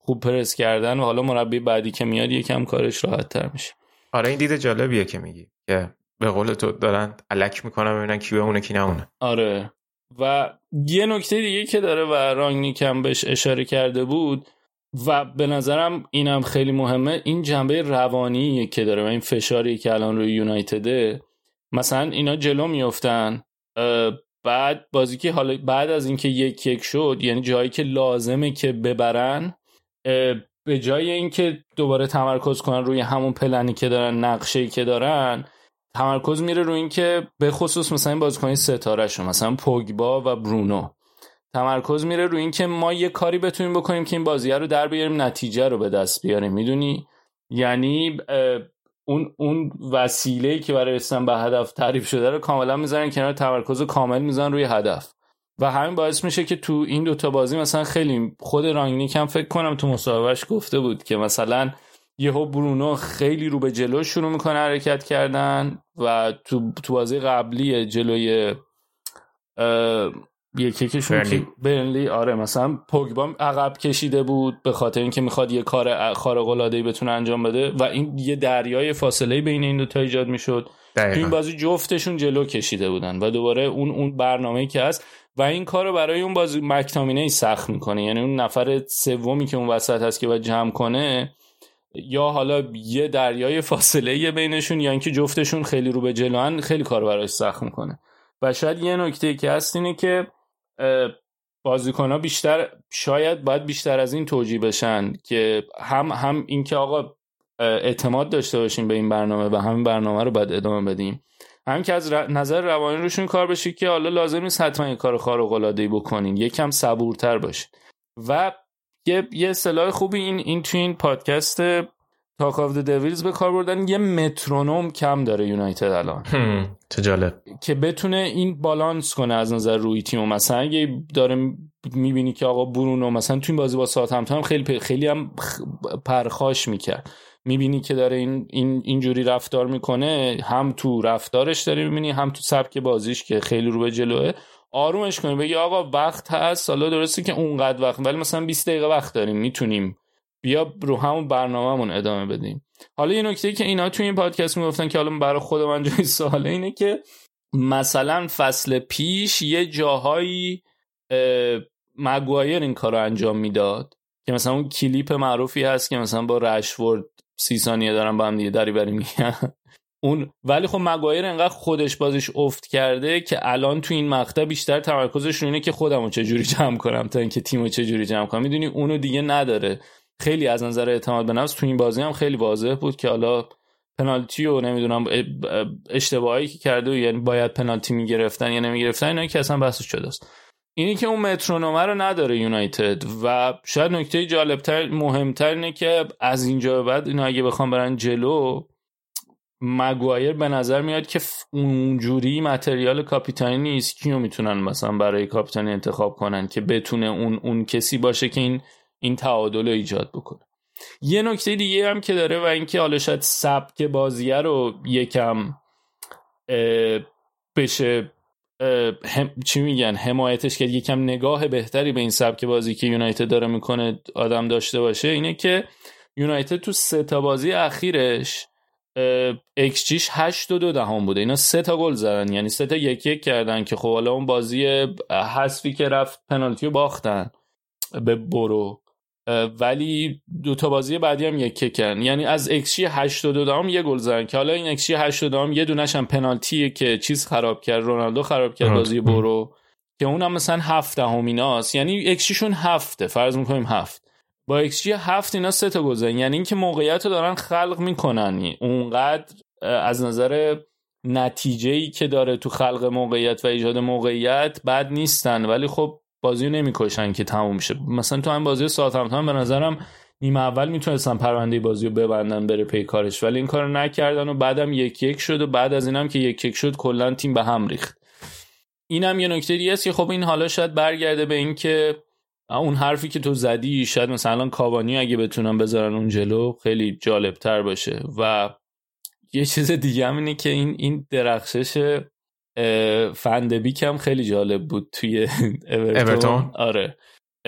خوب پرس کردن و حالا مربی بعدی که میاد یکم کارش راحت تر میشه. آره این دید جالبیه که میگی که به قول تو دارن الک میکنن ببینن کی بمونه کی نمونه. آره و یه نکته دیگه که داره و رانگنیک هم بهش اشاره کرده بود و به نظرم اینم خیلی مهمه، این جنبه روانی که داره و این فشاری که الان روی یونایتده. مثلا اینا جلو میافتن بعد بازی که حالا بعد از اینکه یک یک شد، یعنی جایی که لازمه که ببرن، به جای اینکه دوباره تمرکز کنن روی همون پلنی که دارن، نقشه‌ای که دارن، تمرکز میره روی این که به خصوص مثلا این بازیکن ستاره‌شون مثلا پوگبا و برونو، تمرکز میره روی این که ما یه کاری بتونیم بکنیم که این بازیه رو در بیاریم، نتیجه رو به دست بیاریم. میدونی یعنی اون اون وسیله‌ای که برای رسیدن به هدف تعریف شده رو کاملا میذارن کنار، تمرکز کامل میذارن روی هدف و همین باعث میشه که تو این دوتا بازی مثلا خیلی خود رانگنیک هم فکر کنم تو مصاحبهش گفته بود که مثلا یهو برونو خیلی رو به جلو شروع میکنه حرکت کردن و تو تو بازی قبلی جلوی یکی کشون که برنلی، آره مثلا پوگبا عقب کشیده بود به خاطر اینکه میخواد یه کار خارق العاده بتونه انجام بده و این یه دریای فاصله بین این دو تا ایجاد میشد. تو این بازی جفتشون جلو کشیده بودن و دوباره اون اون برنامه‌ای که هست و این کارو برای اون بازی مک‌تامینی سخت میکنه، یعنی اون نفر سومی که اون وسط هست که باید جمع کنه، یا حالا یه دریای فاصله بینشون یا اینکه جفتشون خیلی رو به جلوان، خیلی کارو براش سخت میکنه. و شاید یه نکته که هست اینه که بازیکن‌ها بیشتر شاید باید بیشتر از این توجیه بشن که هم هم این که آقا اعتماد داشته باشیم به این برنامه و همین برنامه رو باید ادامه بدیم، هم که از نظر روانی روشون کار بشه که حالا لازم نیست حتما یه کار خارق‌العاده‌ای بکنین، یکم صبورتر باشین. و یه یه اصطلاح خوبی این این تو این پادکست تاک آف د دیویلز به کار بردن، یه مترونوم کم داره یونایتد الان. چه جالب که بتونه این بالانس کنه از نظر روی تیم. مثلا اگه داره میبینی که آقا برونو مثلا تو این بازی با ساوثهمپتون خیلی خیلی هم پرخاش میکرد، میبینی که داره این این اینجوری رفتار میکنه، هم تو رفتارش داری میبینی هم تو سبک بازیش که خیلی رو به جلوه، آرومش کنی بگی آقا وقت هست، حالا درسته که اونقدر وقت ولی مثلا بیست دقیقه وقت داریم، میتونیم بیا رو همون برنامه‌مون ادامه بدیم. حالا یه نکته‌ای که اینا تو این پادکست میگفتن که حالا برای خود من جای سواله اینه که مثلا فصل پیش یه جاهایی مگوایر این کارو انجام میداد که مثلا اون کلیپ معروفی هست که مثلا با رشفورد سی ثانیه دارن با هم دیگه دری بری میگن اون، ولی خب مگوایر انقدر خودش بازیش افت کرده که الان تو این مقطع بیشتر تمرکزش رو اینه که خودمو چجوری جمع کنم تا اینکه تیمو چجوری جمع کنم. میدونی اونو دیگه نداره. خیلی از نظر اعتماد به نفس تو این بازی هم خیلی واضح بود که حالا پنالتی و نمیدونم اشتباهی که کرده و یعنی باید پنالتی میگرفتن یا نمیگرفتن، اینا که اصلا بحثش شده است. اینی که اون مترونوم رو نداره یونایتد و شاید نکته جالبتر مهمتر اینه که از اینجا به بعد اینا اگه بخوام برن جلو، مگوایر به نظر میاد که اونجوری متریال کاپیتانی نیست. کیو میتونن مثلا برای کاپیتانی انتخاب کنن که بتونه اون اون کسی باشه که این این تعادل رو ایجاد بکنه. یه نکته دیگه هم که داره و اینکه حالا شاید سبک بازیه رو یکم بشه هم چی میگن حمایتش کرد، یکم نگاه بهتری به این سبک بازی که یونایتد داره میکنه آدم داشته باشه، اینه که یونایتد تو سه تا بازی اخیرش ایکس جیش هشت و دو دهم بوده. اینا سه تا گل زدن، یعنی سه تا یک یک کردن که خب حالا اون بازی حذفی که رفت پنالتیو باختن به برو، ولی دو تا بازی بعدی هم یک یک کردن، یعنی از ایکس جی هشت و دو دهم یه گل زدن که حالا این ایکس جی هشت و دو دهم یه دونش هم پنالتیه که چیز خراب کرد، رونالدو خراب کرد بازی برو که اونم مثلا هفت دهم ایناست، یعنی ایکس جی شون هفته، فرض می‌کنیم هفت، با ایکس جی هفت اینا سه تا گل زدن، یعنی اینکه موقعیت رو دارن خلق میکنن. اونقدر از نظر نتیجه‌ای که داره تو خلق موقعیت و ایجاد موقعیت بد نیستن، ولی خب بازی رو نمیکشن که تموم شه. مثلا تو این بازی ساوثهمپتون به نظرم نیمه اول میتونستن پرونده بازی رو ببندن بره پی کارش، ولی این کارو نکردن و بعدم یک یک شد و بعد از اینم که یک یک شد کلا تیم به هم ریخت. اینم یه نکته دیگه است که خب این حالا شاید برگرده به این که اون حرفی که تو زدی، شاید مثلا کاوانی اگه بتونن بذارن اون جلو خیلی جالب تر باشه. و یه چیز دیگه هم اینه که این این درخشش فندبیک هم خیلی جالب بود توی اورتون. آره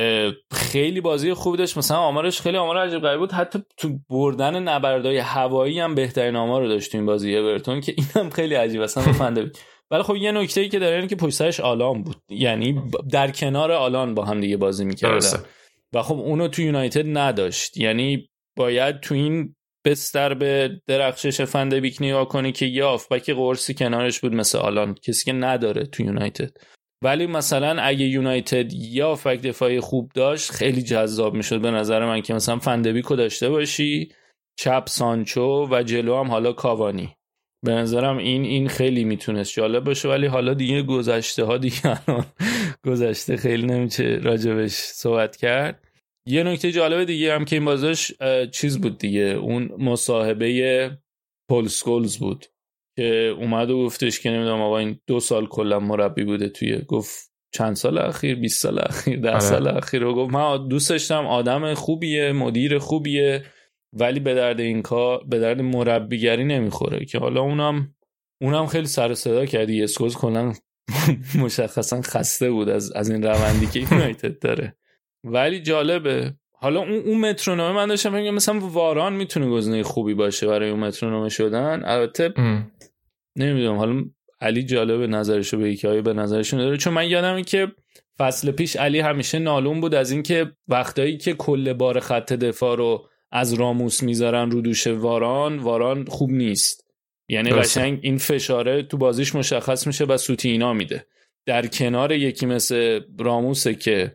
خیلی بازی خوبی داشت، مثلا آمارش خیلی آمار عجیب غریب بود، حتی تو بردن نبردهای هوایی هم بهترین آمار رو داشت تو این بازی اورتون که اینم خیلی عجیب اصلا بفنده. ولی خب یه نکته‌ای که داره اینه که پشت سرش آلان بود، یعنی در کنار آلان با هم دیگه بازی می‌کردن و خب اونو تو یونایتد نداشت، یعنی باید تو این بستر به درخشش فندبیک نگاه کنی که یه آفبک قرصی کنارش بود مثل آلان، کسی که نداره تو یونایتد. ولی مثلا اگه یونایتد یه آفبک دفاعی خوب داشت خیلی جذاب میشد به نظر من که مثلا فندبیکو داشته باشی، چپ سانچو و جلو هم حالا کاوانی. به نظرم این این خیلی میتونست جالب باشه، ولی حالا دیگه گذشته ها دیگه گذشته خیلی نمیشه راجبش صحبت کرد. یه نکته جالب دیگه هم که این بازش چیز بود دیگه، اون مصاحبه پول سکولز بود که اومد و گفتش که نمیدونم آقا این دو سال کلا مربی بوده توی، گفت چند سال اخیر، بیست سال اخیر، ده سال اخیر، و گفت من دوست داشتم، آدم خوبیه، مدیر خوبیه، ولی به درد این کار، به درد مربیگری نمیخوره. که حالا اونم اونم خیلی سر و صدا کردی، اسکوز کلا مشخصا خسته بود از از این روندی که یونایتد داره. ولی جالبه. حالا اون اون مترونوم من داشتم میگم مثلا واران میتونه گزینه خوبی باشه برای اون مترونوم شدن. البته نمیدونم، حالا علی جالبه نظرشو به یکی به نظرشون داره، چون من یادمه که فصل پیش علی همیشه نالون بود از این که وقتایی که کل بار خط دفاع رو از راموس میذارن رو دوش واران، واران خوب نیست، یعنی قشنگ این فشاره تو بازیش مشخص میشه و سوتی اینا میده. در کنار یکی مثل راموسه که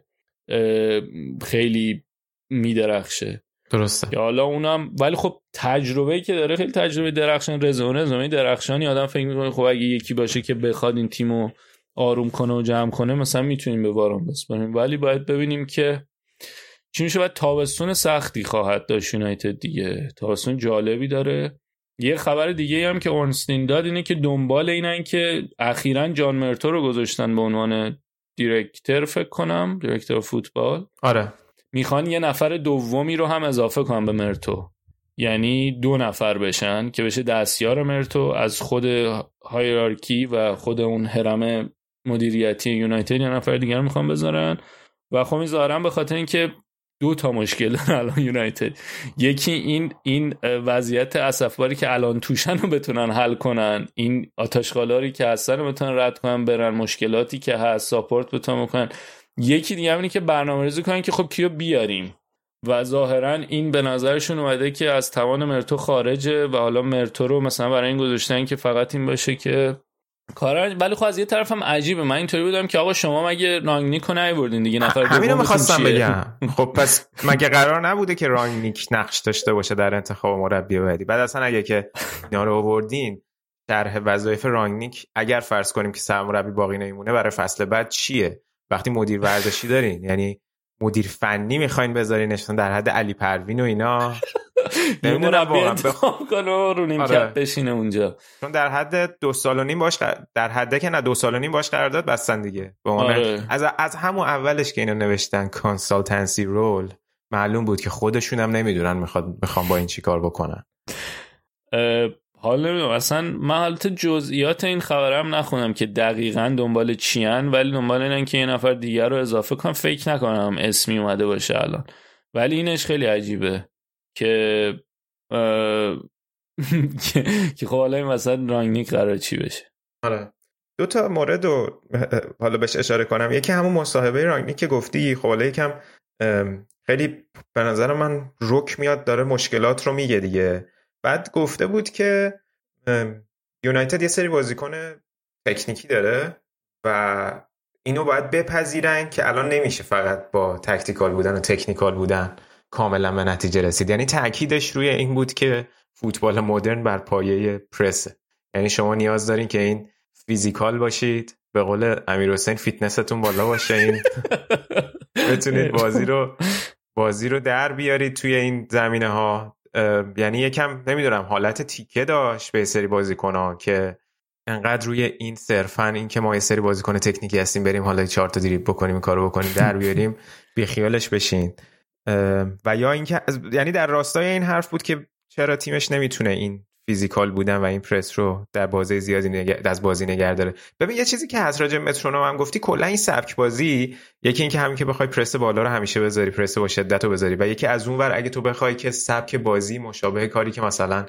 خیلی میدرخشه. درسته. یا حالا اونم، ولی خب تجربه‌ای که داره خیلی تجربه درخشان، رزونه رزونه درخشانی، آدم فکر میکنه خب اگه یکی باشه که بخواد این تیمو آروم کنه و جمع کنه مثلا میتونیم به واران بسپاریم. ولی باید ببینیم که چی میشه. بعد تابستون سختی خواهد داشت یونایتد دیگه، تابستون جالبی داره. یه خبر دیگه هم که اورنستین داد اینه که دنبال اینن که اخیراً جان مرتو رو گذاشتن به عنوان دیرکتر، فکر کنم دیرکتر فوتبال. آره. میخوان یه نفر دومی رو هم اضافه کنن به مرتو، یعنی دو نفر بشن که بشه دستیار مرتو از خود هایرارکی و خود اون هرم مدیریتی یونایتد. یه نفر دیگر میخوان بذارن و خب میذارن به خاطر اینکه دو تا مشکل داره الان یونایتد. یکی این این وضعیت اسفباری که الان توشن رو بتونن حل کنن، این آتش‌قالاری که هستن رو بتونن رد کنن برن، مشکلاتی که هست ساپورت بتونن بکنن. یکی دیگه اینه که برنامه‌ریزی کنن که خب کیو بیاریم و ظاهرا این به نظرشون اومده که از توان مرتو خارجه و حالا مرتو رو مثلا برای این گذاشتن که فقط این باشه که کارا. ولی خب از یه طرف هم عجیبه، من اینطوری بودم که آقا شما مگه رانگنیکو نیاوردین دیگه، نفر دوم همینو می‌خواستم بگم. خب پس مگه قرار نبوده که رانگنیک نقش داشته باشه در انتخاب مربی بعدی؟ بعد اصلا اگه که اینا رو آوردین، طرح وظایف رانگنیک اگر فرض کنیم که سرمربی باقی نمیمونه برای فصل بعد چیه؟ وقتی مدیر ورزشی دارین، یعنی مدیر فنی میخواین بذارینش در حد علی پروین و اینا، نمیدونم واقعا بخوام کنه رو نیم کپ بشینه اونجا، چون در حد دو سال و نیم باش در حد که نه دو سال و نیم باش قرارداد بستن دیگه. به آره. از از همون اولش که اینو نوشتن کانسالتنسی رول، معلوم بود که خودشون هم نمیدونن میخواد میخوام با این چی کار بکنن. حالا نمیدونم اصلا من حالت جزئیات این خبرم نخونم که دقیقاً دنبال چیان، ولی دنبال اینن که یه نفر دیگر رو اضافه کنم. فکر نکنم اسمی اومده باشه الان، ولی اینش خیلی عجیبه که که خب حالا این مثلا رانگنیک قرار چی بشه. آره دو تا مورد رو حالا بهش اشاره کنم. یکی همون مصاحبه رانگنیک که گفتی، خب حالا یکم خیلی به نظر من رک میاد، داره مشکلات رو میگه دیگه. بعد گفته بود که یونایتد یه سری بازیکن تکنیکی داره و اینو باید بپذیرن که الان نمیشه فقط با تکتیکال بودن و تکنیکال بودن کاملا به نتیجه رسید. یعنی تأکیدش روی این بود که فوتبال مدرن بر پایه پرسه، یعنی شما نیاز دارین که این فیزیکال باشید، به قول امیرحسین فیتنستون بالا باشه، این بتونید بازی رو بازی رو در بیارید توی این زمینه ها. یعنی یکم نمیدونم حالت تیکه داشت به سری بازیکن‌ها که انقدر روی این صرفاً این که ما یه سری بازیکن تکنیکی هستیم بریم حالا چهار تا دریبل بکنیم این کارو بکنیم در بیاریم بی خیالش بشین. و یا اینکه یعنی در راستای این حرف بود که چرا تیمش نمیتونه این فیزیکال بودن و این پرس رو در بازی زیادی نگر... از بازی نگه داره. ببین یه چیزی که از راجع مترونوم هم گفتی، کلا این سبک بازی، یکی این که همین که بخوای پرس بالا رو همیشه بذاری، پرس با شدت رو بذاری، و یکی از اون ور اگه تو بخوای که سبک بازی مشابه کاری که مثلا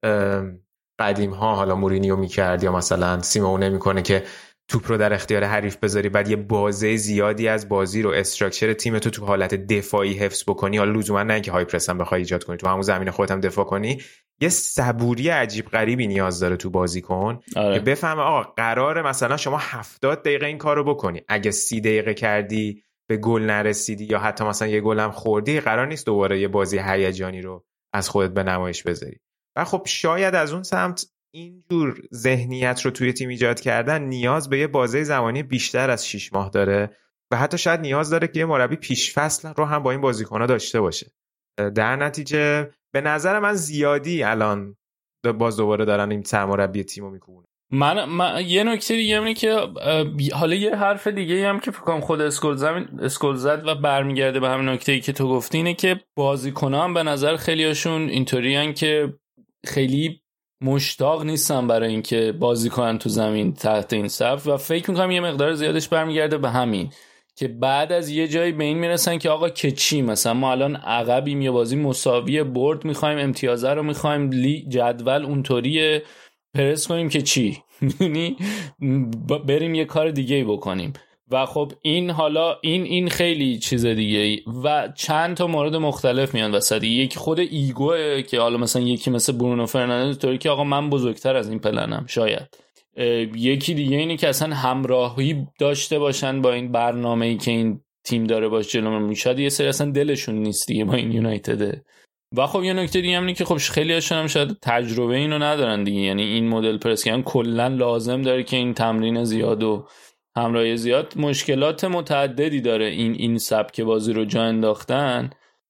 قدیم ها حالا مورینیو میکرد یا مثلا سیمونه میکنه که توپ رو در اختیار حریف بذاری، بعد یه بازه زیادی از بازی رو استراکچر تیم تو تو حالت دفاعی حفظ بکنی، حالا لزوما نه اینکه های پرس هم بخوای ایجاد کنی، تو همون زمین خودت هم دفاع کنی، یه صبوری عجیب غریبی نیاز داره تو بازیکن آره. که بفهمه آقا قراره مثلا شما هفتاد دقیقه این کارو بکنی، اگه سی دقیقه کردی به گل نرسیدی یا حتی مثلا یه گل هم خوردی، قرار نیست دوباره یه بازی هیجانی رو از خودت به نمایش بذاری. و خب شاید از اون سمت اینجور ذهنیت رو توی تیم ایجاد کردن نیاز به یه بازه زمانی بیشتر از شش ماه داره و حتی شاید نیاز داره که یه مربی پیش فصل رو هم با این بازیکن‌ها داشته باشه. در نتیجه به نظر من زیادی الان باز دوباره دارن این سرمربی تیمو میکنن. من, من یه نکته دیگه اینه که حالا یه حرف دیگه هم که فکر کنم خود اسکول زمین اسکول زد و برمیگرده به همین نکته‌ای که تو گفتی، اینه که بازیکن‌ها هم به نظر خیلیاشون اینطوریان که خیلی مشتاق نیستن برای اینکه بازی کنن تو زمین تحت این صف و فکر میکنم یه مقدار زیادش برمیگرده به همین که بعد از یه جایی به این میرسن که آقا که چی، مثلا ما الان عقبیم، یه بازی مساوی برد میخوایم، امتیازه رو میخوایم، جدول اونطوریه، پرس کنیم که چی، یعنی بریم یه کار دیگه بکنیم. و خب این حالا این این خیلی چیز دیگه و چند تا مورد مختلف میان وسط. یکی خود ایگوه که حالا مثلا یکی مثل برونو فرناندز طوری که آقا من بزرگتر از این پلنم شاید. یکی دیگه اینه که اصلا همراهی داشته باشن با این برنامه‌ای که این تیم داره باش جلو میشه، یه سری اصلا دلشون نیست دیگه با این یونایتد. و خب یه نکته دیگه هم اینه که خب خیلی هاشون هم شاید تجربه اینو ندارن دیگه، یعنی این مدل پرس کردن کلا لازم داره که این تمرین زیاد و همراهی زیاد، مشکلات متعددی داره این این سبک بازی رو جا انداختن.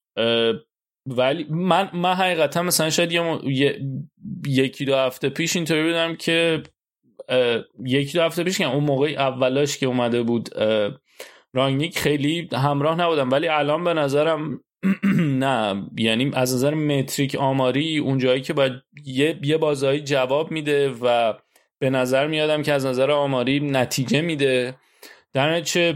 ولی من من حقیقتا مثلا شاید یه, یه یکی دو هفته پیش اینطوری بودم که یکی دو هفته پیش که اون موقع اولاش که اومده بود رانگنیک خیلی همراه نبودم، ولی الان به نظرم نه، یعنی از نظر متریک آماری اون جایی که باید یه یه بازایی جواب میده و به نظر میادم که از نظر آماری نتیجه میده، در نتیجه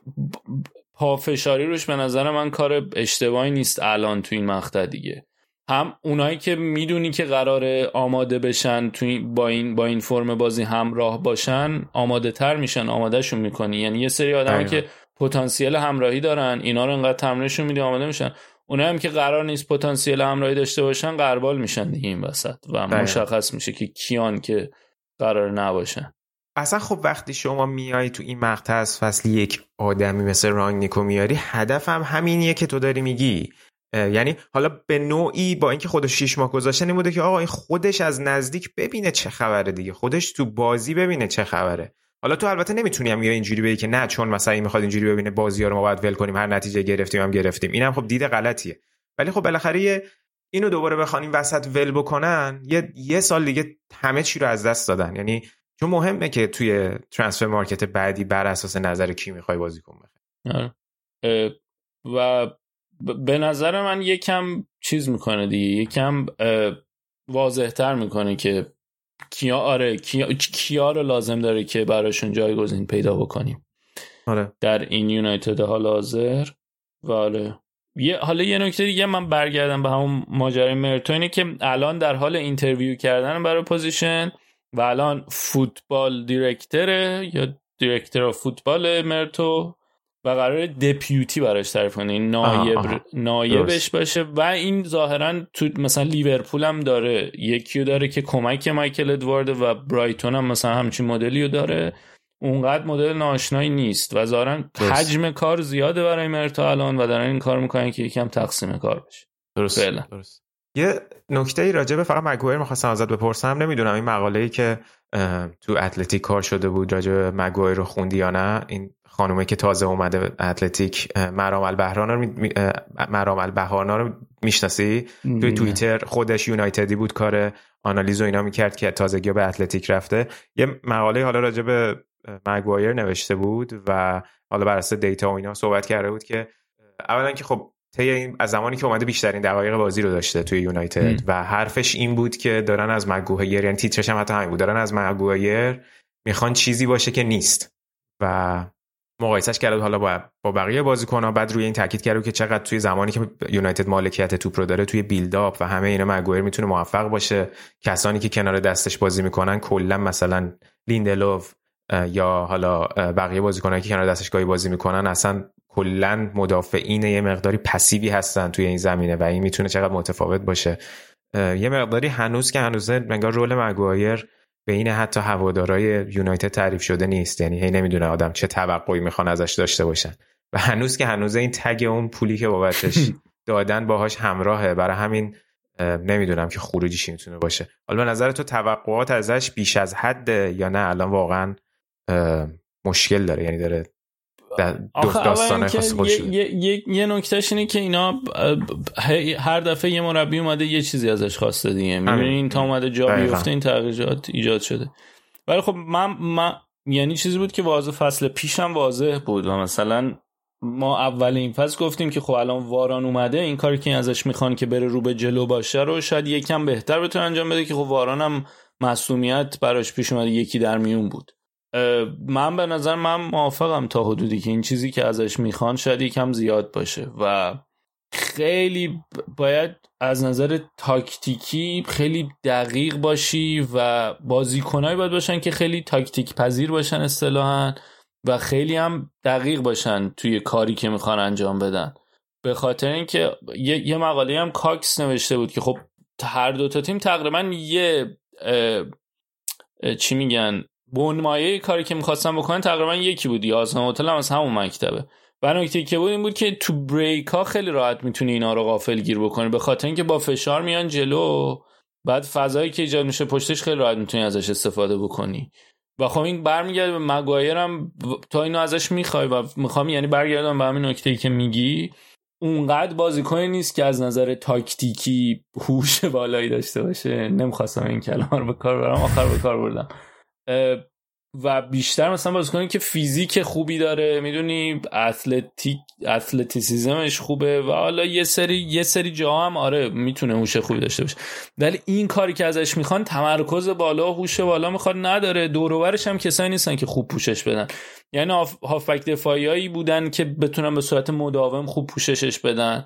پافشاری روش به نظر من کار اشتباهی نیست الان تو این مقطع دیگه. هم اونایی که میدونی که قراره آماده بشن تو با این با این فرم بازی همراه باشن آماده تر میشن، آماده شون میکنی. یعنی یه سری آدمی که پتانسیل همراهی دارن اینا رو انقدر تمرینشون میدی آماده میشن، اونایی هم که قرار نیست پتانسیل همراهی داشته باشن غربال میشن دیگه این وسط و دایم. مشخص میشه که کیان که قرار نباشن. اصلا خب وقتی شما میای تو این مقطع از فصل یک آدمی مثل رانگنیکو میاری، هدفم همینیه که تو داری میگی. یعنی حالا به نوعی با اینکه خودش شیش ماه گذاشته این بوده که آقا این خودش از نزدیک ببینه چه خبره دیگه، خودش تو بازی ببینه چه خبره. حالا تو البته نمیتونی هم یا اینجوری بگی که نه چون مثلا این میخواد اینجوری ببینه بازی‌ها رو ما باید ول کنیم، هر نتیجه گرفتیم هم گرفتیم. اینم خب دید غلطیه. ولی خب بالاخره اینو دوباره بخوانیم وسط ول بکنن، یه یه سال دیگه همه چی رو از دست دادن. یعنی چون مهمه که توی ترانسفر مارکت بعدی بر اساس نظر کی میخوای بازیکن بخری. و به نظر من یکم چیز میکنه دیگه، یکم واضح‌تر میکنه که کیا آره کیا, کیا رو لازم داره که براشون جایگزین پیدا بکنیم. آره. در این یونایتد حال حاضر. و آره یه حالا یه نکته دیگه من برگردم به همون ماجرای مرتو، اینه که الان در حال اینترویو کردن برای پوزیشن و الان فوتبال دیرکتره یا دیرکتر آف فوتبال مرتو و قراره دپیوتی براش تعریف کنه، این نایب آه آه. نایبش باشه. و این ظاهرا تو مثلا لیورپول هم داره یکیو داره که کمک مایکل ادوارد و برایتون هم مثلا همچین مدلیو داره، اونقدر مدل ناشنایی نیست و ظاهرا حجم کار زیاده برای مرتو الان و دارن این کار میکنن که یکم تقسیم کار بشه. درست فعلا. درست. یه نکته راجع به فقط مگوایر می‌خواستم ازت بپرسم، نمیدونم این مقاله‌ای که تو اتلتیک کار شده بود راجع به مگوایر رو خوندی یا نه؟ این خانومه که تازه اومده اتلتیک، مرام البهرانا رو می... مرام البهرانا رو میشناسی؟ توی توییتر خودش یونایتدی بود، کار آنالیز و اینا میکرد که تازگی به اتلتیک رفته. یه مقاله حالا راجع به مگوایر نوشته بود و حالا بر اساس دیتا و اینا صحبت کرده بود که اولا که خب طی این از زمانی که اومده بیشترین دقایق بازی رو داشته توی یونایتد ام. و حرفش این بود که دارن از مگوایر، یعنی تیترش هم حتی همین بود، دارن از مگوایر میخوان چیزی باشه که نیست و مقایسهش کرد حالا با با بقیه بازیکن‌ها. بعد روی این تاکید کرد که چقدر توی زمانی که یونایتد مالکیت توپ رو داره توی بیلداپ و همه اینا مگوایر میتونه موفق باشه. کسانی که کنار دستش بازی میکنن کلا مثلا لیندلوف یا حالا بقیه بازیکنایی که کنار دستش گاهی بازی میکنن اصلا کلا مدافعین یه مقداری پسیوی هستن توی این زمینه و این میتونه چقدر متفاوت باشه. یه مقداری هنوز که هنوز انگار رول مگوایر بین حتی هوادارهای یونایتد تعریف شده نیست، یعنی هی نمیدونه آدم چه توقعی میخوان ازش داشته باشن و هنوز که هنوز این تگ اون پولی که بابتش دادن باهاش همراهه، برای همین نمیدونم که خروجی چی میتونه باشه. حالا به نظر تو توقعات ازش بیش از حد یا نه الان واقعا مشکل داره، یعنی داره داستانه خاص خودش؟ یه یه یه نکتهش اینه که اینا هر دفعه یه مربی اومده یه چیزی ازش خواسته دیگه، میبینی این تا اومده جا بیفته این تغییرات ایجاد شده. ولی خب من, من یعنی چیزی بود که واضح فصل پیشم واضح بود و مثلا ما اول این فصل گفتیم که خب الان واران اومده، این کاری که ازش میخوان که بره رو به جلو باشه رو شاید یکم بهتر بتونه انجام بده که خب واران هم معصومیت براش پیش اومده، یکی در میون بود. من به نظر من موافقم تا حدودی که این چیزی که ازش میخوان شاید یکم زیاد باشه و خیلی باید از نظر تاکتیکی خیلی دقیق باشی و بازیکنایی باید باشن که خیلی تاکتیک پذیر باشن اصطلاحاً و خیلی هم دقیق باشن توی کاری که میخوان انجام بدن. به خاطر اینکه یه, یه مقاله هم کاکس نوشته بود که خب هر دو تا تیم تقریبا یه اه اه چی میگن بنمایه کاری که میخواستن بکنن تقریبا یکی بود، یا آسان هتل هم از همون مکتبه. و نکته که بود این بود که تو بریک ها خیلی راحت میتونی اینا رو غافل گیر بکنی، به خاطر اینکه با فشار میان جلو، بعد فضایی که ایجاد میشه پشتش خیلی راحت میتونی ازش استفاده بکنی. و خب این برمیگرده به مگوایر هم تا اینو ازش میخوای و میخوام یعنی برگردم به همین نکته‌ای که میگی، اونقدر بازیکنی نیست که از نظر تاکتیکی هوش بالایی داشته باشه. نمیخواستم این کلمه رو به کار ببرم، آخر به کار بردم. و بیشتر مثلا بازیکنی که فیزیک خوبی داره، میدونی اتلتیک اتلتیسیزمش خوبه و حالا یه سری یه سری جاها هم آره میتونه هوش خوبی داشته باشه، ولی این کاری که ازش میخوان تمرکز بالا و هوش بالا میخواد نداره. دور و برش هم کسایی نیستن که خوب پوشش بدن، یعنی هافبک دفاعیایی بودن که بتونن به صورت مداوم خوب پوششش بدن.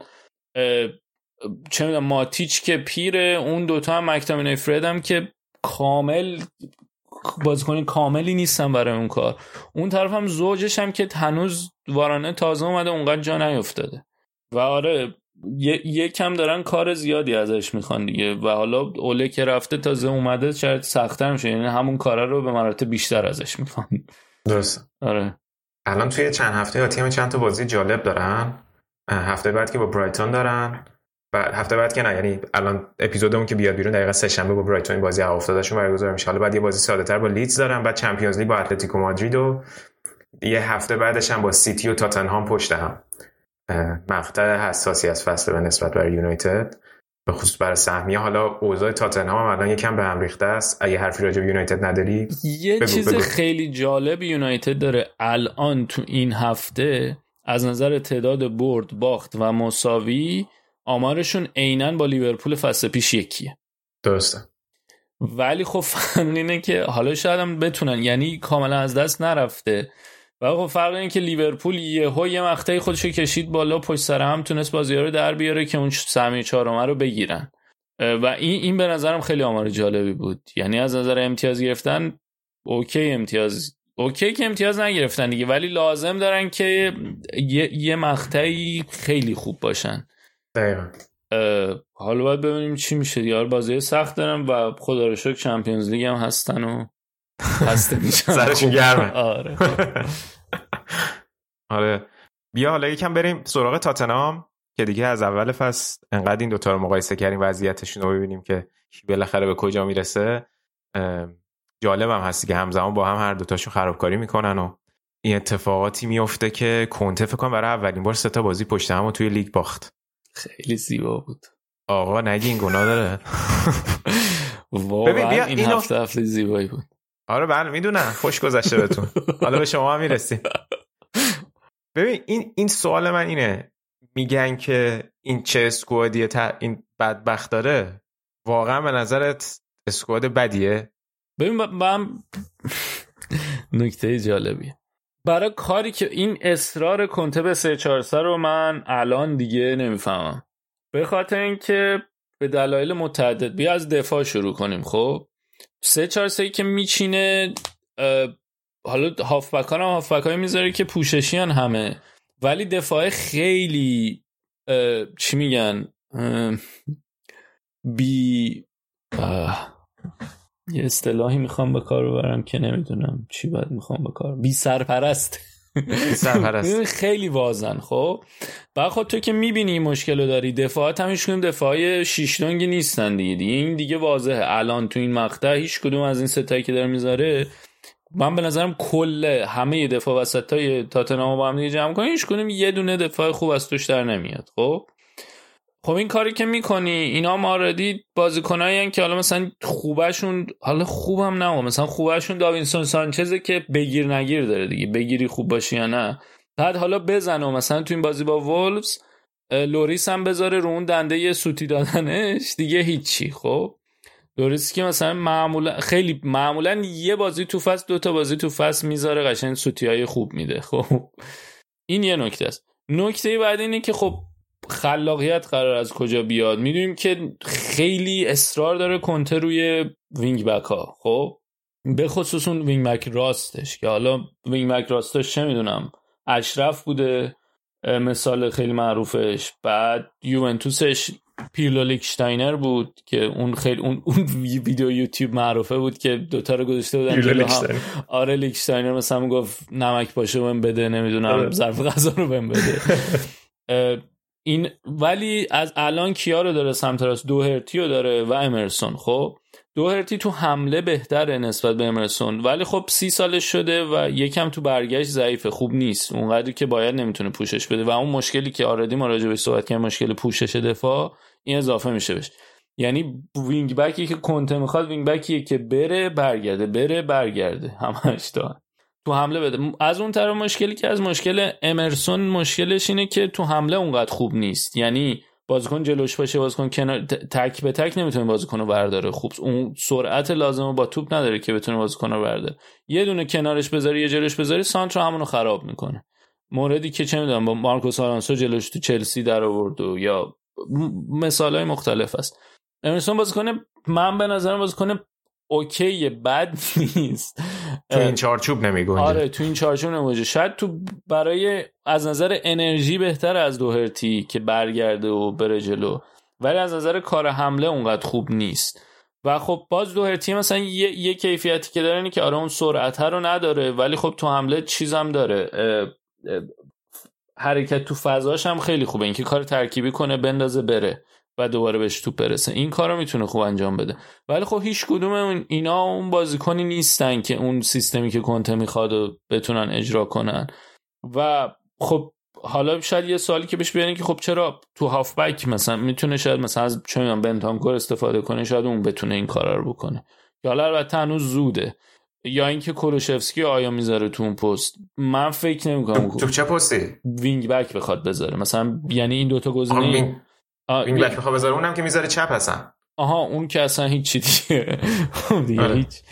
چه میدونم ماتیچ که پیره، اون دوتا هم مکتامینای فرد هم که کامل بازیکن کاملی نیستن برای اون کار. اون طرف هم زوجش هم که هنوز وارانه تازه اومده اونقدر جا نیفتاده و آره یکم دارن کار زیادی ازش میخوان دیگه. و حالا اوله که رفته تازه اومده شاید سخت‌تر میشه، یعنی همون کارا رو به مراتب بیشتر ازش میخوان. درست. آره الان توی چند هفته آتی هم چند تا بازی جالب دارن. هفته بعد که با برایتون دارن، بعد هفته بعد که نه، یعنی الان اپیزودمون که بیاد بیرون دقیقاً سه شنبه با برایتون بازی افتاداشون برگزار میشه. حالا بعد یه بازی ساده‌تر با لیدز دارن، بعد چمپیونز لیگ با اتلتیکو مادرید و یه هفته بعدش هم با سیتی و تاتنهام پشت هم. مقطع حساسی از فصل به نسبت برای یونایتد، به خصوص برای سهمیه. حالا اوضاع تاتنهام الان یکم به هم ریخته است. اگه حرفی راجع به یونایتد نداری یه بگو چیز بگو. خیلی جالب یونایتد داره الان تو این هفته از نظر تعداد برد، باخت و مساوی آمارشون عیناً با لیورپول فصل پیش یکیه. درسته. ولی خب فرق اینه که حالا شاید هم بتونن، یعنی کاملا از دست نرفته. و خب فرق اینه که لیورپول یهو یه مقطعی خودشو کشید بالا، پشت سر هم تونست بازی‌ها رو در بیاره که اون سهمیه چهارم رو بگیرن. و این این به نظرم خیلی آمار جالبی بود. یعنی از نظر امتیاز گرفتن اوکی، امتیاز اوکی که امتیاز نگرفتن دیگه، ولی لازم دارن که یه, یه مقطعی خیلی خوب باشن. دقیقاً. حالا باید ببینیم چی میشه. یار بازی سخت دارن و خدا رو شکر چمپیونز لیگ هم هستن و هسته میشن. سرشون گرمه. آره. آره. بیا حالا یکم بریم سراغ تاتنهام که دیگه از اول فصل انقدر این دوتا رو مقایسه کردیم وضعیتشون رو ببینیم که بالاخره به کجا میرسه. جالبم هستی که همزمان با هم هر دوتاشون خرابکاری میکنن و این اتفاقاتی میفته که کنته فکر کنم برای اولین بار سه تا بازی پشت هم و توی لیگ باخت. خیلی زیبا بود آقا، نگی این گناه داره. واقعا این هفته هفته زیبایی بود. آره بله میدونم، خوش گذشته بهتون. حالا به شما هم میرسیم. ببین این این سوال من اینه، میگن که این چه اسکوادیه تا این بدبخت داره، واقعا به نظرت اسکواد بدیه؟ ببین من نکته جالبیه برای کاری که این اصرار کنته به سه چهار سه رو من الان دیگه نمیفهمم، به خاطر اینکه به دلایل متعدد. بیا از دفاع شروع کنیم. خب سه چهار سه که میچینه، حالا هافبک ها هم هافبک هایی میذاره که پوششیان همه، ولی دفاع خیلی چی میگن بی یه اصطلاحی میخوام به کار ببرم که نمیدونم چی باید میخوام به کار، بی سرپرست سرپرست خیلی وازن. خب بعد خب تو که میبینی این مشکل رو داری، دفاعات هم هیچ کدوم دفاعی شیش دونگی نیستن دیگه دیگه این دیگه واضحه الان تو این مقطع هیچ کدوم از این ستایی که داره میذاره. من به نظرم کل همه دفاع وسطای تاتنهام با هم دیگه جمع کنی هیچ کدوم یه دونه دفاع خوب از توش در نمیاد. خب خب این کاری که میکنی اینا ماردی بازیکنایی که حالا مثلا خوبشون حالا خوبم نه، مثلا خوبشون داوینسون سانچزه که بگیر نگیر داره دیگه، بگیری خوب باشی یا نه. بعد حالا بزنه مثلا تو این بازی با وولفز لوریس هم بذاره رو اون دنده یه سوتی دادنش دیگه هیچی. خب لوریس که مثلا معمولا خیلی معمولا یه بازی تو فصل دو تا بازی تو فصل میذاره قشنگ سوتیای خوب میده. خب این یه نکته است. نکته بعد اینه که خب خلاقیت قرار از کجا بیاد؟ میدونیم که خیلی اصرار داره کنته روی وینگ بک ها، خب به خصوص اون وینگ بک راستش که حالا وینگ بک راستش چه میدونم اشرف بوده مثال خیلی معروفش، بعد یوونتوسش پیرلو لیکشتاینر بود که اون خیلی اون, اون ویدیو یوتیوب معروفه بود که دوتا رو گذاشته بودن جلو هم. آره لیکشتاینر مثلا میگفت نمک باشه بهم بده، نمیدونم ظرف غذا رو بهم بده. این ولی از الان کیا رو داره سمت راست؟ دوهرتی رو داره و امرسون. خب دوهرتی تو حمله بهتره نسبت به امرسون، ولی خب سی سالش شده و یکم تو برگشت ضعیفه، خوب نیست اونقدری که باید، نمیتونه پوشش بده و اون مشکلی که آردی ما راجع بهش صحبت کردیم مشکل پوشش دفاع این اضافه میشه بهش. یعنی وینگ بکی که کنته میخواد وینگ بکیه که بره برگرده بره برگرده همش تا تو حمله بده. از اون طرف مشکلی که از مشکل امرسون مشکلش اینه که تو حمله اونقدر خوب نیست، یعنی بازیکن جلوش باشه بازیکن کنار تک به تک نمیتونه بازیکن رو برداره، خوب اون سرعت لازمه با توپ نداره که بتونه بازیکن رو برداره. یه دونه کنارش بذاری یه جلوش بذاری سانتر همونو خراب میکنه. موردی که چه میدونم با مارکوس آلونسو جلوش تو چلسی در آورد و یا مثالای مختلف است. امرسون بازیکن من به نظرم بازیکن اوکیه، بد نیست، تو این چارچوب نمیگنجه. آره تو این چارچوب نمیگنجه. شاید تو برای از نظر انرژی بهتر از دوهرتی که برگرده و بره جلو، ولی از نظر کار حمله اونقدر خوب نیست. و خب باز دوهرتی مثلا یه, یه کیفیتی که داره اینه که آره اون سرعت رو نداره ولی خب تو حمله چیزم داره، اه اه حرکت تو فضاش هم خیلی خوبه، اینکه کار ترکیبی کنه بندازه بره و دوباره بهش توپ برسه، این کارو میتونه خوب انجام بده. ولی خب هیچ کدوم اینا اون بازیکنی نیستن که اون سیستمی که کنته میخواد و بتونن اجرا کنن. و خب حالا شاید یه سوالی که بهش بیارین که خب چرا تو هافبک مثلا میتونه شاید مثلا از چه میدونم بنتانکور استفاده کنه، شاید اون بتونه این کارا رو بکنه، یا حالا البته هنوز زوده، یا اینکه کولوشفسکی آیا میذاره تو اون پست. من فکر نمیکنم تو چه پستی وینگ بک بخواد بذاره مثلا، یعنی این دوتا گزینه وینگ بک بخواد بذاره اونم که میذاره چپ هستن. آها اون که اصلا هیچ چی دیگه دیگه آره. هیچ.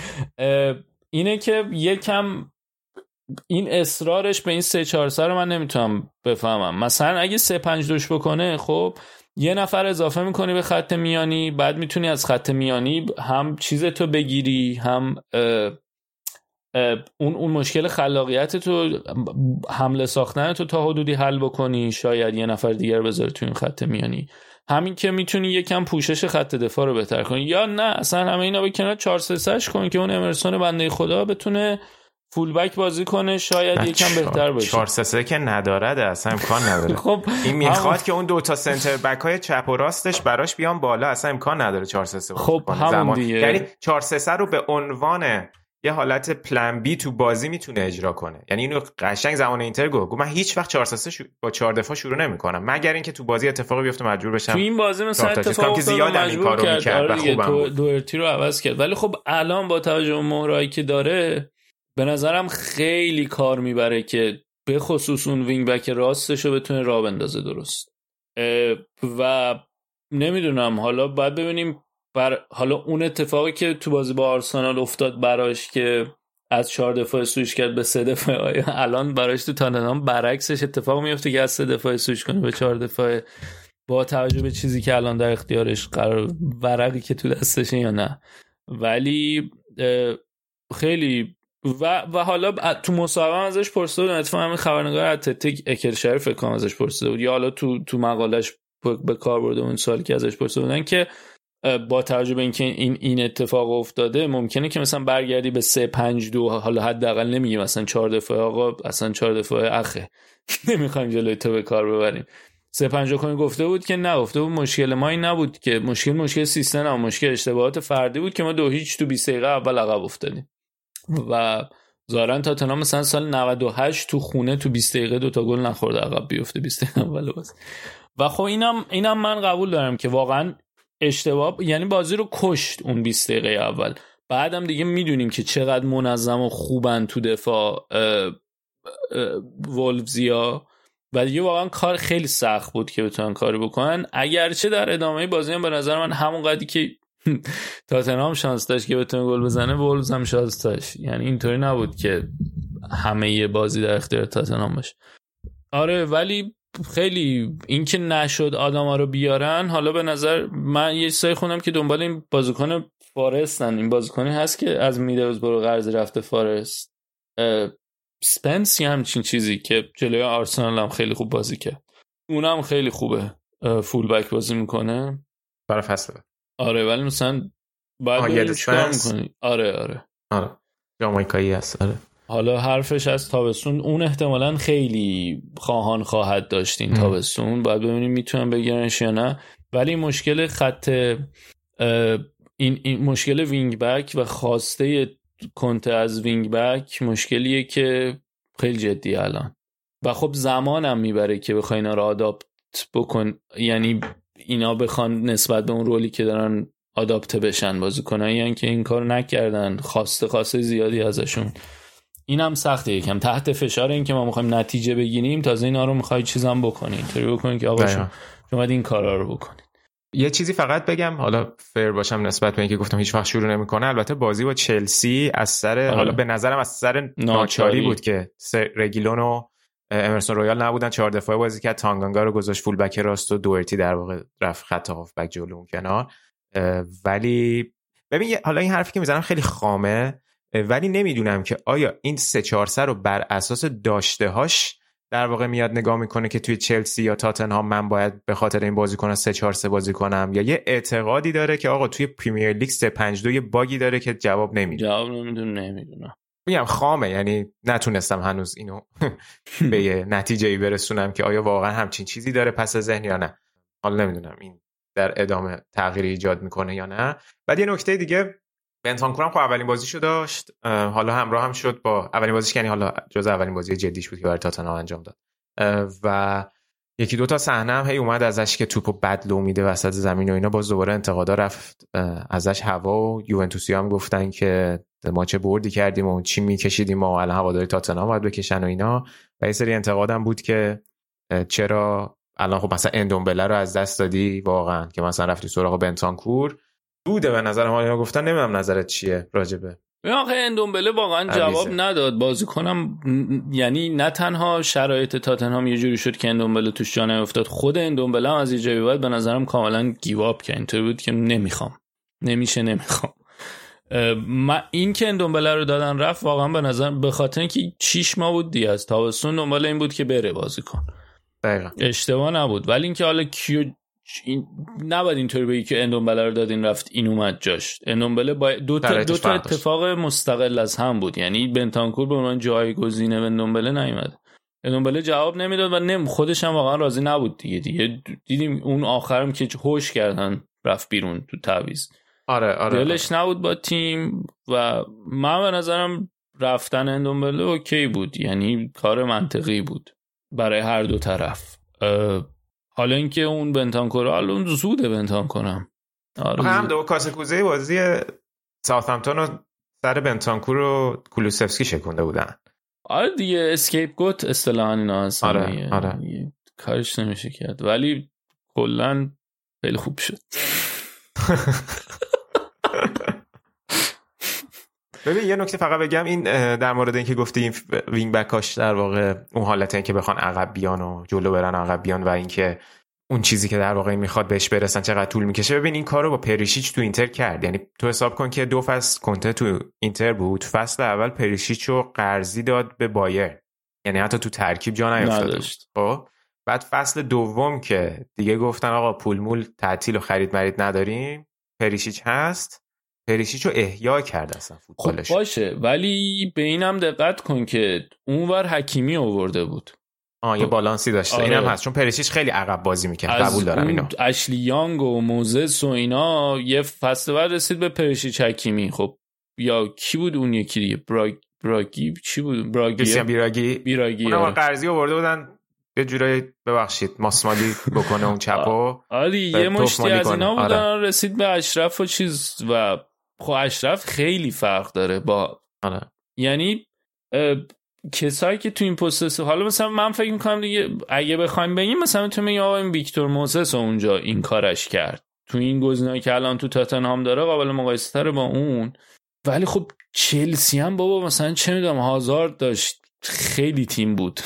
اینه که یکم این اصرارش به این سه چهار سه رو من نمیتونم بفهمم. مثلا اگه سه پنج دوش بکنه خب یه نفر اضافه میکنی به خط میانی، بعد میتونی از خط میانی هم چیزتو بگیری هم اه اه اون اون مشکل خلاقیت تو حمله ساختن تو تا حدودی حل بکنی، شاید یه نفر دیگر بذاری تو این خط میانی، همین که میتونی یکم پوشش خط دفاع رو بهتر کنی، یا نه اصلا همه اینا به کنار چهار سه سه کن که اون امرسون بنده خدا بتونه فول بک بازی کنه، شاید یکم بهتر باشه. چهار سه سه که نداره، اصلا امکان نداره. خب این میخواد هم... که اون دوتا سنتر بک های چپ و راستش براش بیان بالا، اصلا امکان نداره چهار سه سه خب همون دیگه، یعنی چهار سه سه رو به عنوان یه حالت پلن بی تو بازی میتونه اجرا کنه. یعنی اینو قشنگ زمان اینتر گفت من هیچ وقت چهار سه سه شو... با چهار دفاع شروع نمیکنم مگر اینکه تو بازی اتفاقی بیفته مجبور بشم. تو این بازی مثلا اتفاق که زیاد این کارو میکرد و خوبم دوئرتی رو عوض کرد، ولی خب الان با توجه به مهرایی که داره به نظرم خیلی کار میبره که به خصوص اون وینگ بک راستشو بتونه راه بندازه درست. و نمیدونم حالا باید ببینیم بر حالا اون اتفاقی که تو بازی با آرسنال افتاد براش که از چهار دفاع سویچ کرد به سه دفاع، الان براش تو تاتنهام برعکسش اتفاق میفته که از سه دفاع سویچ کنه به چهار دفاع، با توجه به چیزی که الان در اختیارش قرار ورقی که تو دستشه یا نه. ولی خیلی و و حالا تو مصاحبه ازش پرسیده بود، اتفاقا همین خبرنگار اتلتیک اکرشری فکر کنم ازش پرسیده بود یا حالا تو تو مقالش به کار برده اون سوالی که ازش پرسیده بودن که با توجه به اینکه این این اتفاق افتاده ممکنه که مثلا برگردی به سه پنج دو، حالا حداقل نمیگه مثلا چهار دفاع آقا اصلا چهار دفاع اخه نمیخوایم جلوی تو به کار ببریم سه پنج دو کنه. گفته بود که نه، گفته بود مشکل ما این نبود که مشکل مشکل سیستم نه، مشکل اشتباهات فردی بود که ما دو هیچ تو بیست دقیقه اول عقب افتادیم و ظاهرا تاتنهام مثلا سال نود و هشت تو خونه تو بیست دقیقه دو تا گل نخورد عقب بیفته بیست دقیقه اول باز. و خب اینم اینم من قبول دارم که واقعا اشتباه، یعنی بازی رو کشت اون بیست دقیقه اول. بعدم دیگه میدونیم که چقدر منظم و خوبن تو دفاع وولفزیا و دیگه واقعا کار خیلی سخت بود که بتونن کاری بکنن. اگرچه در ادامه بازی هم به نظر من همون قدری که تاتنهام شانس داشت که بتونه گل بزنه، وولفز هم شانس داشت. یعنی اینطوری نبود که همه یه بازی در اختیار تاتنهام باشه. آره ولی خیلی این که نشد آدما رو بیارن. حالا به نظر من یه چیزی خوندم که دنبال این بازیکن فارستن، این بازیکنی هست که از میدلزبرو قرض رفته فارست، سپنس یا همچین چیزی که جلوی آرسنال هم خیلی خوب بازی کرد، اونم خیلی خوبه، فول بک بازی میکنه برای فصل. آره ولی مثلا باید چیکار میکنی؟ آره آره آره جامائیکایی هست. آره حالا حرفش از تابستون اون احتمالاً خیلی خواهان خواهد داشت این تابستون، باید ببینیم میتونن بگیرنش یا نه. ولی مشکل خط این, این مشکل وینگ بک و خواسته کنته از وینگ بک مشکلیه که خیلی جدیه الان و خب زمانم میبره که بخوای اینا رو آداپت بکن، یعنی اینا بخوان نسبت به اون رولی که دارن آداپت بشن بازیکنایی یعنی که این کار نکردن، خواسته خواسته زیادی ازشون. اینم سخته، یکم تحت فشار این که ما میخوایم نتیجه بگیریم، تازه اینا رو میخوای چیزام بکنی، اینطوری بکنی که آقا شما شما این کارا رو بکنید. یه چیزی فقط بگم حالا فیر باشم نسبت به اینکه گفتم هیچ وقت شروع نمیکنه، البته بازی با چلسی از سر آره. حالا به نظرم از سر ناچاری بود که رگیلون و امرسون رویال نبودن، چهار دفاعه بازی کرد، تانگانگا رو گذاشت فول بک راست و دوئرتی در واقع رفت خط هاف بک جلو اون کنار. ولی ببین حالا این حرفی که میزنم خیلی خامه، ولی نمیدونم که آیا این سه چهار سه رو بر اساس داشته هاش در واقع میاد نگاه میکنه که توی چلسی یا تاتنهام من باید به خاطر این بازیکن سه چهار سه بازی کنم، یا یه اعتقادی داره که آقا توی پریمیر لیگ سه پنج دو یه باگی داره که جواب نمیده. جواب نمیدونه نمیدونم میگم خامه، یعنی نتونستم هنوز اینو به یه نتیجه‌ای برسونم که آیا واقعا همچین چیزی داره پس ذهن یا نه. حالا نمیدونم این در ادامه تغییری ایجاد میکنه یا نه. بعد یه نکته دیگه، بنتانکور هم خب اولین بازیشو داشت، حالا همراه هم شد با اولین بازیش، یعنی حالا جز اولین بازی جدیش بود که برای تاتنهام انجام داد و یکی دو تا صحنه هم هی اومد ازش که توپو بد لو میده وسط زمین و اینا، باز دوباره انتقادا رفت ازش هوا و یوونتوسی هم گفتن که ما چه بردی کردیم و چی میکشیدیم و الان هواداری تاتنهام باید بکشن و اینا، و یه سری انتقادم بود که چرا الان خب مثلا اندومبله رو از دست دادی واقعا که مثلا رفتی سراغ بنتانکور. بوده به نظر ما، اینا گفتن، نمیدونم نظرت چیه راجبه. آخه اندومبله واقعا جواب نداد، بازیکنم یعنی نه تنها شرایط تاتنهام یه جوری شد که اندومبله توش جا نیفتاد، خود اندومبله هم از یه جایی بعد به نظرم کاملا گیواب کرد، اینطوری بود که نمیخوام نمیشه نمیخوام. ما این که اندومبله رو دادن رفت واقعا به نظر به خاطر اینکه شش ماه بود دیگه از تابستون دنبال این بود که بره بازیکن، دقیقاً اشتباه نبود. ولی اینکه حالا کیو این نباید اینطوری بگی که اندومبله رو دادین رفت این اومد جاش. اندومبله با دو تا دو تا اتفاق مستقل از هم بود، یعنی بنتانکور به عنوان جایگزین اندومبله نیومد، اندومبله جواب نمیداد و نم خودش هم واقعا راضی نبود دیگه دیگه دیدیم اون آخرم که هوش کردن رفت بیرون تو تعویض. آره آره دلش آره. نبود با تیم و من به نظرم رفتن اندومبله اوکی بود، یعنی کار منطقی بود برای هر دو طرف. حالا اینکه اون بنتانکور حالا اون زوده بنتانکورم آره هم دو کاسکوزه بازی ساوثهمپتون رو سر بنتانکور و کولوسفسکی شکنده بودن. آره دیگه اسکیپ گوت اصطلاحاً اینا هستن. آره آره کارش نمیشه کرد. ولی کلا خیلی خوب شد. ببین یه نکته فقط بگم، این در مورد اینکه گفتی این وینگ بکاش در واقع اون حالت این که بخوان عقب بیان و جلو برن عقب بیان و اینکه اون چیزی که در واقع میخواد بهش برسن چقدر طول میکشه. ببین این کارو با پریشیچ تو اینتر کرد، یعنی تو حساب کن که دو فصل کنته تو اینتر بود، فصل اول پریشیچو قرضی داد به بایر، یعنی حتی تو ترکیب جا نیافتاد. خب بعد فصل دوم که دیگه گفتن آقا پول مول تعطیل و خرید مرید نداریم، پریشیچ هست، پریشیچو احیا کرد اصلا فوتبالش. خب باشه، ولی به اینم دقت کن که اونور حکیمی آورده بود. آه یه بالانسی داشته. آره. اینم هست چون پریشیچ خیلی عقب بازی میکنه، قبول دارم اینو. اشلی یانگ و موزس و اینا یه فصل بعد رسید به پریشیچ حکیمی. خب یا کی بود اون یکی دیگه؟ براگ براگی چی بود؟ براگی کریستیان بیراگی بیراگی اونم آره. قرضی آورده بودن یه جورایی ببخشید ماسمالی بکنه اون چپو. آره یه مشتی از اینا بودن. آره. رسید به اشرف و چیز و خب اشرف خیلی فرق داره با آره. یعنی کسایی که تو این پست، حالا مثلا من فکر میکنم دیگه اگه بخوایم بگیم مثلا تو میگم آقا این ویکتور موزس اونجا این کارش کرد، تو این گزینه‌ای که الان تو تاتنهام داره قابل مقایسه تره با اون. ولی خب چلسی هم بابا مثلا چه میدونم هازارد داشت، خیلی تیم بود.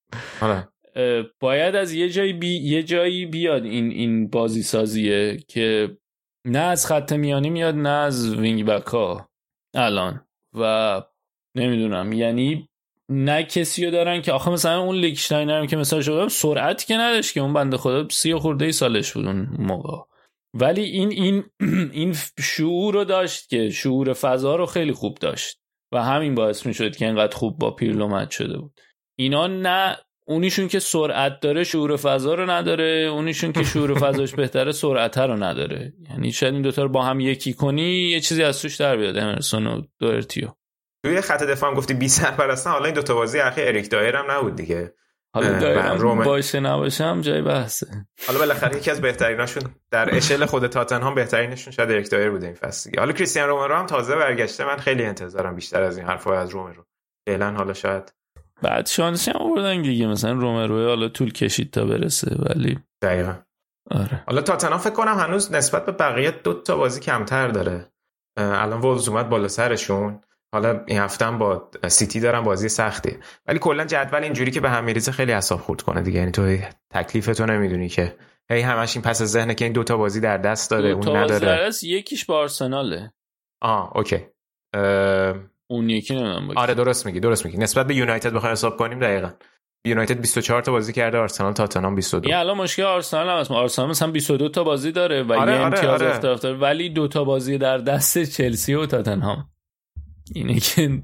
آره. باید از یه جایی بی... یه جایی بیاد این این بازی سازیه که نه از خط میانی میاد نه از وینگ بک ها الان، و نمیدونم یعنی نه کسی رو دارن که آخه مثلا اون لیکشتاینر هم که مثلا شده سرعت که نداشت که اون بنده خدا سی خورده ای سالش بود اون موقع، ولی این این این شعور رو داشت که شعور فضا رو خیلی خوب داشت و همین باعث می شد که اینقدر خوب با پیرلو مچ شده بود. اینا نه، اونیشون که سرعت داره شعور فضا رو نداره، اونیشون که شعور فضاش بهتره سرعت رو نداره. یعنی شاید این دوتا رو با هم یکی کنی یه چیزی از توش در بیاد. امرسون و دورتیو توی خط دفاع هم گفتی بی سرپرستن، حالا این دوتا بازی اخیر اریک دایر هم نبود دیگه. حالا دایرم باشه نباشه هم جای بحثه. حالا بالاخره یکی از بهتریناشون در اشل خود تاتنهام بهترینشون شاید اریک دایر بوده این فصل دیگه. حالا کریستیان رومرو هم تازه برگشته، من خیلی انتظارم بیشتر از این حرفا از رومرو فعلا. حالا شاید بعد شانسی هم آوردن دیگه، مثلا رومرو حالا طول کشید تا برسه، ولی دقیقاً آره. حالا تاتنهام فکر کنم هنوز نسبت به بقیه دو تا بازی کمتر داره. الان وولز اومد بالا سرشون، حالا این هفته هم با سیتی دارن بازی سختی، ولی کلا جدول اینجوری که به هم میریزه خیلی اعصاب خورد کنه دیگه. یعنی تو تکلیفتو نمیدونی که هی همش این پس از ذهنه که این دوتا بازی در دست داره اون نداره. در دست یکیش با آرسناله. آه اوکی. اه... اون یکی نمیدونم. آره درست میگی درست میگی. نسبت به یونایتد بخوایم حساب کنیم دقیقاً یونایتد بیست و چهار تا بازی کرده، آرسنال تاتنهام بیست و دو. این الان مشکل آرسنال هم هست. آرسنال مثلا بیست و دو تا بازی داره و آره، یه آره، امتیاز آره. اختلاف داره، ولی دو تا بازی در دست چلسی و تاتنهام. اینه که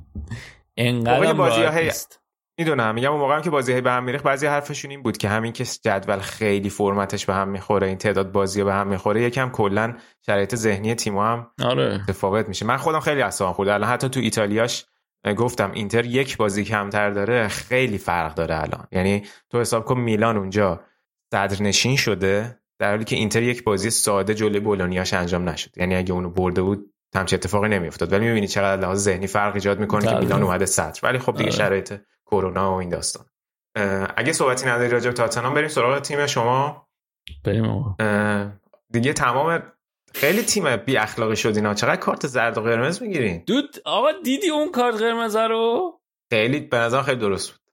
انقدر بازی‌های میدونم میگم اون موقع هم که بازی‌های به هم میریخت بعضی حرفشون این بود که همین که جدول خیلی فرمتش به هم میخوره، این تعداد بازی‌ها به هم میخوره، یکم کلا شرایط ذهنی تیم‌ها هم آره متفاوت میشه. من خودم خیلی اعصابم خورد الان، حتی تو ایتالیاش گفتم اینتر یک بازی کمتر داره، خیلی فرق داره الان. یعنی تو حساب کن میلان اونجا صدرنشین شده در حالی که اینتر یک بازی ساده جلوی بولونیاش انجام نشد. یعنی اگه اونو برده بود همچین اتفاقی نمیافتاد، ولی میبینی چقدر لحاظ ذهنی فرق ایجاد میکنه که میلان اومده صدر. ولی خب دیگه شرایط کرونا و این داستان. اگه صحبتی نداری راجع به تاتنهام بریم سراغ تیم شما. بریم دیگه تمام. خیلی تیم بی اخلاقی شد اینا، چقدر کارت زرد و قرمز میگیرین دود. آقا دیدی اون کارت قرمز رو؟ خیلی به نظر خیلی درست بود.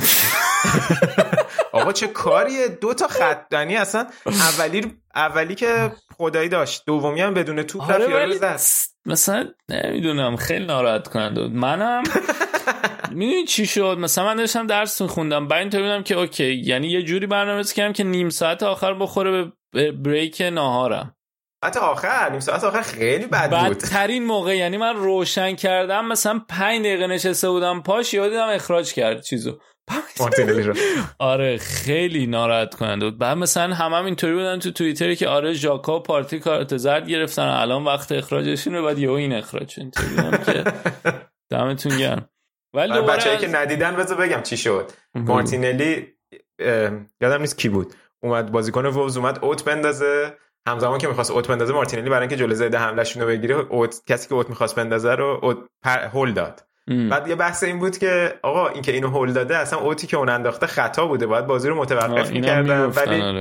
آقا چه کاریه، دو تا خط دنی اصلا، اولی اولی که خدایی داشت، دومی هم بدون توپ رفت یارو زد. مثلا نمیدونم خیلی ناراحت کننده بود. منم میدونی چی شد، مثلا من داشتم درس میخوندم بعد اینطوری بودم که اوکی، یعنی یه جوری برنامه‌ریزی کردم که نیم ساعت آخر بخوره به بریک ناهارم. حتی آخر نیم ساعت آخر خیلی بد بود، بدترین موقع. یعنی من روشن کردم مثلا پنج دقیقه نشسته بودم پاش، یادم اخراج کرد چیزو مارتینلی رو. آره خیلی ناراحت کننده بود. بعد مثلا همم هم اینطوری بودن تو توییتر که آره ژاکا پارتی کارت زرد گرفتن الان وقت اخراجشون، بعد یهو این اخراج شد. اینطوری بودم که دمتون گرم. ولی دوباره بچه‌ای که ندیدن بذار بگم چی شد. مارتینلی یادم نیست کی بود اومد بازیکن وولز اومد اوت بندازه، همزمان که می‌خواست اوت بندازه مارتینلی برای اینکه جلوی ضد حمله‌شون رو بگیره اوت کسی که اوت می‌خواست بندازه رو اوت هول داد. ام. بعد یه بحث این بود که آقا این که اینو هول داده اصلا اوتی که اون انداخته خطا بوده، باید بازی رو متوقف می‌کردن، ولی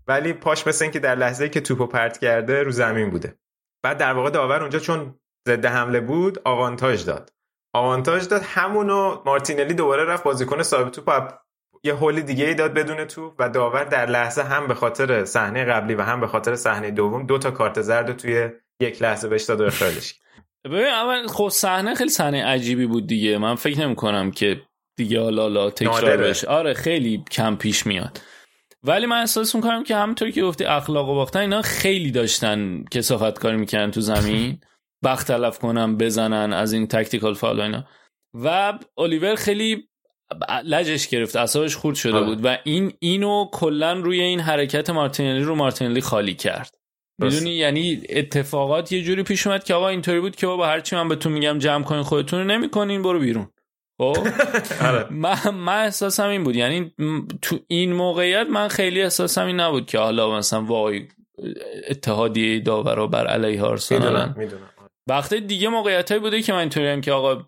ولی پاش مثل این که در لحظه‌ای که توپو پرت کرده رو زمین بوده. بعد در واقع داور اونجا چون ضد حمله بود آوانتاژ داد آوانتاژ داد همونو مارتینلی دوباره رفت بازیکن صاحب توپ یه هول دیگه ای داد بدون توپ و داور در لحظه هم به خاطر صحنه قبلی و هم به خاطر صحنه دوم دو تا کارت زرد توی یک لحظه بهش داد و اخراجش. ببین اول خب صحنه خیلی صحنه عجیبی بود دیگه. من فکر نمی‌کنم که دیگه حالا لا تکرار بشه. آره خیلی کم پیش میاد. ولی من احساس می‌کنم که همونطور که گفتی اخلاق و باختن اینا خیلی داشتن کثافت کاری می‌کردن تو زمین. وقت تلف کنن بزنن از این تاکتیکال فاول اینا. و الیور خیلی لجش گرفت، اعصابش خورد شده بود و این اینو کلا روی این حرکت مارتینلی رو مارتینلی خالی کرد. میدونی یعنی اتفاقات یه جوری پیش اومد که آقا اینطوری بود که بابا هرچی من بهتون میگم جمع کنین خودتون رو نمی‌کنین برو بیرون. خب من من احساسم این بود، یعنی تو این موقعیت من خیلی احساسم این نبود که حالا مثلا وای اتحادیه داورا بر علیه آرسنال. میدونم وقتی دیگه موقعیتایی بوده که من اینطوری هم که آقا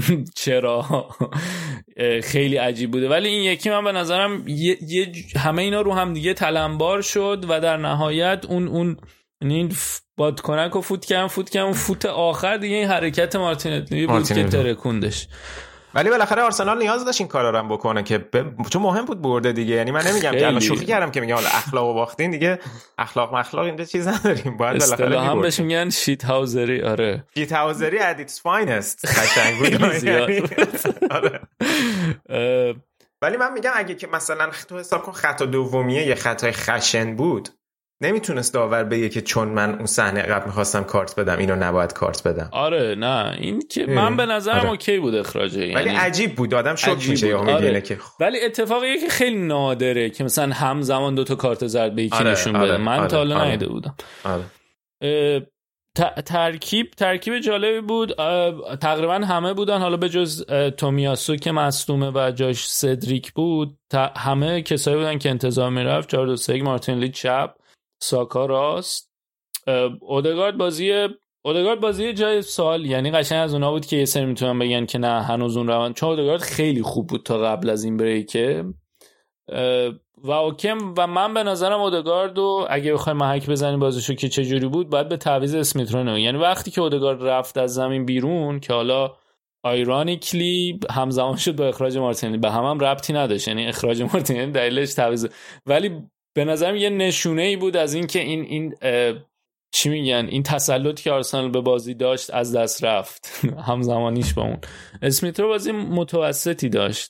چرا خیلی عجیب بوده. ولی این یکی من به نظرم یه, یه همه اینا رو هم دیگه تلمبار شد و در نهایت اون اون این بادکنک و فوت کردن فوت کردن فوت آخر دیگه این حرکت مارتینلی بود که ترکوندش. ولی بالاخره آرسنال نیاز داشت این کارا رو هم بکنه که ب... چون مهم بود برده دیگه. یعنی من نمیگم که الان شوخی کردم که میگم حالا اخلاق و باختین دیگه، اخلاق مخلاق اینجا چیز نداریم، باید بالاخره هم بهش میگن شیت هاوزری. آره شیت هاوزری at its finest قشنگ بود. آره ولی من میگم اگه که مثلا تو حساب کن خطا دومیه یه خطای خشن بود نمیتونست داور بگه که چون من اون صحنه قبل میخواستم کارت بدم اینو نباید کارت بدم. آره نه این که من به نظرم آره. اوکی بود اخراجه، یعنی ولی عجیب بود، آدم شوک میشه یا میبینه آره. که ولی اتفاقیه که خیلی نادره که مثلا همزمان دو تا کارت زرد به یکی آره. نشون بده آره. من آره. تا حالا آره. ندیده بودم. آره. ترکیب ترکیب جالبی بود، تقریبا همه بودن حالا به جز تومیاسو که مصدومه و جاش سدریک بود، همه کسایی بودن که انتظار میرفت. چهار دو سه مارتینلی چپ، ساکا راست. اودگارد بازی اودگارد بازی جای سوال، یعنی قشنگ از اونا بود که یه سری میتونن بگن که نه هنوز اون روند، چون اودگارد خیلی خوب بود تا قبل از این بریکه و اوکم و من به نظرم اودگارد و اگه بخوایم محک بزنیم بازیشو که چه جوری بود باید به تعویض اسمیت رو نمیم. یعنی وقتی که اودگارد رفت از زمین بیرون که حالا آیرونیکلی همزمان شد با اخراج مارتینلی، به هم هم ربطی نداشت، یعنی اخراج مارتینلی دلیلش تعویض، ولی به نظرم یه نشونه‌ای بود از این که این این چی میگن این تسلطی که آرسنال به بازی داشت از دست رفت همزمانیش با اون. اسمیت رو بازی متوسطی داشت.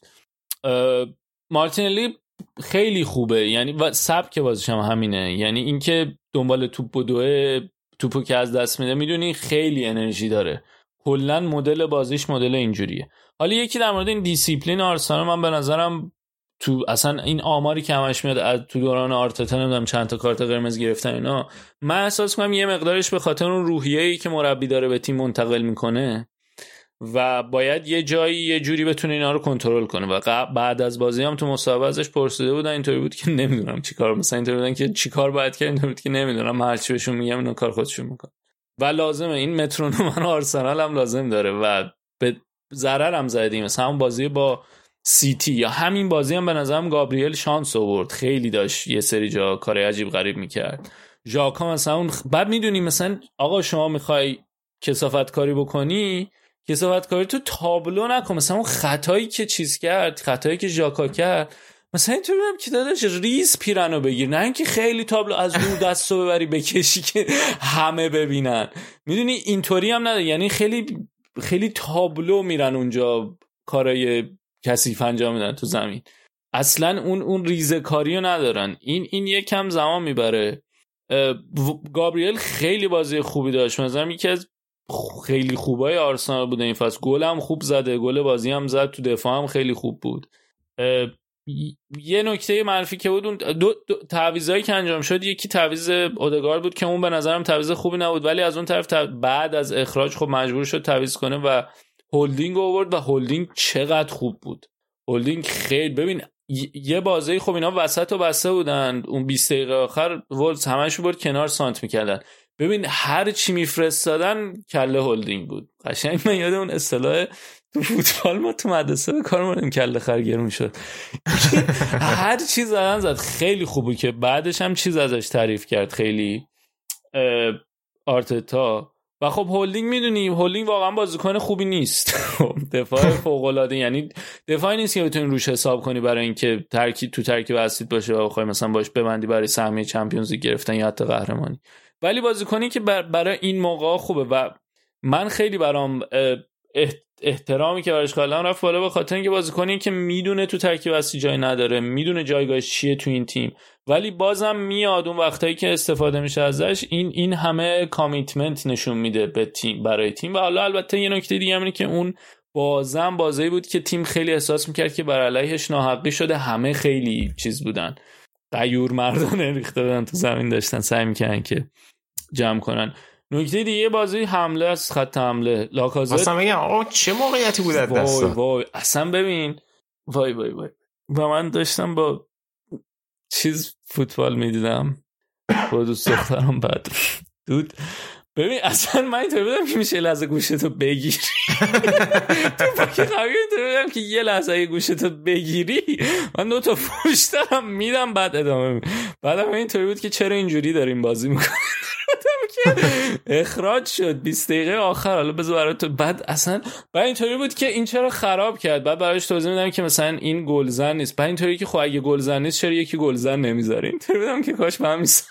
مارتینلی خیلی خوبه، یعنی و سبک بازیش هم همینه، یعنی اینکه دنبال توپ و دوه توپو که از دست میده میدونی خیلی انرژی داره، کلا مدل بازیش مدل اینجوریه. حالا یکی در مورد این دیسیپلین آرسنال، من به نظرم تو اصلا این آماری که همش میاد از تو دوران آرتتا نمیدونم چند تا کارت قرمز گرفتن اینا، من احساس کنم یه مقدارش به خاطر اون روحیه‌ای که مربی داره به تیم منتقل میکنه و باید یه جایی یه جوری بتونه اینا رو کنترل کنه. و بعد از بازی هم تو مصاحبه ازش پرسیده بودن، اینطوری بود که نمیدونم چیکار، مثلا اینطوری بودن که چیکار باید کرد، اینطوری بود که نمیدونم، هر چی بهشون میگم اینا کار خودشون میکنه و لازمه این مترونوم آرسنال هم لازم داره و به ضرر هم زدیم. مثلا همون بازی با سیتی یا همین بازی هم به نظرم گابریل شانس آورد، خیلی داشت یه سری جا کار عجیب غریب میکرد. ژاکا مثلا اون بعد میدونی مثلا آقا شما میخوای کثافت کاری بکنی، کثافت کاری تو تابلو نکن. مثلا اون خطایی که چیز کرد، خطایی که ژاکا کرد، مثلا اینطوری بودم که داداش ریز پیرنو بگیر، نه اینکه خیلی تابلو از دور دستو ببری بکشی که همه ببینن. میدونی اینطوری هم نداره، یعنی خیلی خیلی تابلو میرن اونجا کارای کثیف انجام میدن تو زمین، اصلا اون اون ریزه کاریو ندارن. این این یکم زمان میبره. گابریل خیلی بازی خوبی داشت، مثلا یکی از خیلی خوبای آرسنال بوده این فصل، گل هم خوب زده، گل بازی هم زد، تو دفاع هم خیلی خوب بود. یه نکته منفی که بود اون دو, دو تعویضایی که انجام شد، یکی تعویض اودگارد بود که اون به نظرم تعویض خوبی نبود، ولی از اون طرف بعد از اخراج خب مجبور شد تعویض کنه و هولدینگ آورد و هولدینگ چقدر خوب بود. هولدینگ خیلی ببین یه بازی خب اینا وسط و بسته بودن، اون بیست دقیقه آخر وولز همه‌شو برد کنار سانت می‌کردن، ببین هر چی میفرستادن کله هولدینگ بود. قشنگ من یاد اون اصطلاح تو فوتبال ما تو مدرسه به کار مونیم کله خر گرون شد. هر چیز زدن زد. خیلی خوبه که بعدش هم چیز ازش تعریف کرد خیلی آرتتا. و خب هولدینگ میدونی هولدینگ واقعا بازیکن خوبی نیست. دفاع فوق العاده، یعنی دفاعی نیست که بتونی روش حساب کنی برای اینکه ترکیب تو ترکیب اصلیت باشه و بخوای مثلا باش ببندی برای سهمیه چمپیونز لیگ گرفتن یا حتی قهرمانی. ولی بازیکنی که برای این موقع خوبه و من خیلی برام احترامی که براش قائلم رفت بالا، به خاطر اینکه بازیکنی که میدونه تو ترکیب اصلی جای نداره، میدونه جایگاهش چیه تو این تیم، ولی بازم میاد اون وقتایی که استفاده میشه ازش این این همه کامیتمنت نشون میده به تیم، برای تیم. و حالا البته یه نکته دیگه همینه که اون بازم بازی بود که تیم خیلی احساس میکرد که بر علیهش ناحقی شده. همه خیلی چیز بودن، غیور مردانه ریخته بودن تو زمین، داشتن سعی میکنن که جمع کنن. نکته دیگه بازی حمله از خط حمله لاکازت. اصلا میگم آقا چه موقعیتی بود از دست وای وای اصلا ببین وای وای وای و من داشتم با چیز فوتبال میدیدم با دوست دخترم بعد دود ببین اصلا من اینطور بودم که میشه لحظه گوشتو بگیری تو باکی قوی اینطور بودم که یه لحظه گوشتو بگیری من دو تا فوش دارم میدم بعد ادامه می بعد هم اینطوری بود که چرا اینجوری داریم بازی میکنیم که اخراج شد بیست دقیقه آخر. حالا بذار برات بعد اصلا بعد اینطوری بود که این چرا خراب کرد. بعد براش توضیح میدم که مثلا این گلزن نیست. بعد اینطوری که خب اگه گلزن نیست چرا یکی گلزن نمیذاره. اینطوری بودم که کاش به هم میساده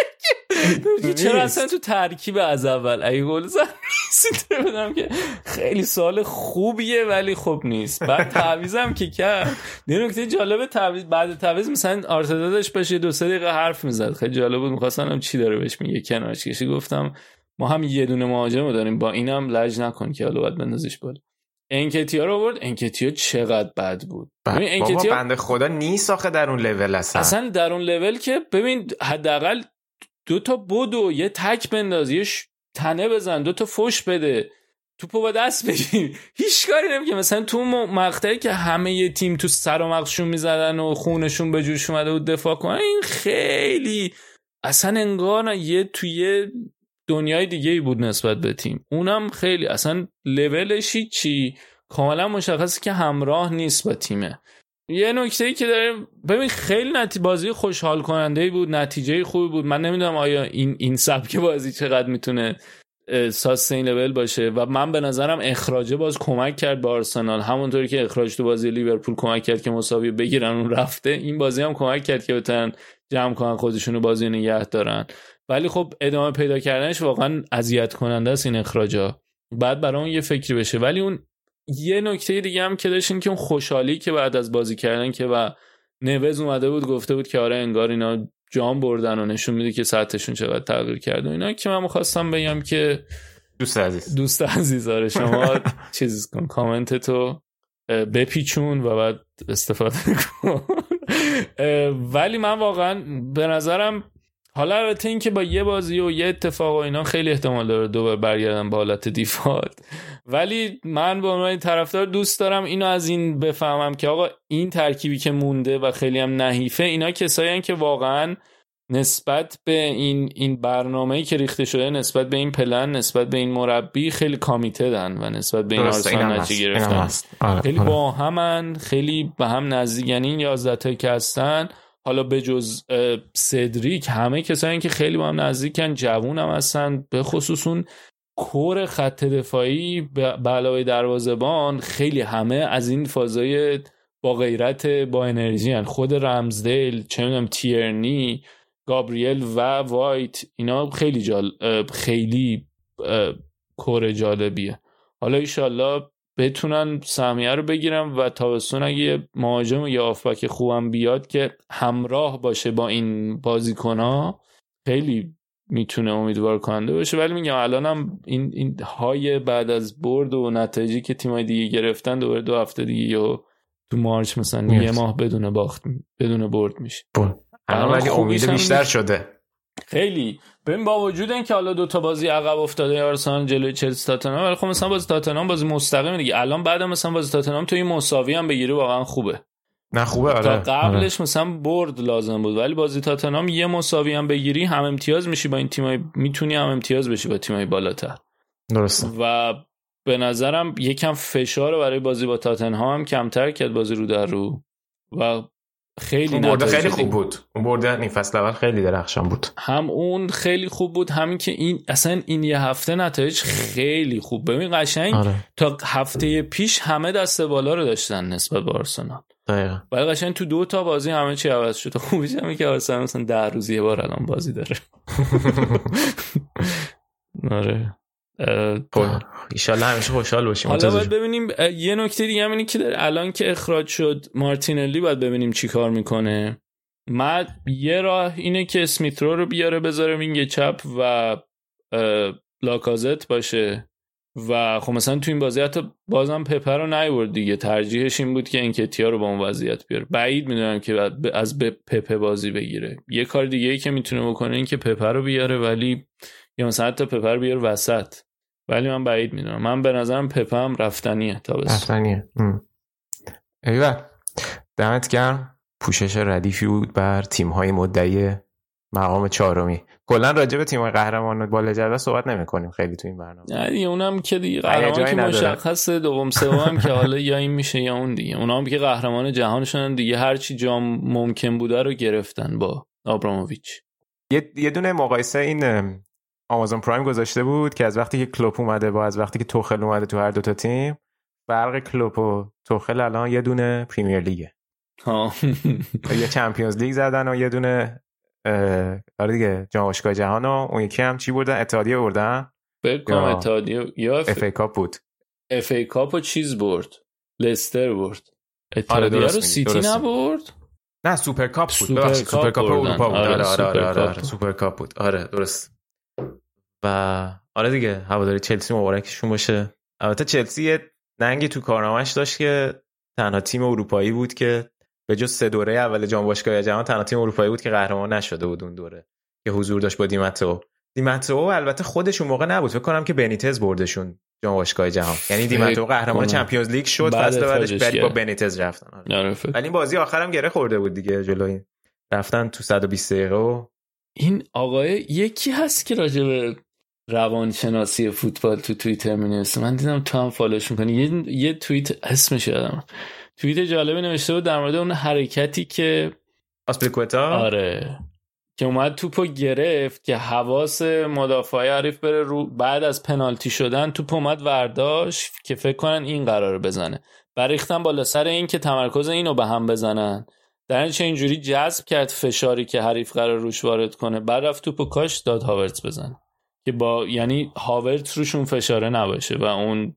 چرا اصلا تو ترکیب از اول اگه گلزن نیست. اینطوری بودم که خیلی سوال خوبیه ولی خب نیست. بعد تعویضم که کرد یه نکته جالب تعویض، بعد تعویض مثلا آرتتا داشت بشه دو سه دقیقه حرف میزد، خیلی جالب بود. می‌خواستم چی داره بهش میگه کنارش کشی. گفتم ما هم یه دونه مهاجم داریم با اینم لج نکن که حالا باید بندازیش بالا. انکتیا رو آورد. انکتیا چقدر بد بود. ببین انکتیا بنده خدا نیست آخه در اون لول اصلا. اصلا در اون لول که ببین حداقل دو تا بدو یه تک بنداز، یه تنه بزن، دو تا فوش بده، توپو با دست بگیر. هیچ کاری نمی‌کنه. مثلا تو مقطعی که همه یه تیم تو سر و مغزشون میزدن و خونشون به جوش اومده بود دفاع کنن، این خیلی اصلا انگار یه توی دنیای دیگه ای بود نسبت به تیم. اونم خیلی اصلا لولش چی کاملا مشخصه که همراه نیست با تیمه. یه نکته‌ای که داره ببین خیلی نتی بازی خوشحال کننده بود، نتیجه خوبی بود. من نمیدونم آیا این این سبک بازی چقدر میتونه ساستینبل باشه و من به نظرم اخراجه باز کمک کرد به آرسنال، همونطوری که اخراج تو بازی لیورپول کمک کرد که مساوی بگیرن اون رفته. این بازی هم کمک کرد که بتونن جمع کنن خودشونو بازی نگه دارن. ولی خب ادامه پیدا کردنش واقعا اذیت کننده است این اخراجا. بعد برای اون یه فکری بشه. ولی اون یه نکته دیگه هم که داشتین که اون خوشحالی که بعد از بازی کردن که و نوز اومده بود گفته بود که آره انگار اینا جام بردن و نشون میده که سطحشون چقدر تغییر کرده. اینا که من می‌خواستم بگم که دوست عزیز دوست عزیز آره شما چیز کن کامنت تو بپیچون و بعد استفاده کن. ولی من واقعا به نظرم حالا البته این که با یه بازی و یه اتفاق و اینا خیلی احتمال داره دوباره برگردن به حالت دیفالت، ولی من به عنوان طرفدار دوست دارم اینو از این بفهمم که آقا این ترکیبی که مونده و خیلی هم نحیفه، اینا کسایی هستن که واقعا نسبت به این این برنامه‌ای که ریخته شده، نسبت به این پلن، نسبت به این مربی خیلی کامیتدن و نسبت به این آرسنال نتیجه گرفتن آره، خیلی آره. با همن، خیلی به هم نزدیک. یعنی این یازده تایی که هستن، حالا به جز سدریک همه کسایی که خیلی با هم نزدیکن، جوون هم هستن، به خصوص اون کور خط دفاعی به علاوه دروازه‌بان خیلی همه از این فازای با غیرت با انرژی هن. خود رمزدیل، چه میدونم تیرنی، گابریل و وایت، اینا خیلی جال خیلی کور جالبیه. حالا ایشالله بتونن سهمیه رو بگیرن و تابستون اگه مهاجم یا آفبک خوبم بیاد که همراه باشه با این بازیکن‌ها خیلی میتونه امیدوار کننده باشه. ولی میگم الانم این این های بعد از برد و نتایجی که تیمای دیگه گرفتن دوباره دو هفته دیگه یا تو مارچ مثلا یه ماه بدون باخت بدون برد میشه. الان ولی امید بیشتر شده خیلی. ببین با وجود اینکه حالا دو تا بازی عقب افتاده آرسنال جلوی چلسی تاتنهام، ولی خب مثلا بازی تاتنهام بازی مستقیم دیگه. الان بعد مثلا بازی تاتنهام تو این مساوی هم بگیره واقعا خوبه. نه خوبه آره. تا قبلش آره. مثلا برد لازم بود، ولی بازی تاتنهام یه مساوی هم بگیری هم امتیاز میشی با این تیمای، میتونی هم امتیاز بشی با تیمای بالاتر. درسته. و به نظرم یکم فشار رو برای بازی با تاتنهام هم کمتر کرد، بازی رو در رو، و خیلی برده خیلی خوب بود. اون برده این فصل اول خیلی درخشان بود. هم اون خیلی خوب بود، همین که این اصلا این یه هفته نتایج خیلی خوب. ببین قشنگ آره. تا هفته پیش همه دست بالا رو داشتن نسبت به آرسنال. دقیقاً. ولی قشنگ تو دو تا بازی همه چی عوض شد. خوبیش همین که آرسنال مثلا ده روز یه بار الان بازی داره. آره. ایشالله همیشه خوشحال باشیم. حالا باید ببینیم یه نکته دیگه هم اینه که در الان که اخراج شد مارتینلی، باید ببینیم چی کار میکنه. من یه راه اینه که اسمیت رو رو بیاره بذاره وینگ چپ و لاکازت باشه و خب مثلا تو این بازی حتی بازم پپر رو نیورد دیگه، ترجیحش این بود که انکتیا رو با اون وضعیت بیاره. بعید میدونم که از پپ بازی بگیره. یه کار دیگه ای که میتونه بکنه این که پپر رو بیاره، ولی یا مثلا حتی پپر بیاره وسط، ولی من بعید میدونم. من به نظرم پپ هم رفتنیه تا بس رفتنیه. ایوه دمت گرم. پوشش ردیفی بود بر تیم‌های مدعی مقام چهارمی. کلا راجع به تیم‌های قهرمان بالای جدول صحبت نمی‌کنیم خیلی تو این برنامه. نه دیگه، اونم که دیگه قهرمان که مشخصه، دوم سوم هم که حالا یا این میشه یا اون دیگه. اونام که قهرمان جهان شدن دیگه، هر چی جام ممکن بوده رو گرفتن با آبراموویچ. یه یه دونه مقایسه این آمازون پرایم گذاشته بود که از وقتی که کلوپ اومده با از وقتی که توخل اومده تو هر دو تا تیم، فرق کلوپ و توخل الان یه دونه پریمیر لیگه. ها یه چمپیونز لیگ زدن و یه دونه آره دیگه جام باشگاه جهان، و اون یکی هم چی بردن؟ اتحادیه بردن. بگم اتحادیه یا اف ای کاپ بود. اف ای کاپ و چیز برد، لستر برد. اتحادیه رو سیتی نبرد. نه سوپر کاپ بود. سوپر, سوپر کاپ اروپا بود. آره آره آره, آره, آره. سوپر کاپ بود. آره درست. و آره دیگه هواداری چلسی مبارکشون باشه. البته چلسی یه ننگی تو کارنامه‌اش داشت که تنها تیم اروپایی بود که به جز سه دوره اول جام باشگاه جهان تنها تیم اروپایی بود که قهرمان نشده بود اون دوره که حضور داشت با دیماتو. دیماتو البته خودش اون موقع نبود، فکر کنم که بنیتز بردشون جام باشگاه جهان، یعنی دیماتو قهرمان چمپیونز لیگ شد، فصل بعدش بعد با بنیتز رفتن. آره. ولی این بازی آخرام گره خورده بود دیگه جلوی، رفتن تو صد و بیست دقیقه. و این آقای یکی هست که راجع به روانشناسی فوتبال تو توییتر می‌نویسه، من دیدم تو هم فالوش می‌کنی. یه یه توییت اسمش یادم، توییت جالبی نوشته بود در مورد اون حرکتی که آسپلیکوتا آره که اومد توپو گرفت که حواس مدافعای حریف بره رو، بعد از پنالتی شدن توپ اومد ورداشت که فکر کنن این قراره بزنه، بریختن بالا سر این که تمرکز اینو به هم بزنن، در چه اینجوری جذب کرد فشاری که حریف قرار روش وارد کنه، بعد رفت توپو کاش داد هاورتس بزنه که با یعنی هاورتس روشون فشاره نباشه و اون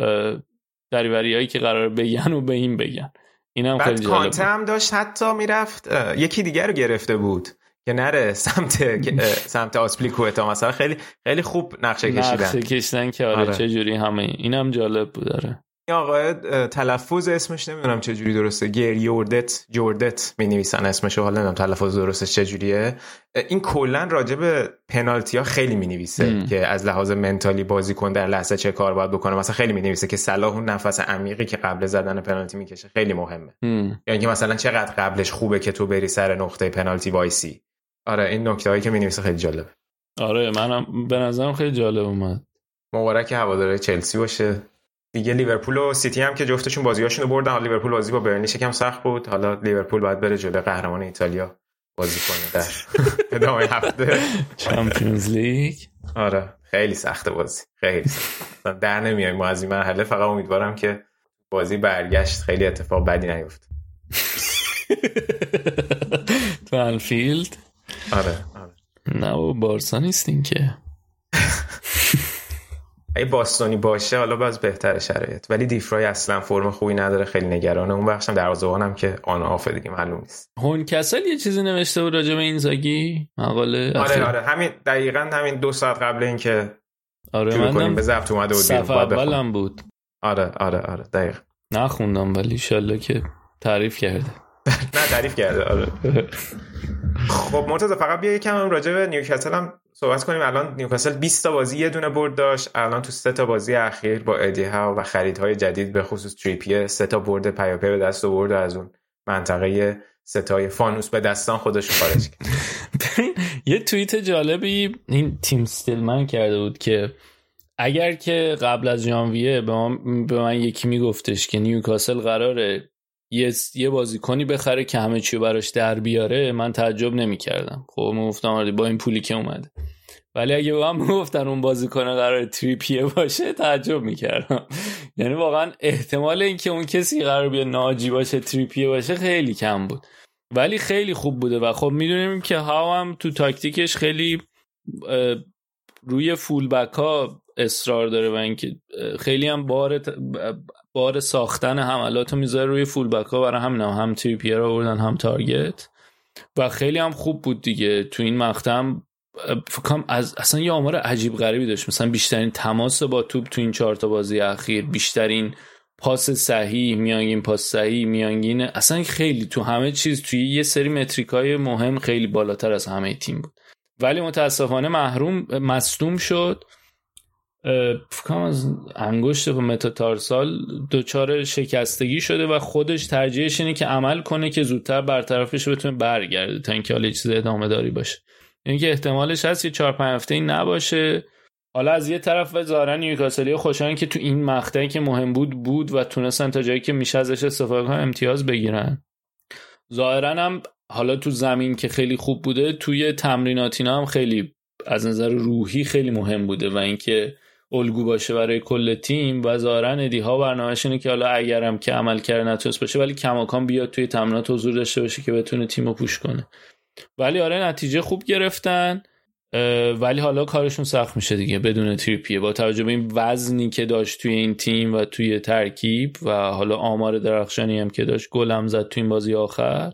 دریوریایی که قرار بگن و به این بگن. اینم خیلی جالب. بعد کانته هم داشت حتی میرفت یکی دیگر رو گرفته بود که نره سمت سمت آسپلیکوتا مثلا. خیلی خیلی خوب نقشه کشیدن نقشه کشیدن که آره, آره. چه جوری همه اینم جالب بود. داره این آقای تلفظ اسمش نمیدونم چه جوری درسته، گریوردت جوردت می‌نویسن اسمشو، حالا نمیدونم تلفظ درستش چه جوریه. این کلا راجع به پنالتی‌ها خیلی می‌نویسه که از لحاظ منتالی بازیکن در لحظه چه کار باید بکنه. مثلا خیلی می‌نویسه که صلاح اون نفس عمیقی که قبل زدن پنالتی میکشه خیلی مهمه، یعنی که مثلا چقدر قبلش خوبه که تو بری سر نقطه پنالتی وایسی. آره این نکته‌هایی که می‌نویسه خیلی جالبه. آره منم به نظرم خیلی جالب اومد. مبارک هواداری چلسی باشه دیگه. لیورپول و سیتی هم که جفتشون بازیاشونو بردن. حالا لیورپول بازی با برنلی شکم سخت بود، حالا لیورپول باید بره جلوی قهرمان ایتالیا بازی کنه در ادامه هفته چمپیونز لیگ. آره خیلی سخته بازی، خیلی سخت. در نمیایم ما از این مرحله. فقط امیدوارم که بازی برگشت خیلی اتفاق بدی نیفته. تو انفیلد؟ آره آره. نه و بارسا نیستین که. اگه باستونی باشه حالا باز بهتره شرایط، ولی دیفرای اصلا فرم خوبی نداره، خیلی نگرانه. اون بخشم دروازه‌بانم که آن آف دیگه معلوم نیست. هونکسل یه چیزی نوشته بود راجع به اینزاگی مقاله. آره آره همین دقیقاً همین دو ساعت قبل اینکه آره من کنیم به ضبط اومده بود صفحه اولم بود. آره آره آره دقیقاً نخوندم ولی ان شاءالله که تعریف کرده. نه تعریف کرده آره. خب مرتضی فقط بیا یکم راجع به نیوکاسل هم صحبت کنیم. الان نیوکاسل بیست تا بازی یه دونه برد داشت، الان تو سه تا بازی اخیر با ادی ها و خریدهای جدید به خصوص تریپیه سه تا برد پیاپی به دست آورد، از اون منطقه ستای فانوس به دستان خودش خارج کرد. یه توییت جالبی این تیم استیلمن کرده بود که اگر که قبل از ژانویه به من, به من یکی میگفتش که نیوکاسل قراره یه یه بازیکنی بخره که همه چی براش در بیاره، من تعجب نمی‌کردم. خب میگفتم با این پولی که اومده. ولی اگه به من میگفتن اون بازیکن قراره تریپیه باشه تعجب می‌کردم. یعنی واقعا احتمال اینکه اون کسی قرار بیاد ناجی باشه تریپیه باشه خیلی کم بود. ولی خیلی خوب بوده و خب میدونیم که هاو هم تو تاکتیکش خیلی روی فول بک ها اصرار داره و اینکه خیلی هم بار بار ساختن حملاتو میذاره روی فول بک ها، برای همین هم, هم تریپیر رو آوردن هم تارگت و خیلی هم خوب بود دیگه. تو این مقطع هم فکرم از اصلا یه آمار عجیب غریبی داشت، مثلا بیشترین تماس با توپ تو این چهار تا بازی اخیر، بیشترین پاس صحیح، میانگین پاس صحیح، میانگین، اصلا خیلی تو همه چیز توی یه سری متریکای مهم خیلی بالاتر از همه تیم بود. ولی متاسفانه محروم مصدوم شد، فکرم از انگشت و متاتارسال دچار شکستگی شده و خودش ترجیحش اینه که عمل کنه که زودتر برطرفش بتونه برگرده تا اینکه حالا چیز ادامه داری باشه. این که احتمالش هست یه چهار پنج هفته‌ای نباشه. حالا از یه طرف ظاهرا نیوکاسلی خوشحالن که تو این مقطعی که مهم بود بود و تونستن تا جایی که میشه ازش استفاده کنن امتیاز بگیرن. ظاهرا هم حالا تو زمین که خیلی خوب بوده، توی تمریناتینا هم خیلی از نظر روحی خیلی مهم بوده و اینکه الگو باشه برای کل تیم و ظاهرا ادی ها برنامه‌اش اینه که حالا اگرم که عمل کرده نتونست باشه ولی کماکان بیاد توی تمرینات حضور داشته باشه که بتونه تیمو پوش کنه. ولی آره نتیجه خوب گرفتن، ولی حالا کارشون سخت میشه دیگه بدون تریپیه، با توجه به این وزنی که داشت توی این تیم و توی ترکیب و حالا آمار درخشانی هم که داشت، گل هم زد توی این بازی آخر،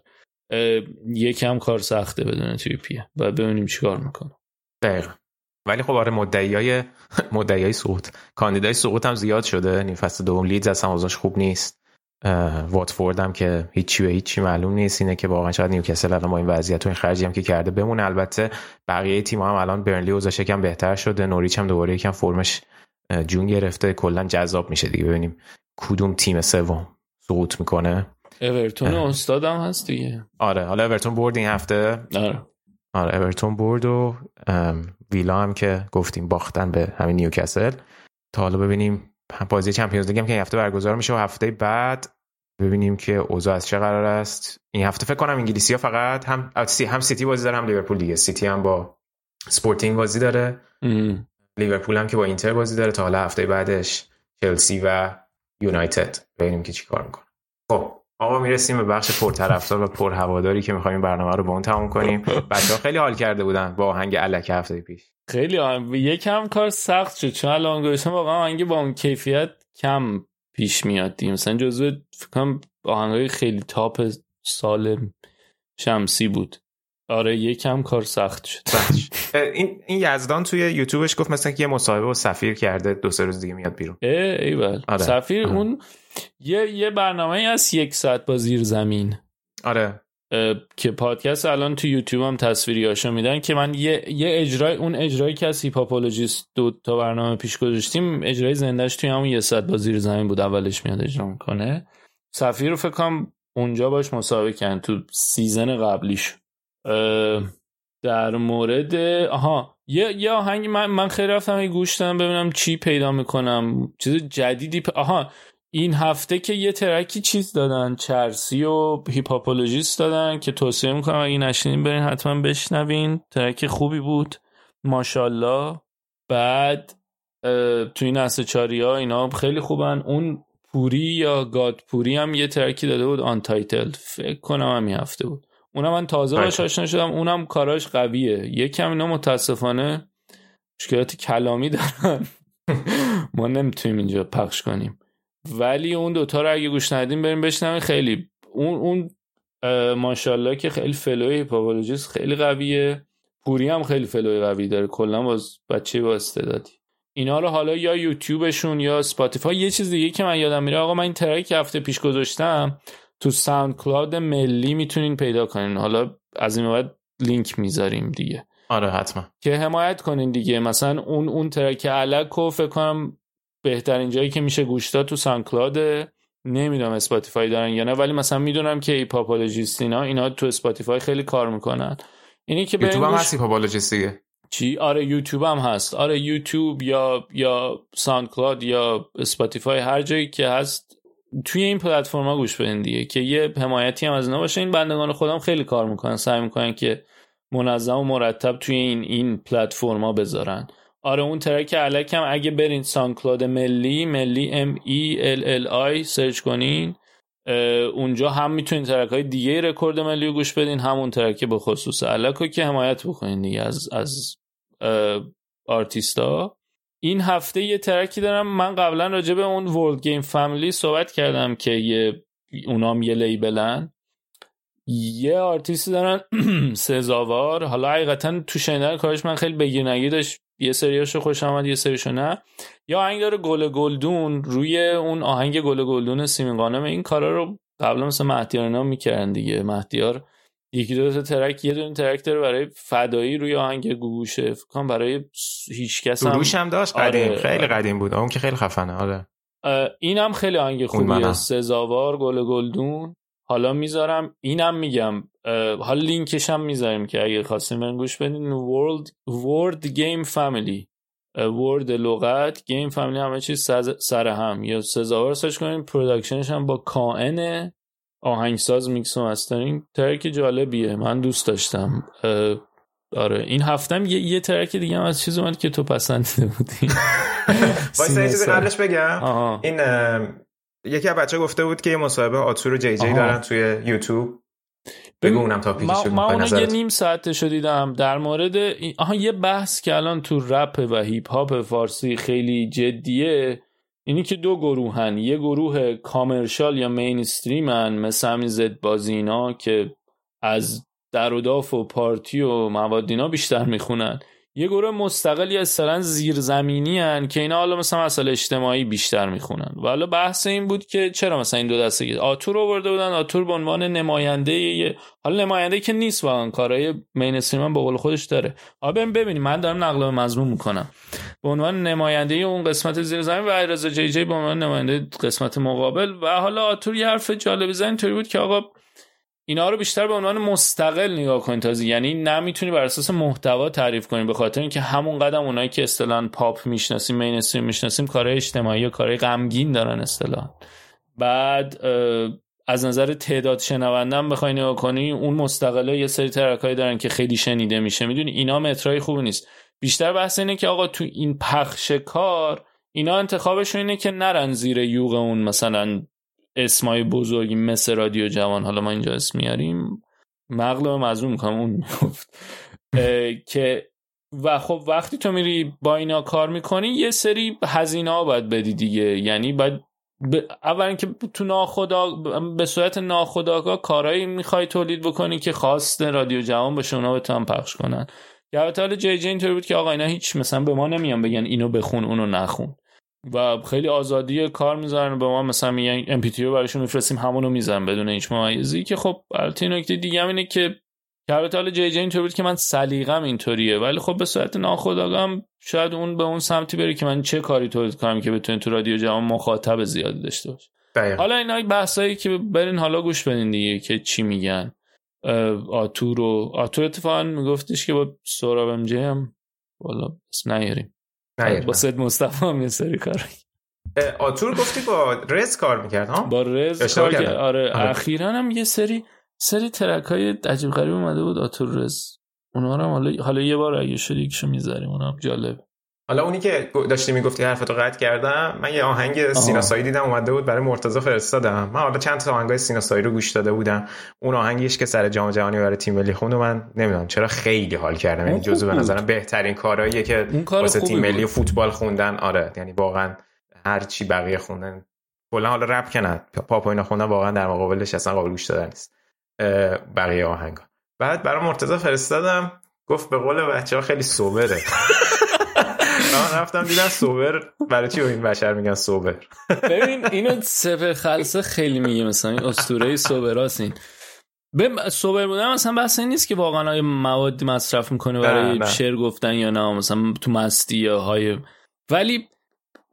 یکم کار سخته بدون تریپیه و ببینیم چیکار میکنه. دقیقاً. ولی خب آره مدعیای مدعیای سقوط، کاندیدای سقوط هم زیاد شده. نیم فصل دوم لیدز اصلا اوضاعش خوب نیست، واتفورد هم که هیچی به هیچی معلوم نیست. اینه که واقعا شاید نیوکاسل الان با این وضعیت و این خرجی هم که کرده بمونه. البته بقیه تیم‌ها هم الان برنلی اوضاعش یکم بهتر شده، نوریچ هم دوباره یکم فرمش جون گرفته، کلا جذاب میشه دیگه ببینیم کدوم تیم سوم سقوط میکنه. اورتون استادم هست دیگه. آره حالا اورتون برد این هفته. آره آره اورتون برد و ویلا هم که گفتیم باختن به همین نیوکاسل. تا حالا ببینیم بازی چمپیونز لیگ هم که این هفته برگزار میشه و هفته بعد ببینیم که اوضاع از چه قرار است. این هفته فکر کنم انگلیسی‌ها فقط هم هم سیتی بازی داره هم لیورپول دیگه. سیتی هم با اسپورتینگ بازی داره، ام. لیورپول هم که با اینتر بازی داره. تا حالا هفته بعدش چلسی و یونایتد. ببینیم که چیکار میکنه. خب آقا میرسیم به بخش پرطرفدار و پرهواداری که می‌خوایم برنامه رو با اون تموم کنیم. بچه‌ها خیلی حال کرده بودن با آهنگ الک هفته پیش. خیلی آهنگ یکم کار سخت شد چون الان گوشم واقعا آهنگ با اون کیفیت کم پیش میاد دیگه. مثلا جزو فکر کنم آهنگای خیلی تاپ سال شمسی بود. آره یکم کار سخت شد. این این یزدان توی یوتیوبش گفت مثلا که یه مصاحبه با سفیر کرده، دو سه روز دیگه میاد بیرون. ای ایول. آره. سفیر آره. اون یه یه برنامه‌ای از یک ساعت با زیر زمین. آره. که پادکست الان تو یوتیوب هم تصویریاشو میدن که من یه یه اجرای اون اجرایی که از هیپاپولوژیست دو تا برنامه پیش گذاشتیم اجرای زندهش توی همون یه ساعت با زیر زمین بود، اولش میاد اجرا میکنه. سفیر رو فکر کنم اونجا باش مسابقه کردن تو سیزن قبلیش. در مورد آها یه یه آهنگ من من خیلی رفتم یه گوش دادم ببینم چی پیدا میکنم، چیز جدیدی پ... آها این هفته که یه ترکی چیز دادن، چرسی و هیپاپولوژیست دادن که توصیه میکنم اگه نشنیدین برین حتما بشنوین، ترک خوبی بود ماشاءالله. بعد تو این نسل چاری ها اینا خیلی خوبن. اون پوری یا گاد پوری هم یه ترکی داده بود آن تایتل، فکر کنم همین هفته بود. اونم من تازه باش آشنا شدم، اونم کاراش قویه. یکم اینا متاسفانه مشکلات کلامی دارن ما نمیتونیم اینجا پخش کنیم، ولی اون دوتا رو اگه گوش ندیم بریم بشنویم. خیلی اون اون ماشاءالله که خیلی فلوی هیپاپولوژیست خیلی قویه، پوری هم خیلی فلوی قوی داره، کلا باز بچه با استعدادی. اینا رو حالا یا یوتیوبشون یا اسپاتیفای. یه چیز دیگه که من یادم میره آقا، من این ترک هفته پیش گذاشتم تو ساوند کلاود ملی میتونین پیدا کنین، حالا از این بعد لینک میذاریم دیگه. آره حتما که حمایت کنین دیگه. مثلا اون اون ترک الکو فکر کنم بهترین جایی که میشه گوش داد تو ساوند کلاود، نمیدونم اسپاتیفای دارن یا نه، ولی مثلا میدونم که هیپاپولوژیست اینا اینا تو اسپاتیفای خیلی کار میکنن. اینی که یوتیوب هم هست هیپاپولوژیست دیگه. چی؟ آره یوتیوب هم هست. آره یوتیوب یا یا ساوند کلاود یا اسپاتیفای، هر جایی که هست توی این پلتفرم‌ها گوش بدین دیگه، که یه حمایتی هم از اینا باشه. این بندگان خودم خیلی کار میکنن، سعی میکنن که منظم و مرتب توی این این پلتفرم‌ها بذارن. آره اون ترک الک هم اگه برین ساوند کلاود ملی ملی ام ای ال ال آی سرچ کنین، اونجا هم میتونین ترک‌های دیگه رکورد ملی رو گوش بدین، همون ترک به خصوص الکو که حمایت بکنین دیگه از از آرتیستا. این هفته یه ترکی دارم. من قبلا راجع به اون ورلد گیم فامیلی صحبت کردم که یه اونام یه لیبلن، یه آرتیستی دارن سزاوار. حالا حقیقتا تو شنیدن کارش من خیلی بگیر نگیر داشت، یه سریاشو خوشم اومد یه سریشو نه. یا آهنگ داره گل گلدون، روی اون آهنگ گل گلدون سیمین قانم. این کارا رو قبلا مثلا مهدیار اینا میکردن دیگه. مهدیار یکی دو تا ترک، یه دونه ترک داره برای فدایی روی آهنگ گوگوشه، فکر کنم برای هیچ کس هم روش هم داشت قدیم. آره. خیلی قدیم بود اون که خیلی خفنه. آره اینم خیلی آهنگ خوبیه، سزاوار گل گلدون. حالا میذارم اینم میگم، حالا لینکش هم میذاریم که اگه خواستین برین گوش بدین. World World Game Family، World لغت، Game Family همه چیز سر هم، یا سزاوار سرچ کنین. پروداکشنش هم با کائن، آهنگساز، میکس و مسترینگ. ترک جالبیه، من دوست داشتم. آره این هفتم یه, یه ترک دیگه هم از چیز اومد که تو پسندیده بودی. وایسا یه چیزی قبلش بگم. آها. این یکی از بچه گفته بود که یه مصاحبه آتور و جی جی دارن توی یوتیوب. بگو اونم تا پیش شد. من اونو یه نیم ساعته شدیدم در مورد این. آها یه بحث که الان تو رپ و هیپ هاپ فارسی خیلی جدیه، اینی که دو گروهن. یه گروه کامرشال یا مینستریمن مثل همین زد بازینا که از در و داف و پارتی و موادینا بیشتر میخونن. یه گروه مستقلی اصلا زیرزمینی هن که اینا حالا مثلا مسائل اجتماعی بیشتر میخونن. و حالا بحث این بود که چرا مثلا این دو دسته گید آتور رو برده بودن. آتور به عنوان نماینده یه، حالا نماینده که نیست واقعا، کارهای مینستریم هم به قول خودش داره. حالا بریم ببینیم، من دارم نقل به مضمون میکنم. به عنوان نماینده اون قسمت زیرزمین و علیرضا جی جی به عنوان نماینده قسمت مقابل. و حالا آتور یه حرف جالب زد اینطوری بود که آقا اینا رو بیشتر به عنوان مستقل نگاه کنید تازه، یعنی نمیتونی بر اساس محتوا تعریف کنی، به خاطر اینکه همون قدم اونایی که اصطلاحاً پاپ میشناسیم، مینستریم میشناسیم، کارهای اجتماعی و کارهای غمگین دارن اصطلاحاً. بعد از نظر تعداد شنونده هم بخوای نگاه کنی، اون مستقله یه سری ترکایی دارن که خیلی شنیده میشه. میدونی اینا مترای خوبی نیست. بیشتر بحث اینه که آقا تو این پخش کار اینا انتخابشون اینه که نرن زیر یوغ اون مثلا اسمای بزرگی مثل رادیو جوان، حالا ما اینجا اسم میاریم، مغلب مظلوم میکنم اون میگفت که. و خب وقتی تو میری با اینا کار میکنی یه سری هزینه ها باید بدی دیگه، یعنی باید ب... اولا که تو ناخدا به صورت ناخودآگاه کارهایی میخوای تولید بکنی که خواست رادیو جوان باشه، اونا بتونن پخش کنن. یا البته جی جی اینطوری بود که آقا اینا هیچ مثلا به ما نمیان بگن اینو بخون اونو نخون، و خیلی آزادی کار میذارن به ما، مثلا میگن ام پی تری رو براشون میفرستیم همونو میذارن بدون هیچ ممیزی. که خب البته نکته دیگه هم اینه که البته حالا جی جی اینطوری بود که من سلیقه‌م اینطوریه، ولی خب به صورت ناخودآگاه شاید اون به اون سمتی بره که من چه کاری تولید کنم که بتونه تو رادیو جوان مخاطب زیادی داشته باشه. حالا اینا بحثایی که برین حالا گوش بدین دیگه که چی میگن. آتور و آتور اتفاقا میگفتش که با سهراب ام جی هم والا اسم نیاریم، با سید مصطفی هم یه سری کار. آتور گفتی با رز کار میکرد ها؟ با رز کار کرد. آره اخیراً هم یه سری سری ترک های عجیب غریب اومده بود آتور رز، اونا رو هم حالا حالا یه بار اگه شد یکیشو میذاریم، اونا هم جالب. حالا اونی که داشتی میگفتی حرفتو قطع کردم، من یه آهنگ سینا سایی دیدم اومده بود برای مرتضی فرستادم. من حالا چند تا آهنگای سینا سایی رو گوش داده بودم، اون آهنگیش که سر جام جهانی برای تیم ملی خوند و من نمیدونم چرا خیلی حال کردم. این جزو به نظرم بهترین کارهاییه که واسه تیم ملی و فوتبال خوندن. آره یعنی واقعا هر چی بقیه خوندن کلا، حالا رپ کنن پاپ و اینا خوندن، واقعا در مقابلش اصلا قابل گوش دادن نیست بقیه آهنگا. بعد برای مرتضی فرستادم، گفت به قول بچه‌ها خیلی سوبره. من رفتم دیدم سوبر، برای چی این بشر میگن سوبر؟ ببین اینو سپر خلصه خیلی میگه، مثلا این اسطوره سوبراست. این به سوبر بودن مثلا بحث این نیست که واقعا های مواد مصرف میکنه برای شعر گفتن یا نه، مثلا تو مستی یا های، ولی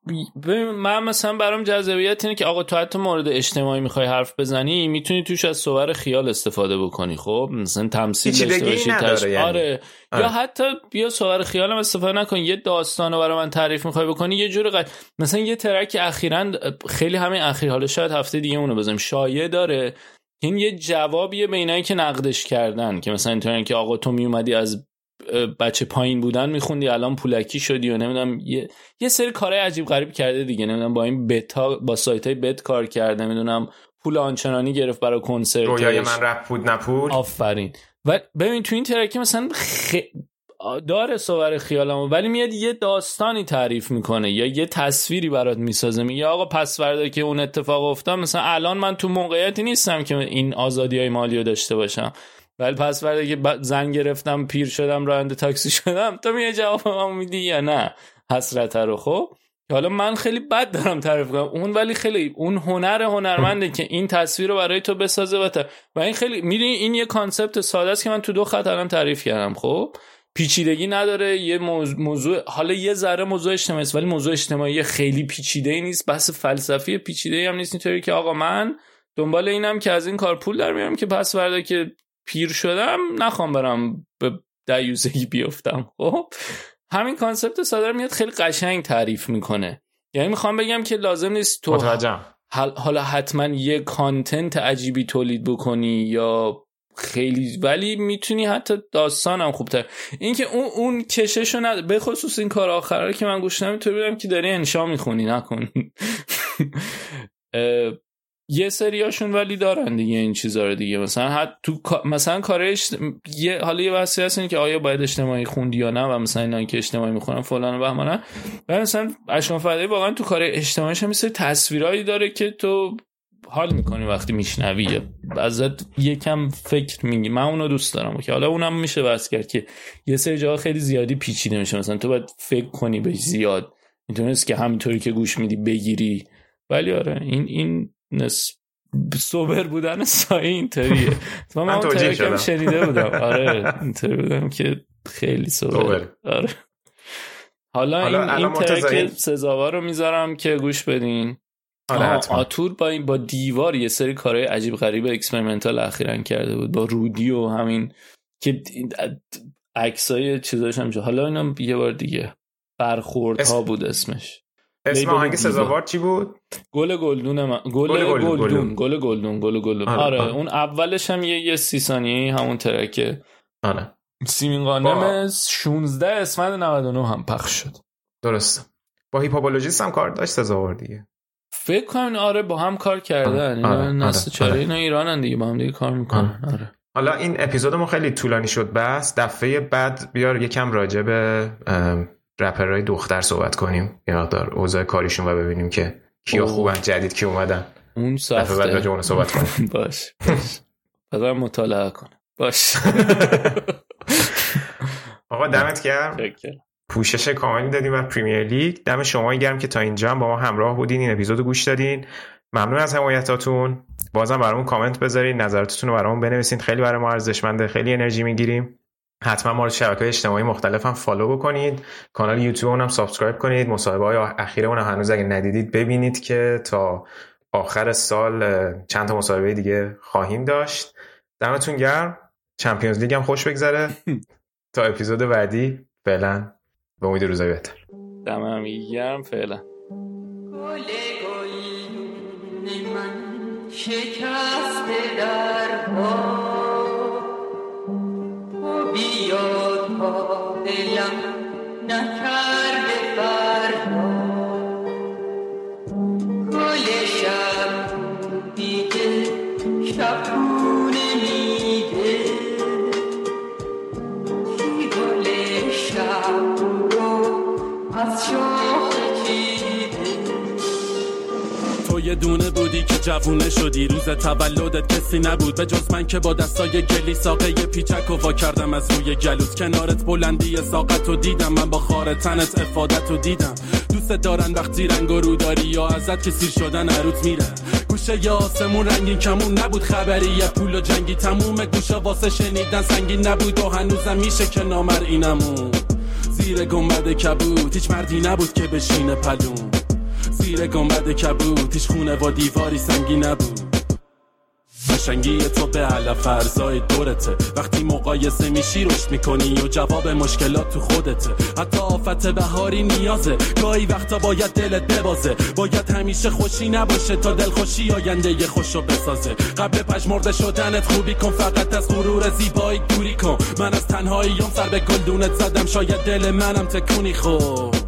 من مثلا برام جذابیت اینه که آقا تو حتی مورد اجتماعی میخوای حرف بزنی میتونی توش از صور خیال استفاده بکنی. خب مثلا تمثیل داشته باشی تش... یعنی. آره. آره یا حتی بیا صور خیال هم استفاده نکن، یه داستانو برای من تعریف میخوای بکنی یه جور قد... مثلا یه ترک اخیراً خیلی همین اخیر، حالا شاید هفته دیگه اونو بزنیم، شایعه داره این یه جوابیه به اینایی که نقدش کردن که مثلا اینطوریه که آقا تو میومدی از بچه پایین بودن میخوندی الان پولکی شدی و نمیدونم یه یه سری کارهای عجیب غریب کرده دیگه، نمیدونم با این بتا با سایتای بت کار کرده، نمیدونم پول آنچنانی گرفت برای کنسرت، رویای من رپ بود نپول. آفرین. و ببین تو این ترکی مثلا خ... داره صور خیالمو ولی میاد یه داستانی تعریف میکنه یا یه تصویری برات میسازه، میگه آقا پس فردا که اون اتفاق افتاد مثلا الان من تو موقعیتی نیستم که این آزادیای مالی رو داشته باشم، ولی پس فردا که زن گرفتم پیر شدم راننده تاکسی شدم، تو میای جوابمو میدی یا نه حسرت رو. خب حالا من خیلی بد دارم تعریف کنم اون، ولی خیلی اون هنر هنرمنده که این تصویر رو برای تو بسازه و, و این خیلی میدونی این یه کانسپت ساده است که من تو دو خط الان تعریف کردم. خب پیچیدگی نداره، یه موضوع, موضوع حالا یه ذره موضوع اجتماعی است ولی موضوع اجتماعی خیلی پیچیده نیست، بحث فلسفی پیچیده هم نیست، اینطوری که آقا من دنبال اینم که از این کار پول در میارم که پس فردا که پیر شدم نخوام برم به دیوزگی بیافتم. خب همین کانسپت ساده میاد خیلی قشنگ تعریف میکنه، یعنی میخوام بگم که لازم نیست تو متوجهم حالا حتما یه کانتنت عجیبی تولید بکنی یا خیلی، ولی میتونی حتی داستانم خوبتر این که اون اون کششو ند... به خصوص این کار آخره که من گوش نمیتونم ببینم که داری انشا میخونی نکن یه سریاشون ولی دارن دیگه این چیزا رو دیگه، مثلا حتی تو مثلا کارش یه حالا یه بحثی هست این که آیا باید اجتماعی خوندی یا نه و مثلا اینا که اجتماعی میخونن فلان و بهمانه، و مثلا اشکان فدایی واقعا تو کار اجتماعیش هم مثل تصویرایی داره که تو حال میکنی وقتی میشنوی، ازت یکم فکر میگی. من اونو دوست دارم که حالا اونم میشه بحث کرد که یه سری جاها خیلی زیادی پیچیده میشه، مثلا تو باید فکر کنی بهش زیاد، میتونست که همینطوری که گوش میدی بگیری، ولی آره این این نس سوبر بودن سایه اینطوریه. من, من اون ترکم شنیده بودم آره اینطوری بودم که خیلی سوبر. آره حالا, حالا این, این ترک سزاوار رو میذارم که گوش بدین. آتور با این با دیوار یه سری کارهای عجیب غریب اکسپریمنتال اخیراً کرده بود با رودی و همین که عکسای چیزاش هم. حالا اینا یه بار دیگه برخوردها بود اسمش. اسم آهنگ سزاوار چی بود؟ گل گلدون من... گل گلدون گل گلدون گل گلدون آره, آره. اون اولش هم یه, یه سی ثانیه‌ای همون ترکه آره سیمین قانم شانزده اسفند نود و نه هم پخش شد. درسته. با هیپاپولوژیست هم کار داشت سزاوار دیگه فکر کنم. آره با هم کار کردن اینا آره. نسل چاره آره. اینا ایرانن دیگه با هم دیگه کار میکنن آره. آره. حالا این اپیزودمون خیلی طولانی شد، بس دفعه بعد بیار یکم راجع به رپرهای دختر صحبت کنیم، یه مقدار اوضاع کاریشون و ببینیم که کیا خوبن جدید کی اومدن. اون سخته. دفعه بعد راجع اون صحبت کنیم. باش باش بذار مطالعه کنم. باش آقا دمت گرم، پوشش کاملی دادیم و پریمیر لیگ. دم شما گرم که تا اینجا هم با ما همراه بودین، این اپیزودو گوش دادین. ممنون از حمایتاتون. بازم برامون کامنت بذارین، نظراتتون رو برامون بنویسین، خیلی برای ما ارزشمنده، خیلی انرژی میگیریم. حتما ما رو شبکه‌های اجتماعی مختلف هم فالو بکنید، کانال یوتیوب هم سابسکرایب کنید. مصاحبه‌های اخیرمون هنوز اگه ندیدید ببینید که تا آخر سال چند تا مصاحبه دیگه خواهیم داشت. دمتون گرم، چمپیونز لیگ هم خوش بگذره. تا اپیزود بعدی فعلا به امید روزای بهتر. دمم گرم فعلا. گل گل من شکست در پا تو بیا تا دلم نکرده فردا گل شب دیگه شبونه میده کی گل شب رو از شاخ چیده. تو یه دونه بودی که جوونه شدی، روز تولدت کسی نبود به جز من که با دستای گلی ساقه پیچک و وا کردم از روی گلوت. کنارت بلندی ساقت رو دیدم، من با خار تنت افادت رو دیدم. دوست دارن وقتی رنگ و رو داری یا ازت که سیر شدن عروت میره. گوشه ی آسمون رنگین کمون نبود خبری، یه پول و جنگی تموم گوشه واسه شنیدن سنگین نبود و هنوزم میشه که نامر اینمون زیر گنبد کبود. هیچ مردی نبود که بشینه پلون، زیر گنبد کبود هیچ خونه و دیواری سنگی نبود. قشنگی تو به علف ارزای دورته، وقتی مقایسه میشی رشد میکنی و جواب مشکلات تو خودته. حتی آفت بهاری نیازه، گاهی وقتا باید دلت ببازه، باید همیشه خوشی نباشه تا دلخوشی آینده ی خوشو بسازه. قبل پژمرده شدنت خوبی کن، فقط از غرور زیبایی دوری کن. من از تنهاییام سر به گلدونت زدم، شاید دل منم تکونی خورد.